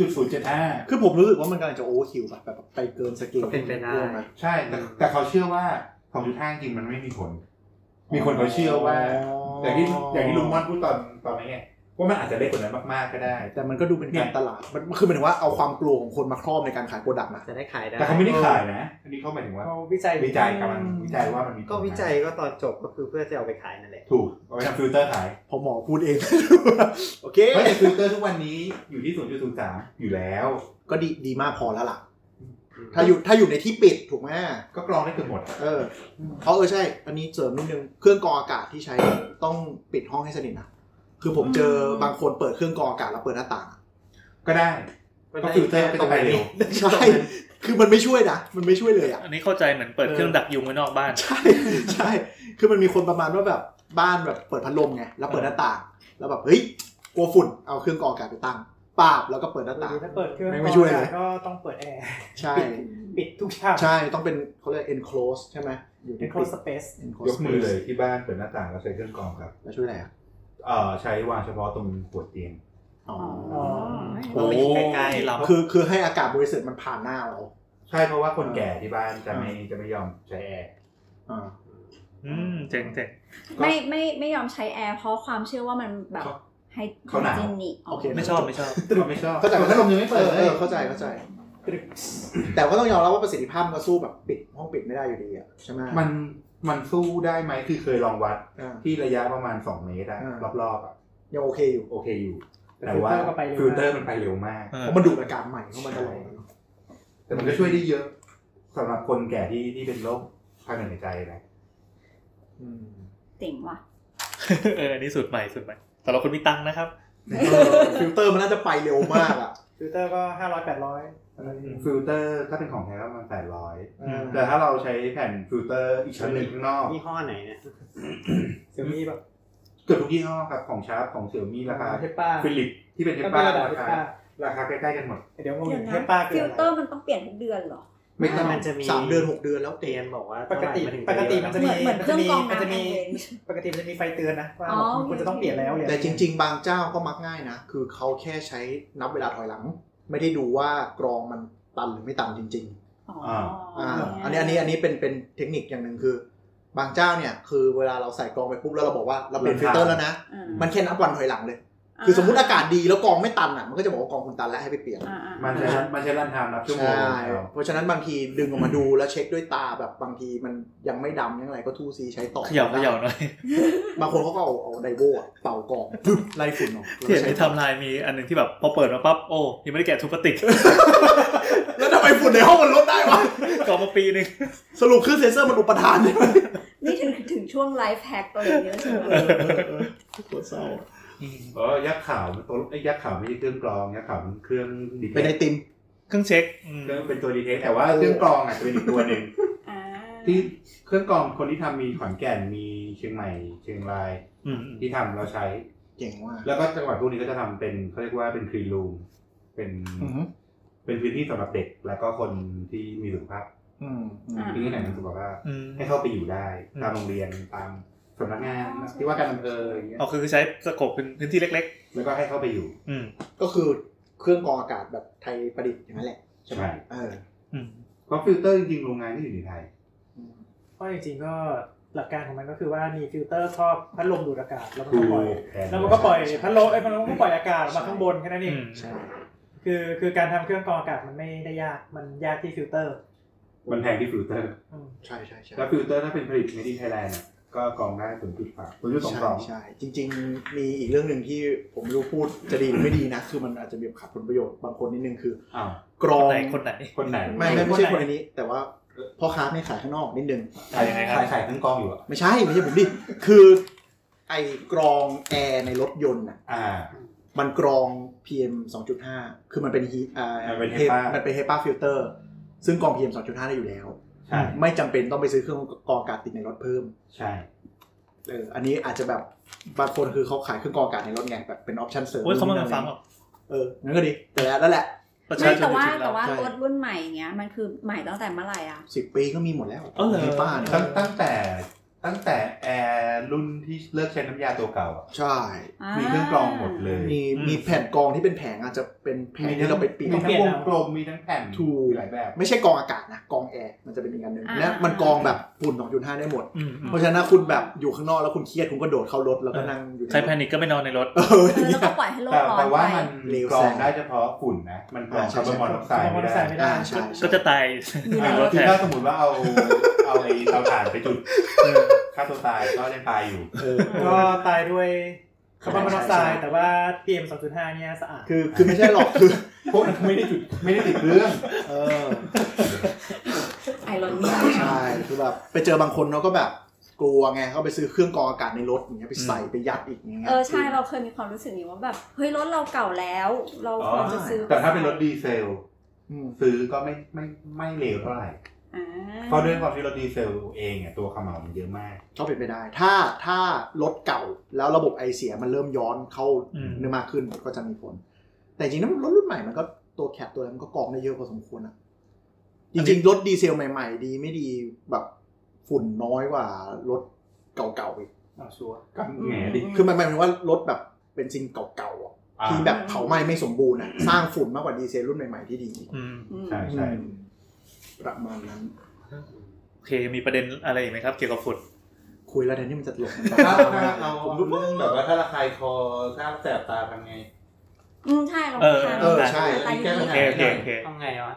0.075 คือผมรู้สึกว่ามันกำลังจะโอเวอร์คิวแบบไปเกินสเกลเป็นไปได้ใช่แต่เขาเชื่อว่า 2.5 จริงมันไม่มีผลมีคนเขาเชื่อว่าอย่างที่ลุงม่อนพูดตอนนี้ไงว่ามันอาจจะเล็กกว่านั้นมากๆก็ได้แต่มันก็ดูเป็นการตลาดมันคือหมายถึงว่าเอาความกลัวของคนมาครอบในการขายโปรดักต์นะจะได้ขายได้แต่เขาไม่ได้ขายนะอันนี้เขาหมายถึงว่าวิจัยกำลังวิจัยว่ามันมีก็วิจัยก็ตอนจบก็คือเพื่อจะเอาไปขายนั่นแหละถูกเอาไปทำฟิลเตอร์ขายพอหมอพูดเองโอเคเพราะฟิลเตอร์ทุกวันนี้อยู่ที่ 0.03 อยู่แล้วก็ดีมากพอแล้วล่ะถ้าอยู่ในที่ปิดถูกไหมก็กรองได้เกือบหมดใช่อันนี้เสริมนิดนึงเครื่องกรองอากาศที่ใช้ต้องปิดห้องให้สนิทนะคือผมเจอบางคนเปิดเครื่องกรองอากาศแล้วเปิดหน้าต่างก็ได้ก็ฟิลเตอร์ก็จะไปเร็วใช่คือมันไม่ช่วยนะมันไม่ช่วยเลยอ่ะอันนี้เข้าใจเหมือนเปิดเครื่องดักยุงไว้นอกบ้านใช่คือมันมีคนประมาณว่าแบบบ้านแบบเปิดพัดลมไงแล้วเปิดหน้าต่างแล้วแบบเฮ้ยกลัวฝุ่นเอาเครื่องกรองอากาศไปตั้งป้าบแล้วก็เปิดหน้าต่างถ้าเปิดเครื่องไม่ช่วยเลยก็ต้องเปิดแอร์ใช่ปิดทุกอย่างใช่ต้องเป็นเขาเรียก enclose ใช่ไหมอยู่ enclose space ยกมือเลยที่บ้านเปิดหน้าต่างแล้วใช้เครื่องกรองครับแล้วช่วยอะไรใช้วางเฉพาะตรงหัวเตียงเราไปอยู่ใกล้ๆเราคือให้อากาศบริสุทธิ์มันผ่านหน้าเราใช่เพราะว่าคนแก่ที่บ้านจะไม่ยอมใช้แอร์เจ๋งไม่ยอมใช้แอร์เพราะความเชื่อว่ามันแบบให้เขาหนาวโอเคไม่ชอบเข้าใจพัดลมยังไม่เปิดเข้าใจแต่ก็ต้องยอมรับว่าประสิทธิภาพมันก็สู้แบบปิดห้องปิดไม่ได้อยู่ดีอ่ะใช่ไหมมันสู้ได้ไหมคือเคยลองวัดที่ระยะประมาณ2 เมตรรอบๆอ่ะยังโอเคอยู่แต่ว่าฟิลเตอร์มันไปเร็วมากเพราะมันดูดอากาศใหม่เข้ามาตลอดแต่มันก็ช่วยได้เยอะสำหรับคนแก่ที่เป็นโรคทางเดินหายใจนะเจ๋งว่ะอันนี้สุดใหม่แต่เราคนมีตังค์นะครับฟิลเตอร์มันน่าจะไปเร็วมากอ่ะฟิลเตอร์ก็500-800 ฟิลเตอร์ถ้าเป็นของแท้ก็ประมาณ800แต่ถ้าเราใช้แผ่นฟิลเตอร์อีกชั้นหนึ่งข้างนอกยี่ห้อไหนเนี่ย Xiaomi แบบเกือบทุกยี่ห้อครับของชาร์ปของ Xiaomi ราคาฟิลิปที่เป็นเทปป้าราคาใกล้ๆกันหมดเดี๋ยวงงเทปป้าฟิลเตอร์มันต้องเปลี่ยนทุกเดือนหรอไม่ต้องมันจะมี3 เดือน 6 เดือนแล้วเตียนบอกว่าปกติมันจะมีปกติมันจะมีไฟเตือนนะว่าคุณจะต้องเปลี่ยนแล้วแต่จริงๆบางเจ้าก็มักง่ายนะคือเขาแค่ใช้นับเวลาถอยหลังไม่ได้ดูว่ากรองมันตันหรือไม่ตันจริงๆอันนี้เป็นเทคนิคอย่างนึงคือบางเจ้าเนี่ยคือเวลาเราใส่กรองไปปุ๊บแล้วเราบอกว่าเราเปลี่ยนฟิลเตอร์แล้วนะมันแค่นับวันถอยหลังเลยคือสมมุติอากาศดีแล้วกรองไม่ตันอ่ะมันก็จะบอกว่ากรองคุณตันแล้วให้ไปเปลี่ยนมันใช้รันไทม์นับชั่วโมงเพราะฉะนั้นบางทีดึงออกมาดูแล้วเช็คด้วยตาแบบบางทีมันยังไม่ดำยังไงก็ทู่ซีใช้ต่อเขย่าหน่อยบางคนเขาก็เอาไดโวเป่ากรองไล่ฝุ่นออกที่เห็นในไทม์ไลน์มีอันนึงที่แบบพอเปิดมาปั๊บโอ้ยังไม่ได้แกะทุกพลาสติกแล้วทำไมฝุ่นในห้องมันลดได้วะกรองมาปีนึงสรุปคือเซ็นเซอร์มันอุปทานใช่ไหมนี่ถึงช่วงไลฟ์แฮกตัวนี้แล้วใช่ไหมปวดเศร้ายักษ์ขาวยักษ์ขาวไม่ใช่เครื่องกรองยักษ์ขาวเป็นเครื่องดีเทคเป็นไอติมเครื่องเช็คเป็นตัวดีเทคแต่ว่าเครื่องกรองอ่ะจะเป็นอีกตัวนึงที่เครื่องกรองคนที่ทำมีขอนแก่นมีเชียงใหม่เชียงรายที่ทำเราใช้เก่งมากแล้วก็จังหวัดพวกนี้ก็จะทำเป็นเขาเรียกว่าเป็นคลีนรูมเป็นเป็นพื้นที่สำหรับเด็กแล้วก็คนที่มีสุขภาพที่นี่ไหนมันสุขภาพให้เข้าไปอยู่ได้ตามโรงเรียนตามสำนักงานที่ว่าการอำเภออย่างเงี้ยคือใช้สโคปเป็นพื้นที่เล็กๆแล้วก็ให้เข้าไปอยู่ก็คือเครื่องกรองอากาศแบบไทยประดิษฐ์อย่างนั้นแหละใช่ไหมเพราะฟิลเตอร์จริงๆโรงงานที่อยู่ในไทยเพราะจริงๆก็หลักการของมันก็คือว่ามีฟิลเตอร์ครอบพัดลมดูดอากาศแล้วมันก็ปล่อยพัดลมพัดลมก็ปล่อยอากาศมาข้างบนแค่นั้นเองใช่คือการทำเครื่องกรองอากาศมันไม่ได้ยากมันยากที่ฟิลเตอร์มันแพงที่ฟิลเตอร์ใช่ๆแล้วฟิลเตอร์ถ้าเป็นผลิตในที่ไทยแลนด์ก็กรองได้ถึง0.22ใช่จริงๆมีอีกเรื่องนึงที่ผมไม่รู้พูดจะดีหรือไม่ดีนะคือมันอาจจะมีขัดผลประโยชน์บางคนนิดนึงคือกรองคนไหนไม่ใช่คนนี้แต่ว่าพ่อค้าไม่ขายข้างนอกนิดนึงขายยังไงครับขายทั้งกรองอยู่ไม่ใช่ผมดิคือไอ้กรองแอร์ในรถยนต์มันกรอง PM 2.5 คือมันเป็นมันเป็น HEPA filter ซึ่งกรอง PM 2.5 ได้อยู่แล้วไม่จำเป็นต้องไปซื้อเครื่องกรองอากาศติดในรถเพิ่มใช่อันนี้อาจจะแบบบางคนคือเขาขายเครื่องกรองอากาศในรถไงแบบเป็นออปชั่นเสริมเขาไม่มาฟังหรอกงั้นก็ดีแต่แล้วแหละไม่แต่ว่ารถรุ่นใหม่เงี้ยมันคือใหม่ตั้งแต่เมื่อไหร่อ่ะ 10 ปีก็มีหมดแล้วป้าเนี่ยตั้งแต่แอร์รุ่นที่เลิกใช้น้ำยาตัวเก่าใช่มีเครื่องกรองหมดเลยมีแผ่นกรองที่เป็นแผงอาจจะเป็นแผ่นที่เราไปเปลี่ยนมีทั้งวงกลมมีทั้งแผ่นหลายแบบไม่ใช่กรองอากาศนะกรองแอร์มันจะเป็นอีกอันนึงและมันกรองแบบฝุ่น 2.5 ได้หมดเพราะฉะนั้นคุณแบบอยู่ข้างนอกแล้วคุณเครียดคุณก็โดดเข้ารถแล้วก็นั่งอยู่ใครแพนิคก็ไม่นอนในรถแล้วก็ปล่อยให้โลกร้อนไปแต่ว่ามันกรองได้เฉพาะฝุ่นนะมันกรองคาร์บอนมอนอกไซด์ไม่ได้ก็จะตายในรถถ้าสมมติว่าเอาไอ้เตาถ่านไปจุดฆ่าตัวตายก็ยังตายอยู่ก็ตายด้วยคาร์บอนมอนอกไซด์แต่ว่า PM 2.5 เนี่ยสะอาดคือไม่ใช่หรอกคือพวกนั้นไม่ได้ติดเรื่องไอรอนนี่ใช่คือแบบไปเจอบางคนเขาก็แบบกลัวไงเขาไปซื้อเครื่องกรองอากาศในรถอย่างเงี้ยไปใส่ไปยัดอีกอย่างเงี้ยใช่เราเคยมีความรู้สึกนี้ว่าแบบเฮ้ยรถเราเก่าแล้วเราควรจะซื้อแต่ถ้าเป็นรถดีเซลซื้อก็ไม่เลวเท่าไหร่เพราะด้วยความที่รถดีเซลเองอ่ะตัวขม่ามันเยอะมากก็เป็นไปได้ถ้ารถเก่าแล้วระบบไอเสียมันเริ่มย้อนเข้าเนื้อมากขึ้นก็จะมีผลแต่จริงๆแล้วรถรุ่นใหม่มันก็ตัวแคปตัวอะไรมันก็กรองได้เยอะพอสมควรนะจริงๆรถดีเซลใหม่ๆดีไม่ดีแบบฝุ่นน้อยกว่ารถเก่าๆอีกชัวร์กันแง่ดิคือมันหมายถึงว่ารถแบบเป็นซิงเก่าๆที่แบบเผาไหม้ไม่สมบูรณ์สร้างฝุ่นมากกว่าดีเซลรุ่นใหม่ๆที่ดีใช่ประมาณนั้นโอเคมีประเด็นอะไรอีกไหมครับเกี่ยวกับฝุ่นคุยแล้วเนี่ยมันจะหลบถ้าเราเรื่องแบบว่าถ้าระคายคอถ้าแสบตาทำไงใช่เราใช่โอเคทำไงวะ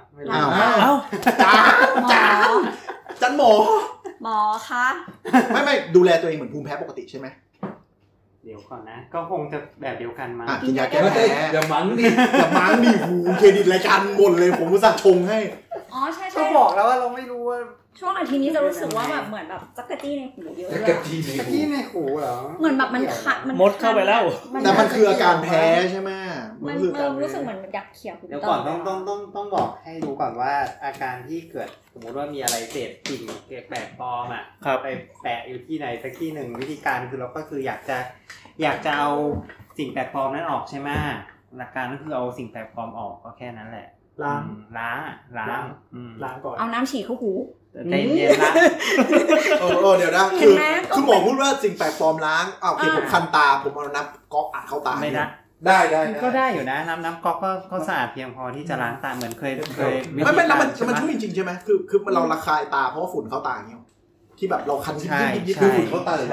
จันหมอคะไม่ดูแลตัวเองเหมือนภูมิแพ้ปกติใช่ไหมเดี๋ยวก่อนนะก็คงจะแบบเดียวกันมั้งกินยาแก้แพ้อย่ามั้งดิหูเครดิตรายการหมดเลยผมอุตส่าห์ชงให้ใช่ก็บอกแล้วว่าเราไม่รู้ว่าช่วงอาทิตย์นี้จะรู้สึกว่าแบบเหมือนแบบจักรจี้ในหูเยอะเลยจักรจี้ในหูเหรอเหมือนแบบมันขัดมดเข้าไปแล้วแต่มันคืออาการแพ้ใช่ไหมมันรู้สึกเหมือนอยากเขียวเดี๋ยวก่อนต้องบอกให้รู้ก่อนว่าอาการที่เกิดสมมติว่ามีอะไรเศษสิ่งแปลกปลอมอ่ะไปแปะอยู่ที่ไหนสักที่หนึ่งวิธีการคือเราก็คืออยากจะเอาสิ่งแปลกปลอมนั้นออกใช่ไหมหลักการก็คือเอาสิ่งแปลกปลอมออกก็แค่นั้นแหละล้างก่อนเอาน้ำฉีดเข้าหูใจเย็นละเดี๋ยวนะคือหมอพูดว่าสิ่งแปลกปลอมล้างโอเคผมคันตาผมเอาน้ำก๊อกอัดเข้าตาไม่ได้ก็ได้อยู่นะน้ำก๊อกก็สะอาดเพียงพอที่จะล้างตาเหมือนเคยไม่มันช่วยจริงๆใช่ไหมคือเราระคายตาเพราะว่าฝุ่นเข้าตาอย่างเงี้ยที่แบบเราคันยิบๆฝุ่นเข้าตาเลย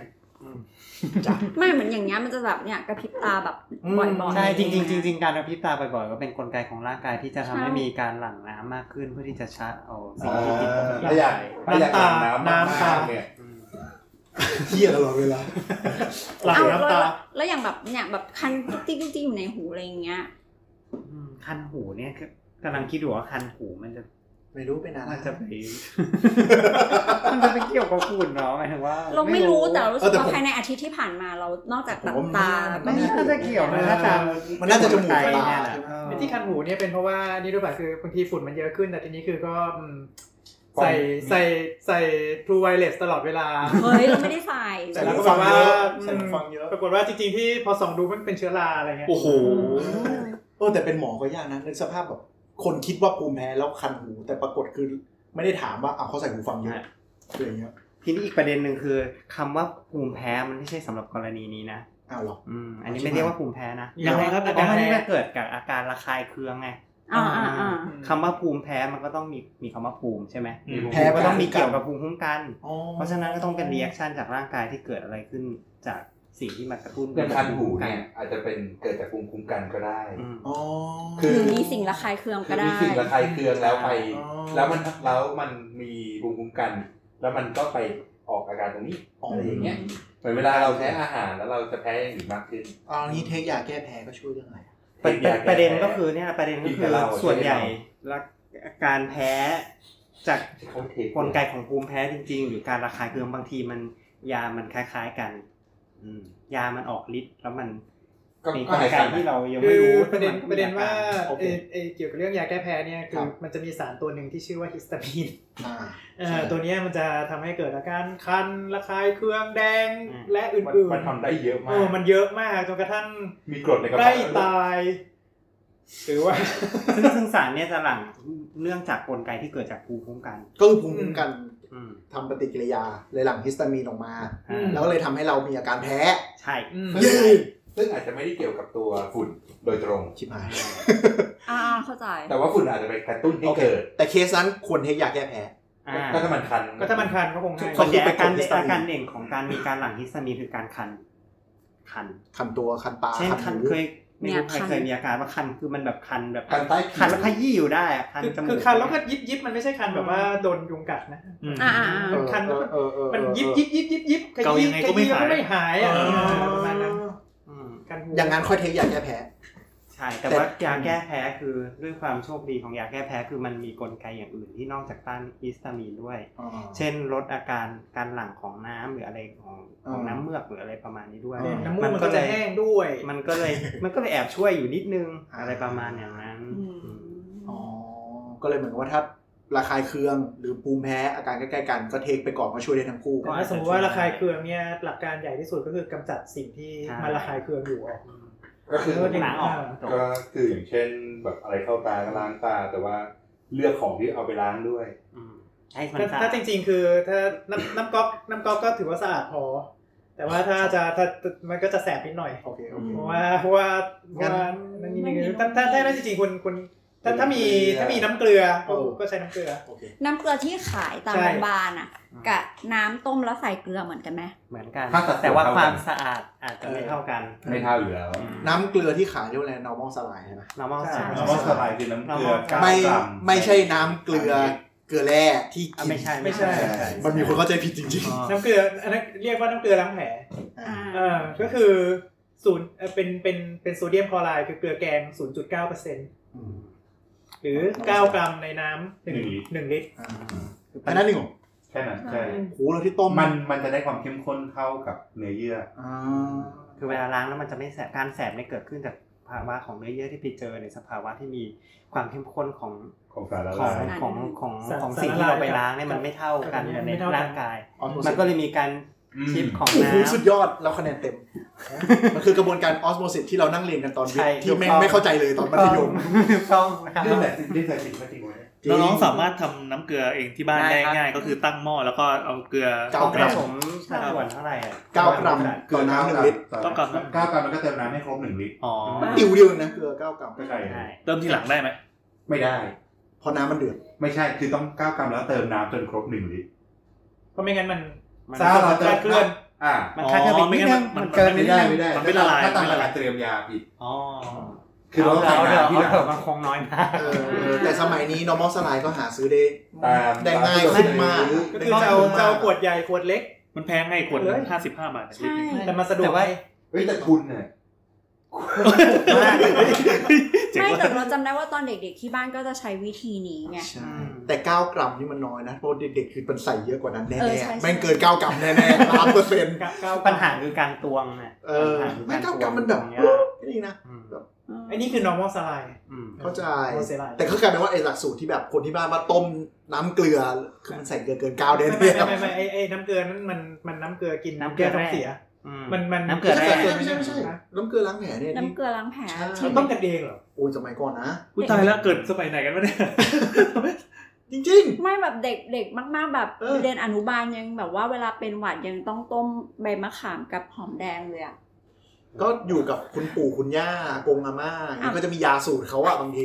ไม่เหมือนอย่างเงี้ยมันจะแบบเนี่ยกระพริบตาแบบบ่อยๆใช่จริงการกระพริบตาบ่อยๆก็เป็นกลไกของร่างกายที่จะทำให้มีการหลั่งน้ำมากขึ้นเพื่อที่จะชะเอาสิ่งที่ผิดปกติน้ำตาเนี่ยเหี้ยตลอดเวลาหลั่งน้ำตาแล้วอย่างแบบเนี่ยแบบคันติ๊กๆอยู่ในหูอะไรอย่างเงี้ยคันหูเนี่ยกำลังคิดอยู่ว่าคันหูมันจะไม่รู้เป็นอะไรมันจะไปเกี่ยวกับฝุ่นเนาะหมายถึงว่าเราไม่รู้แต่รู้สึกว่าภายในอาทิตย์ที่ผ่านมาเรานอกจากตาไม่น่าจะเกี่ยวนะมันน่าจะจมูกตาที่คันหูเนี่ยเป็นเพราะว่านี่ด้วยป่ะคือบางทีฝุ่นมันเยอะขึ้นแต่ทีนี้คือก็ใส่ True Wireless ตลอดเวลาเฮ้ยเราไม่ได้ใส่แล้วก็ฟังเยอะปรากฏว่าจริงๆที่พอส่องดูมันเป็นเชื้อราอะไรเงี้ยโอ้โหแต่เป็นหมอก็ยากนะนึกสภาพแบบคนคิดว่าภูมิแพ้แล้วคันหูแต่ปรากฏคือไม่ได้ถามว่าเขาใส่หูฟังเยอะอะไรอย่างเงี้ยทีนี้อีกประเด็นหนึ่งคือคำว่าภูมิแพ้มันไม่ใช่สำหรับกรณีนี้นะหรออันนี้ไม่เรียกว่าภูมิแพ้นะยังไงครับอาการที่มันเกิดจากอาการระคายเคืองไงคำว่าภูมิแพ้มันก็ต้องมีคำว่าภูมิใช่ไหมแพ้ก็ต้องมีเกี่ยวกับภูมิคุ้มกันเพราะฉะนั้นก็ต้องเป็นรีแอคชั่นจากร่างกายที่เกิดอะไรขึ้นจากสิ่งที่มากระตุ้นคันหูเนี่ยอาจจะเป็นเกิดจากภูมิคุ้มกันก็ได้คือมีสิ่งระคายเคืองก็ได้มีสิ่งระคายเคืองแล้วมันมีภูมิคุ้มกันแล้วมันก็ไปออกอาการตรงนี้อะไรอย่างเงี้ยเหมือนเวลาเราแพ้อาหารแล้วเราจะแพ้อย่างอื่นมากขึ้นนี่เทคยาแก้แพ้ก็ช่วยเรื่องอะไรประเด็นก็คือเนี่ยประเด็นก็คือส่วนใหญ่การแพ้จากกลไกของภูมิแพ้จริงๆหรือการระคายเคืองบางทีมันยามันคล้ายๆกันยามันออกฤทธิ์แล้วมันมีกลไกที่เรายังไม่รู้ประเด็นว่าเกี่ยวกับเรื่องยาแก้แพ้เนี่ยคือมันจะมีสารตัวหนึ่งที่ชื่อว่าฮิสตามีนตัวนี้มันจะทำให้เกิดอาการคันระคายเคืองแดงและอื่นๆมันทำได้เยอะมากมันเยอะมากจนกระทั่งมีกรดในกระเพาะใกล้ตายหรือว่าซึ่งสารเนี่ยจะหลั่งเนื่องจากกลไกที่เกิดจากภูมิคุ้มกันก็คือภูมิคุ้มกันทำปฏิกิริยาเลยหลั่งฮิสตามีนออกมาแล้วก็เลยทำให้เรามีอาการแพ้ใช่ซึ่งอาจจะไม่ได้เกี่ยวกับตัวฝุ่นโดยตรงชิบหายเข้าใจแต่ว่าฝุ่นอาจจะไปกระตุ้นให้เกิดแต่เคสนั้นควรเทคยาแก้แพ้ก็ถ้ามันคันก็คงง่ายส่วนใหญ่อาการเด่นของการมีการหลั่งฮิสตามีนคือการคันตัวคันตาเช่นคันไม่รู้ใครเคยมีอาการว่าคันคือมันแบบคันแบบคันแล้วขยี้อยู่ได้คันจมูกคือคันแล้วก็ยิบมันไม่ใช่คันแบบว่าโดนยุงกัดนะคันมันยิบขยี้ก็ไม่หายประมาณนั้นอย่างนั้นค่อยเทคยาแก้แพ้ใช่แต่ว่ายาแก้แพ้คือด้วยความโชคดีของยาแก้แพ้คือมันมีกลไกอย่างอื่นที่นอกจากต้านฮิสตามีนด้วยเช่นลดอาการการหลั่งของน้ำหรืออะไรของน้ำเมือกหรืออะไรประมาณนี้ด้วยมันก็จะแห้งด้วยมันก็เลยแอบช่วยอยู่นิดนึงอะไรประมาณอย่างนั้นก็เลยเหมือนว่าถ้าระคายเคืองหรือภูมิแพ้อาการใกล้ๆกันก็เทคไปก่อนก็ช่วยได้ทั้งคู่ถ้าสมมติว่าระคายเคืองเนี่ยหลักการใหญ่ที่สุดก็คือกำจัดสิ่งที่มันระคายเคืองอยู่ก็คือล้างออกก็คืออย่างเช่นแบบอะไรเข้าตาก็ล้างตาแต่ว่าเลือกของที่เอาไปล้างด้วยถ้าจริงๆคือถ้าน้ำก๊อกก็ถือว่าสะอาดพอแต่ว่าถ้ามันก็จะแสบนิดหน่อยเพราะว่าถ้าจริงๆคุณถ้ามีน้ำเกลือก็ใช้น้ำเกลือน้ำเกลือที่ขายตามโรงพยาบาลอ่ะกับน้ำต้มแล้วใส่เกลือเหมือนกันไหมเหมือนกันแต่ว่าความสะอาดอาจจะไม่เท่ากันไม่เท่าอยู่แล้วน้ำเกลือที่ขายเรียกว่าอะไร normal saline ใช่ไหม normal saline คือน้ำเกลือไม่ใช่น้ำเกลือแร่ที่กินไม่ใช่มันมีคนเข้าใจผิดจริงๆน้ำเกลืออันนั้นเรียกว่าน้ำเกลือล้างแผลก็คือเป็นโซเดียมคลอไรด์คือเกลือแกง 0.9% หรือ9 กรัมในน้ำ1 ลิตรแค่นั้นเองเหรอแค่นั้นใช่โหแล้วที่ต้มมันจะได้ความเข้มข้นเท่ากับเนื้อเยื่อคือเวลาล้างแล้วมันจะไม่แสบการแสบไม่เกิดขึ้นจากภาวะของเนื้อเยื่อที่ไปเจอในสภาวะที่มีความเข้มข้นของสารละลายของสิ่งที่เราไปล้างเนี่ยมันไม่เท่ากันในร่างกายมันก็เลยมีการชิปของน้ำสุดยอดแล้วคะแนนเต็มมันคือกระบวนการออสโมซิสที่เรานั่งเรียนกันตอนที่ไม่เข้าใจเลยตอนมัธยมต้องนะครับนี่แหละที่เคยติดมาจริงเลยน้องๆสามารถทำน้ำเกลือเองที่บ้านได้ง่ายก็คือตั้งหม้อแล้วก็เอาเกลือ 9 กรัมผสมสัดส่วนเท่าไหร่ 9 กรัมเกลือน้ำ1 ลิตรต้อง9 กรัมมันก็เติมน้ำให้ครบ1 ลิตรติวเดียวนะเกลือ9 กรัมก็ใช่เติมทีหลังได้ไหมไม่ได้เพราะน้ำมันเดือดไม่ใช่คือต้อง9 กรัมแล้วเติมน้ำจนครบ1 ลิตรเพราะไม่งั้นมันซาเราจะเคลื่อนมันคาดจะไม่งั้นมันเกินไม่ได้มันไม่ละลายถ้าตามละลายเตรียมยาผิดคือเราใส่น้ำที่มันคงน้อยมากแต่สมัยนี้ normal saline ก็หาซื้อได้ง่ายขึ้นมากก็คือจะขวดใหญ่ขวดเล็กมันแพงไงขวด55 บาทแต่มาสะดวกแต่ทุนเนี่ยไม่แต่เราจำได้ว่าตอนเด็กๆที่บ้านก็จะใช้วิธีนี้ไงแต่9 กรัมนี่มันน้อยนะเพราะเด็กๆคือมันใส่เยอะกว่านั้นแน่ๆแม่งเกิน9 กรัมแน่ๆ100% ปัญหาคือการตวงเนี่ยไม่9 กรัมมันแบบนี่นะอันนี้คือ normal saline เข้าใจแต่ก็กลายเป็นว่าไอ้หลักสูตรที่แบบคนที่บ้านมาต้มน้ำเกลือคือมันใส่เกิน9ได้ไม่ไอ้น้ำเกลือนั้นมันน้ำเกลือกินน้ำเกลือท้องเสียมันน้ำเกลือแร่ไม่ใช่น้ำเกลือล้างแผลเนี่ยน้ำเกลือล้างแผลมันต้มกันเองเหรอโอ้ยสมัยก่อนนะอุ้ยตายแล้วเกิดสมัยไหนกันวะเนี่ยจริงไม่แบบเด็กมากๆแบบเรียนอนุบาลยังแบบว่าเวลาเป็นหวัดยังต้องต้มใบมะขามกับหอมแดงเลยอ่ะก็อยู่กับคุณปู่คุณย่ากงอาม่าก็จะมียาสูตรเขาอะบางที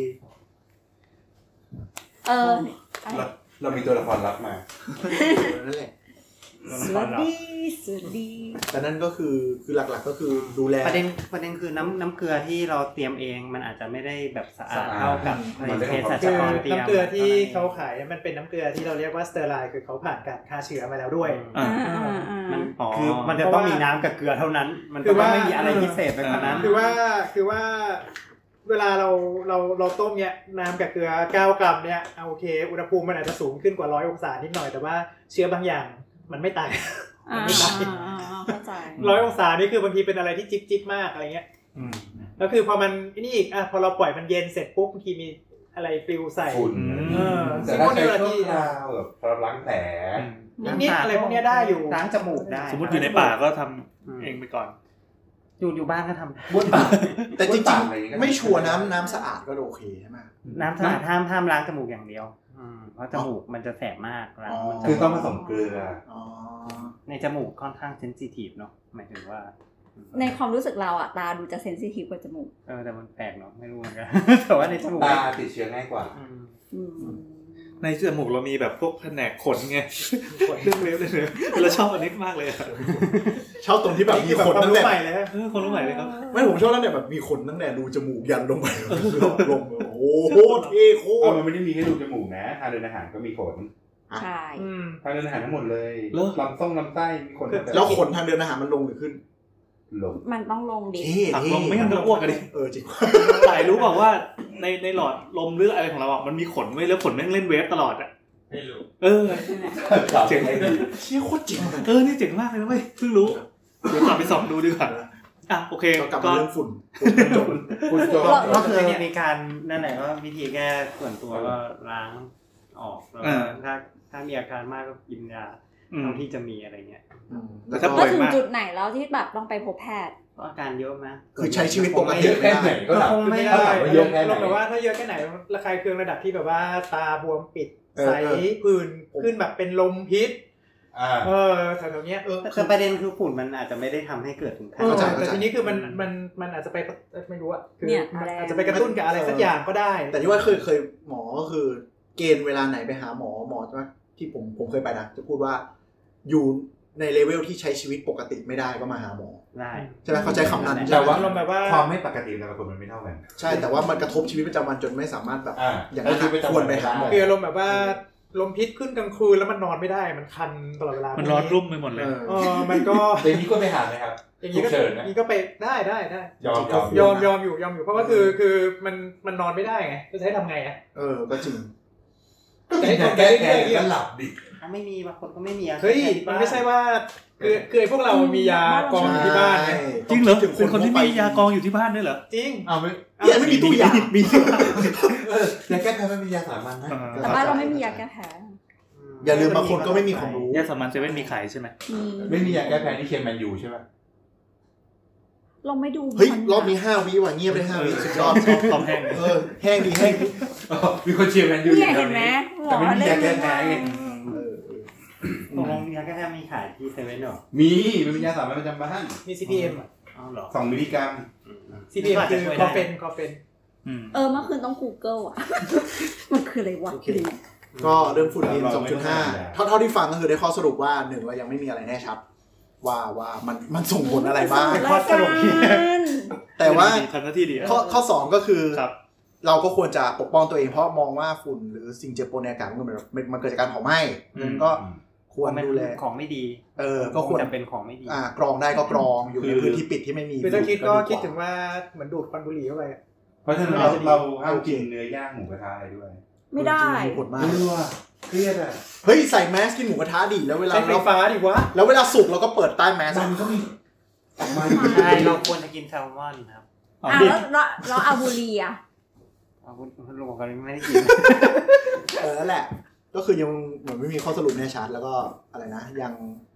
เรามีตัวละครลับมานั่นแหละสวัสดีแต่นั่นก็คือหลักๆก็คือดูแลประเด็นคือน้ำเกลือที่เราเตรียมเองมันอาจจะไม่ได้แบบสะอาดเท่ากับเภสัชกรเตรียมน้ำเกลือที่เขาขายมันเป็นน้ำเกลือที่เราเรียกว่าสเตอร์ไลน์คือเขาผ่านการฆ่าเชื้อมาแล้วด้วยมันคือมันจะต้องมีน้ำกับเกลือเท่านั้นมันจะไม่มีอะไรพิเศษไปกว่านั้นคือว่าเวลาเราต้มเนี่ยน้ำกับเกลือ9 กรัมเนี่ยโอเคอุณหภูมิมันอาจจะสูงขึ้นกว่า100 องศานิดหน่อยแต่ว่าเชื้อบางอย่างมันไม่ตายเข้าใจ 100 องศานี่คือบางทีเป็นอะไรที่จิ๊บมากอะไรเงี้ยแล้วคือพอมันนี่อีกพอเราปล่อยมันเย็นเสร็จปุ๊บบางทีมีอะไรปลิวใส่ฝุ่นแต่ถ้าใช้ชั่วคราวแบบสำหรับล้างแผลนิดอะไรพวกนี้ได้อยู่ล้างจมูกได้สมมติอยู่ในป่าก็ทำเองไปก่อนอยู่บ้านก็ทำบ้วนปากแต่จริงๆไม่ชัวร์น้ำสะอาดก็โอเคใช่ไหมน้ำสะอาดห้ามล้างจมูกอย่างเดียวเพราะจมูกมันจะแสบมากล้างคือต้องผสมเกลือในจมูกค่อนข้างเซนซิทีฟเนาะหมายถึงว่าในความรู้สึกเราอะตาดูจะเซนซิทีฟกว่าจมูกแต่มันแปลกเนาะไม่รู้เหมือนกันแต่ว่าในจมูกตาติดเชื้อง่ายกว่าในจมูกเรามีแบบพวกแผนกขนไงเรื่องเล็บเลยเราชอบอันนี้มากเลยชอบตรงที่แบบมีขนตั้งแต่คนรู้ใหม่เลยครับไม่ผมชอบตั้งแต่แบบมีขนตั้งแต่ดูจมูกยันลงไปลงโอ้โหเท่โคตรมันไม่ได้มีแค่ดูจมูกนะทางเดินอาหารก็มีขนใช่ทางเดินอาหารทั้งหมดเลยลำไส้มีขนแล้วขนทางเดินอาหารมันลงหรือขึ้นลงมันต้องลงดิตักลงไม่งั้นเราอ้วกกันดิจริงหลายรู้บอกว่าในหลอดลมหรืออะไรของเราอ่ะมันมีขนไว้แล้วขนแม่งเล่นเวฟตลอดอ่ะไม่รู้เจ๋งเลยเชี่ยโคตรเจ๋งนี่เจ๋งมากเลยนะเว้ยเพิ่งรู้เดี๋ยวกลับไปส่องดูดีกว่าโอเคก็กลับมาเรื่องฝุ่นก็คือมีการนั่นแหละก็วิธีแก้ส่วนตัวก็ล้างออกแล้วถ้ามีอาการมากก็กินยาเท่าที่จะมีอะไรเงี้ยแล้วถึงจุดไหนแล้วที่แบบต้องไปพบแพทย์อาการเยอะไหมคือใช้ชีวิตปกติแค่ไหนก็หลับไม่ได้เยอะแค่ไหนแต่ว่าถ้าเยอะแค่ไหนระคายเคืองระดับที่แบบว่าตาบวมปิดใสผื่นขึ้นแบบเป็นลมพิษแถวๆเนี้ยแต่ประเด็นคือฝุ่นมันอาจจะไม่ได้ทำให้เกิดถึงขั้นแต่ทีนี้คือมันอาจจะไปไม่รู้อ่ะคืออาจจะไปกระตุ้นกับอะไรสักอย่างก็ได้แต่ที่ว่าเคยหมอก็คือเกณฑ์เวลาไหนไปหาหมอใช่ไหมที่ผมเคยไปนะจะพูดว่าอยู่ในเลเวลที่ใช้ชีวิตปกติไม่ได้ก็มาหาหมอได้ใช่ไหมเขาใช้คำนั้นแต่ว่าความไม่ปกติแต่ละคนมันไม่เท่ากันใช่แต่ว่ามันกระทบชีวิตประจำวันจนไม่สามารถแบบอย่างนั้นควรไปหาหมอคืออารมณ์แบบว่าลมพิษขึ้นกลางคืนแล้วมันนอนไม่ได้มันคันตลอดเวลามันร้อนรุ่มไปหมดเลยมันก็อย่างนี้ก็ไปหาไหมครับอย่างนี้ก็ไปได้ยอมอยู่เพราะว่าคือมันนอนไม่ได้ไงจะใช้ทำไงอ่ะก็จริงแก้แล้วหลับดิไม่มีบางคนก็ไม่มีเฮ้ยมันไม่ใช่ว่าคือพวกเรามียากองที่บ้านไงจริงเหรอเป็นคนที่มียากองอยู่ที่บ้านด้วยเหรอจริงไม่มีตู้ยามียาแก้แพ้ไม่มียาสามัญนะแต่บ้านเราไม่มียาแก้แพ้อย่าลืมบางคนก็ไม่มีความรู้ยาสามัญเซเว่นมีขายใช่ไหมไม่มียาแก้แพ้ที่เคียนแมนยูใช่ไหมลองไม่ดูเฮ้ยรอบนี้5 วิว่ะเงียบได้5 วิสุดยอดความแห้งแห้งดีแห้งมีคนเชียร์แมนยูอยู่เห็นไหมแต่ไม่มียาแก้แพ้ตรงยาแก้แพ้มีขายที่เซเว่นหรอมีมันเป็นยาสามัญประจำบ้านมี CPM หรอ 2 มิลลิกรัม CPM คือคอเฟนเมื่อคืนต้อง Google อ่ะมันคืออะไรวะก็เรื่องฝุ่น PM 2.5 เท่าที่ฟังก็คือได้ข้อสรุปว่า1เรายังไม่มีอะไรแน่ชัดว่ามันส่งผลอะไรบ้างข้อสรุปแต่ว่าข้อ2ก็คือเราก็ควรจะปกป้องตัวเองเพราะมองว่าฝุ่นหรือสิ่งเจือปนในอากาศมันเกิดจากการเผาไหม้มันก็ควรดูแลของไม่ดีก็ควรจะเป็นของไม่ดีกรองได้ก็กรองอยู่ในพื้นที่ปิดที่ไม่มีคือถ้าคิดถึงว่าเหมือนดูดควันบุหรี่เข้าไปเพราะฉะนั้นเราห้ามกินเนื้อย่างหมูกระทะอะไรด้วยไม่ได้ผลมากเครียดอ่ะเฮ้ยใส่แมสกินหมูกระทะดิแล้วเวลาใช้ไฟฟ้าดิวะแล้วเวลาสุกเราก็เปิดใต้แมสมันก็มีออกมาใช่เราควรจะกินแซลมอนครับแล้วอาบุรีอ่ะลงกันไม่ได้กินนั่นแหละก็คือยังเหมือนไม่มีข้อสรุปแน่ชัดแล้วก็อะไรนะยัง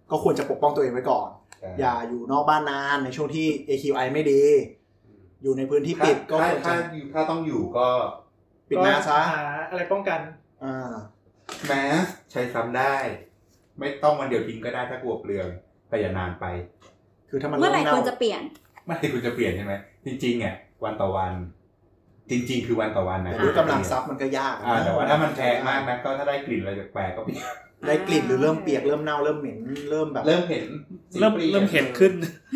ก็ควรจะปกป้องตัวเองไว้ก่อนอย่าอยู่นอกบ้านนานในช่วงที่ AQI ไม่ดีอยู่ในพื้นที่ปิดก็ควรจะถ้าต้องอยู่ก็ปิดแมสซะอะไรป้องกันแมสใช้ซ้ำได้ไม่ต้องวันเดียวทิ้งก็ได้ถ้ากลัวเปลืองแต่อย่านานไปคือถ้ามันเมื่อไหร่ควรจะเปลี่ยนไม่คุณจะเปลี่ยนใช่ไหมจริงๆอ่ะวันต่อวันจริงๆคือวันต่อวันนะด้วยกำลังซับมันก็ยากแต่ว่าถ้ามันแพงมากนะก็ถ้าได้กลิ่นอะไรแปลกๆก็เปลี่ยนได้กลิ่นหรือเริ่มเปียกเริ่มเน่าเริ่มเหม็นเริ่มแบบเริ่มเห็นเริ่มเห็นขึ้น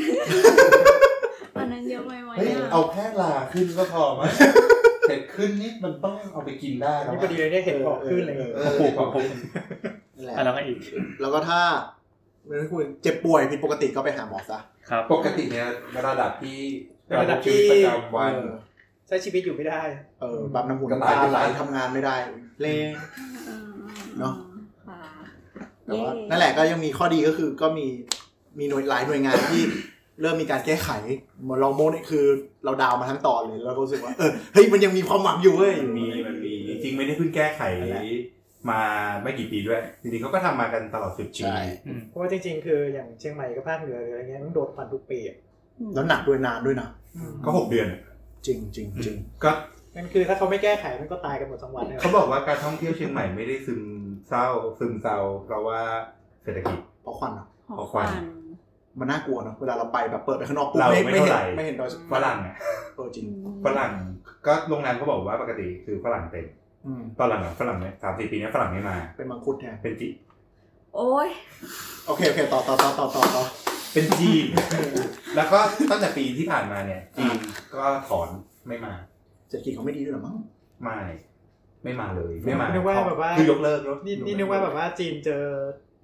อันนั้นเยอะไหมวะเอาแค่ลาขึ้นก็พอมั้ยเห็ดขึ้นนี่มันต้องเอาไปกินได้แล้วพอดีเลยเนี่ยเห็ดออกขึ้นเลยปลูกของผมนั่นแหละแล้วก็อีกแล้วก็ถ้าไม่คุณเจ็บป่วยผิดปกติก็ไปหาหมอซะครับปกติเนี่ยระดับที่ประจำวันใช้ชีวิตอยู่ไม่ได้แบบน้ำหูน้ำตาไหลทำงานไม่ได้เล่เนาะแต่ว่านั่นแหละก็ยังมีข้อดีก็คือก็มีหลายหน่วยงานที่เริ่มมีการแก้ไขเหมือนลองโมนี่คือเราดาวมาทั้งตอนเลยแล้วก็รู้สึกว่าเฮ้ยมันยังมีความหวังอยู่เว้ยมันมีจริงๆไม่ได้เพิ่งแก้ไขมาไม่กี่ปีด้วยจริงๆเขาก็ทำมากันตลอด10 ปีเพราะว่าจริงๆคืออย่างเชียงใหม่กับภาคเหนืออะไรเงี้ยต้องโดนฟันทุกปีแล้วหนักด้วยนานด้วยนะก็6 เดือนจริงจริงจริงก็นั่นคือถ้าเขาไม่แก้ไขมันก็ตายกันหมดทั้งวันเขาบอกว่าการท่องเที่ยวเชียงใหม่ไม่ได้ซึมเศร้าเพราะว่าเศรษฐกิจเพราะควันเนาะเพราะควันมันน่ากลัวเนาะเวลาเราไปแบบเปิดไปข้างนอกปุ๊บไม่เห็นดอยฝรั่งอ่ะจริงฝรั่งก็โรงแรมเขาบอกว่าปกติคือฝรั่งเต็มตอนหลังฝรั่งเนี่ย3-4 ปีนี้ฝรั่งไม่มาเป็นมังคุดแทนเป็นจีโอ้ยโอเคต่อเป็นจีนแล้วก็ตั้งแต่ปีที่ผ่านมาเนี่ยจีนก็ถอนไม่มาเศรษฐกิจเขาไม่ดีด้วยหรอมั้งไม่มาเลยไม่มานึกว่าแบบว่าคือยกเลิกนี่นึกว่าแบบว่าจีนเจอ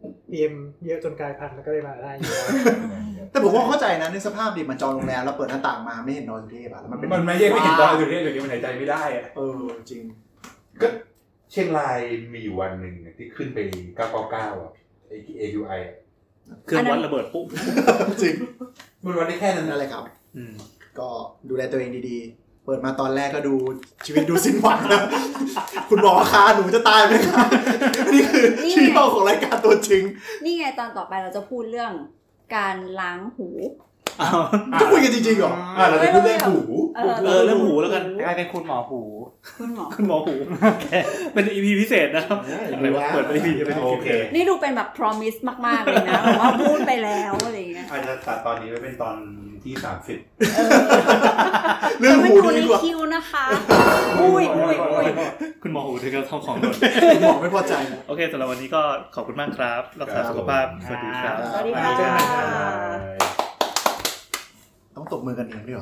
PM เยอะจนกลายพันธุ์แล้วก็เลยมาได้แต่ผมว่าเข้าใจนะในสภาพดิมันจองโรงแรมแล้วเปิดหน้าต่างมาไม่เห็นดอยสุเทพอะแล้วมันไม่เห็นดอยสุเทพเดี๋ยวนี้มันหายใจไม่ได้อะจริงก็เชียงรายมีอยู่วันหนึ่งที่ขึ้นไป999อ่ะAQI เครื่องวัดระเบิดปุ๊บจริงมันวัดได้แค่นั้นอะไรครับก็ดูแลตัวเองดีๆเปิดมาตอนแรกก็ดูชีวิตดูสิ้นหวังนะคุณหมอคะหนูจะตายไหมคะนี่คือชื่อของรายการตัวจริงนี่ไงตอนต่อไปเราจะพูดเรื่องการล้างหูจะคุยกันจริงๆเหรอเราจะพูดเรื่องหูเรื่องหูแล้วกันกลายเป็นคุณหมอหูหูเป็น EP พิเศษนะครับเปิด EP จะเป็นโอเคนี่ดูเป็นแบบ promise มากๆเลยนะแบบว่าพูดไปแล้วอะไรเงี้ยอาจจะตัดตอนนี้ไว้เป็นตอนที่30 เรื่องหูดีกว่าคิวนะคะอุ้ยคุณหมอหูถึงกับท้องของโดนหมอไม่พอใจโอเคสำหรับวันนี้ก็ขอบคุณมากครับรักษาสุขภาพสวัสดีครับสวัสดีค่ะต้องตบมือกันเองด้วย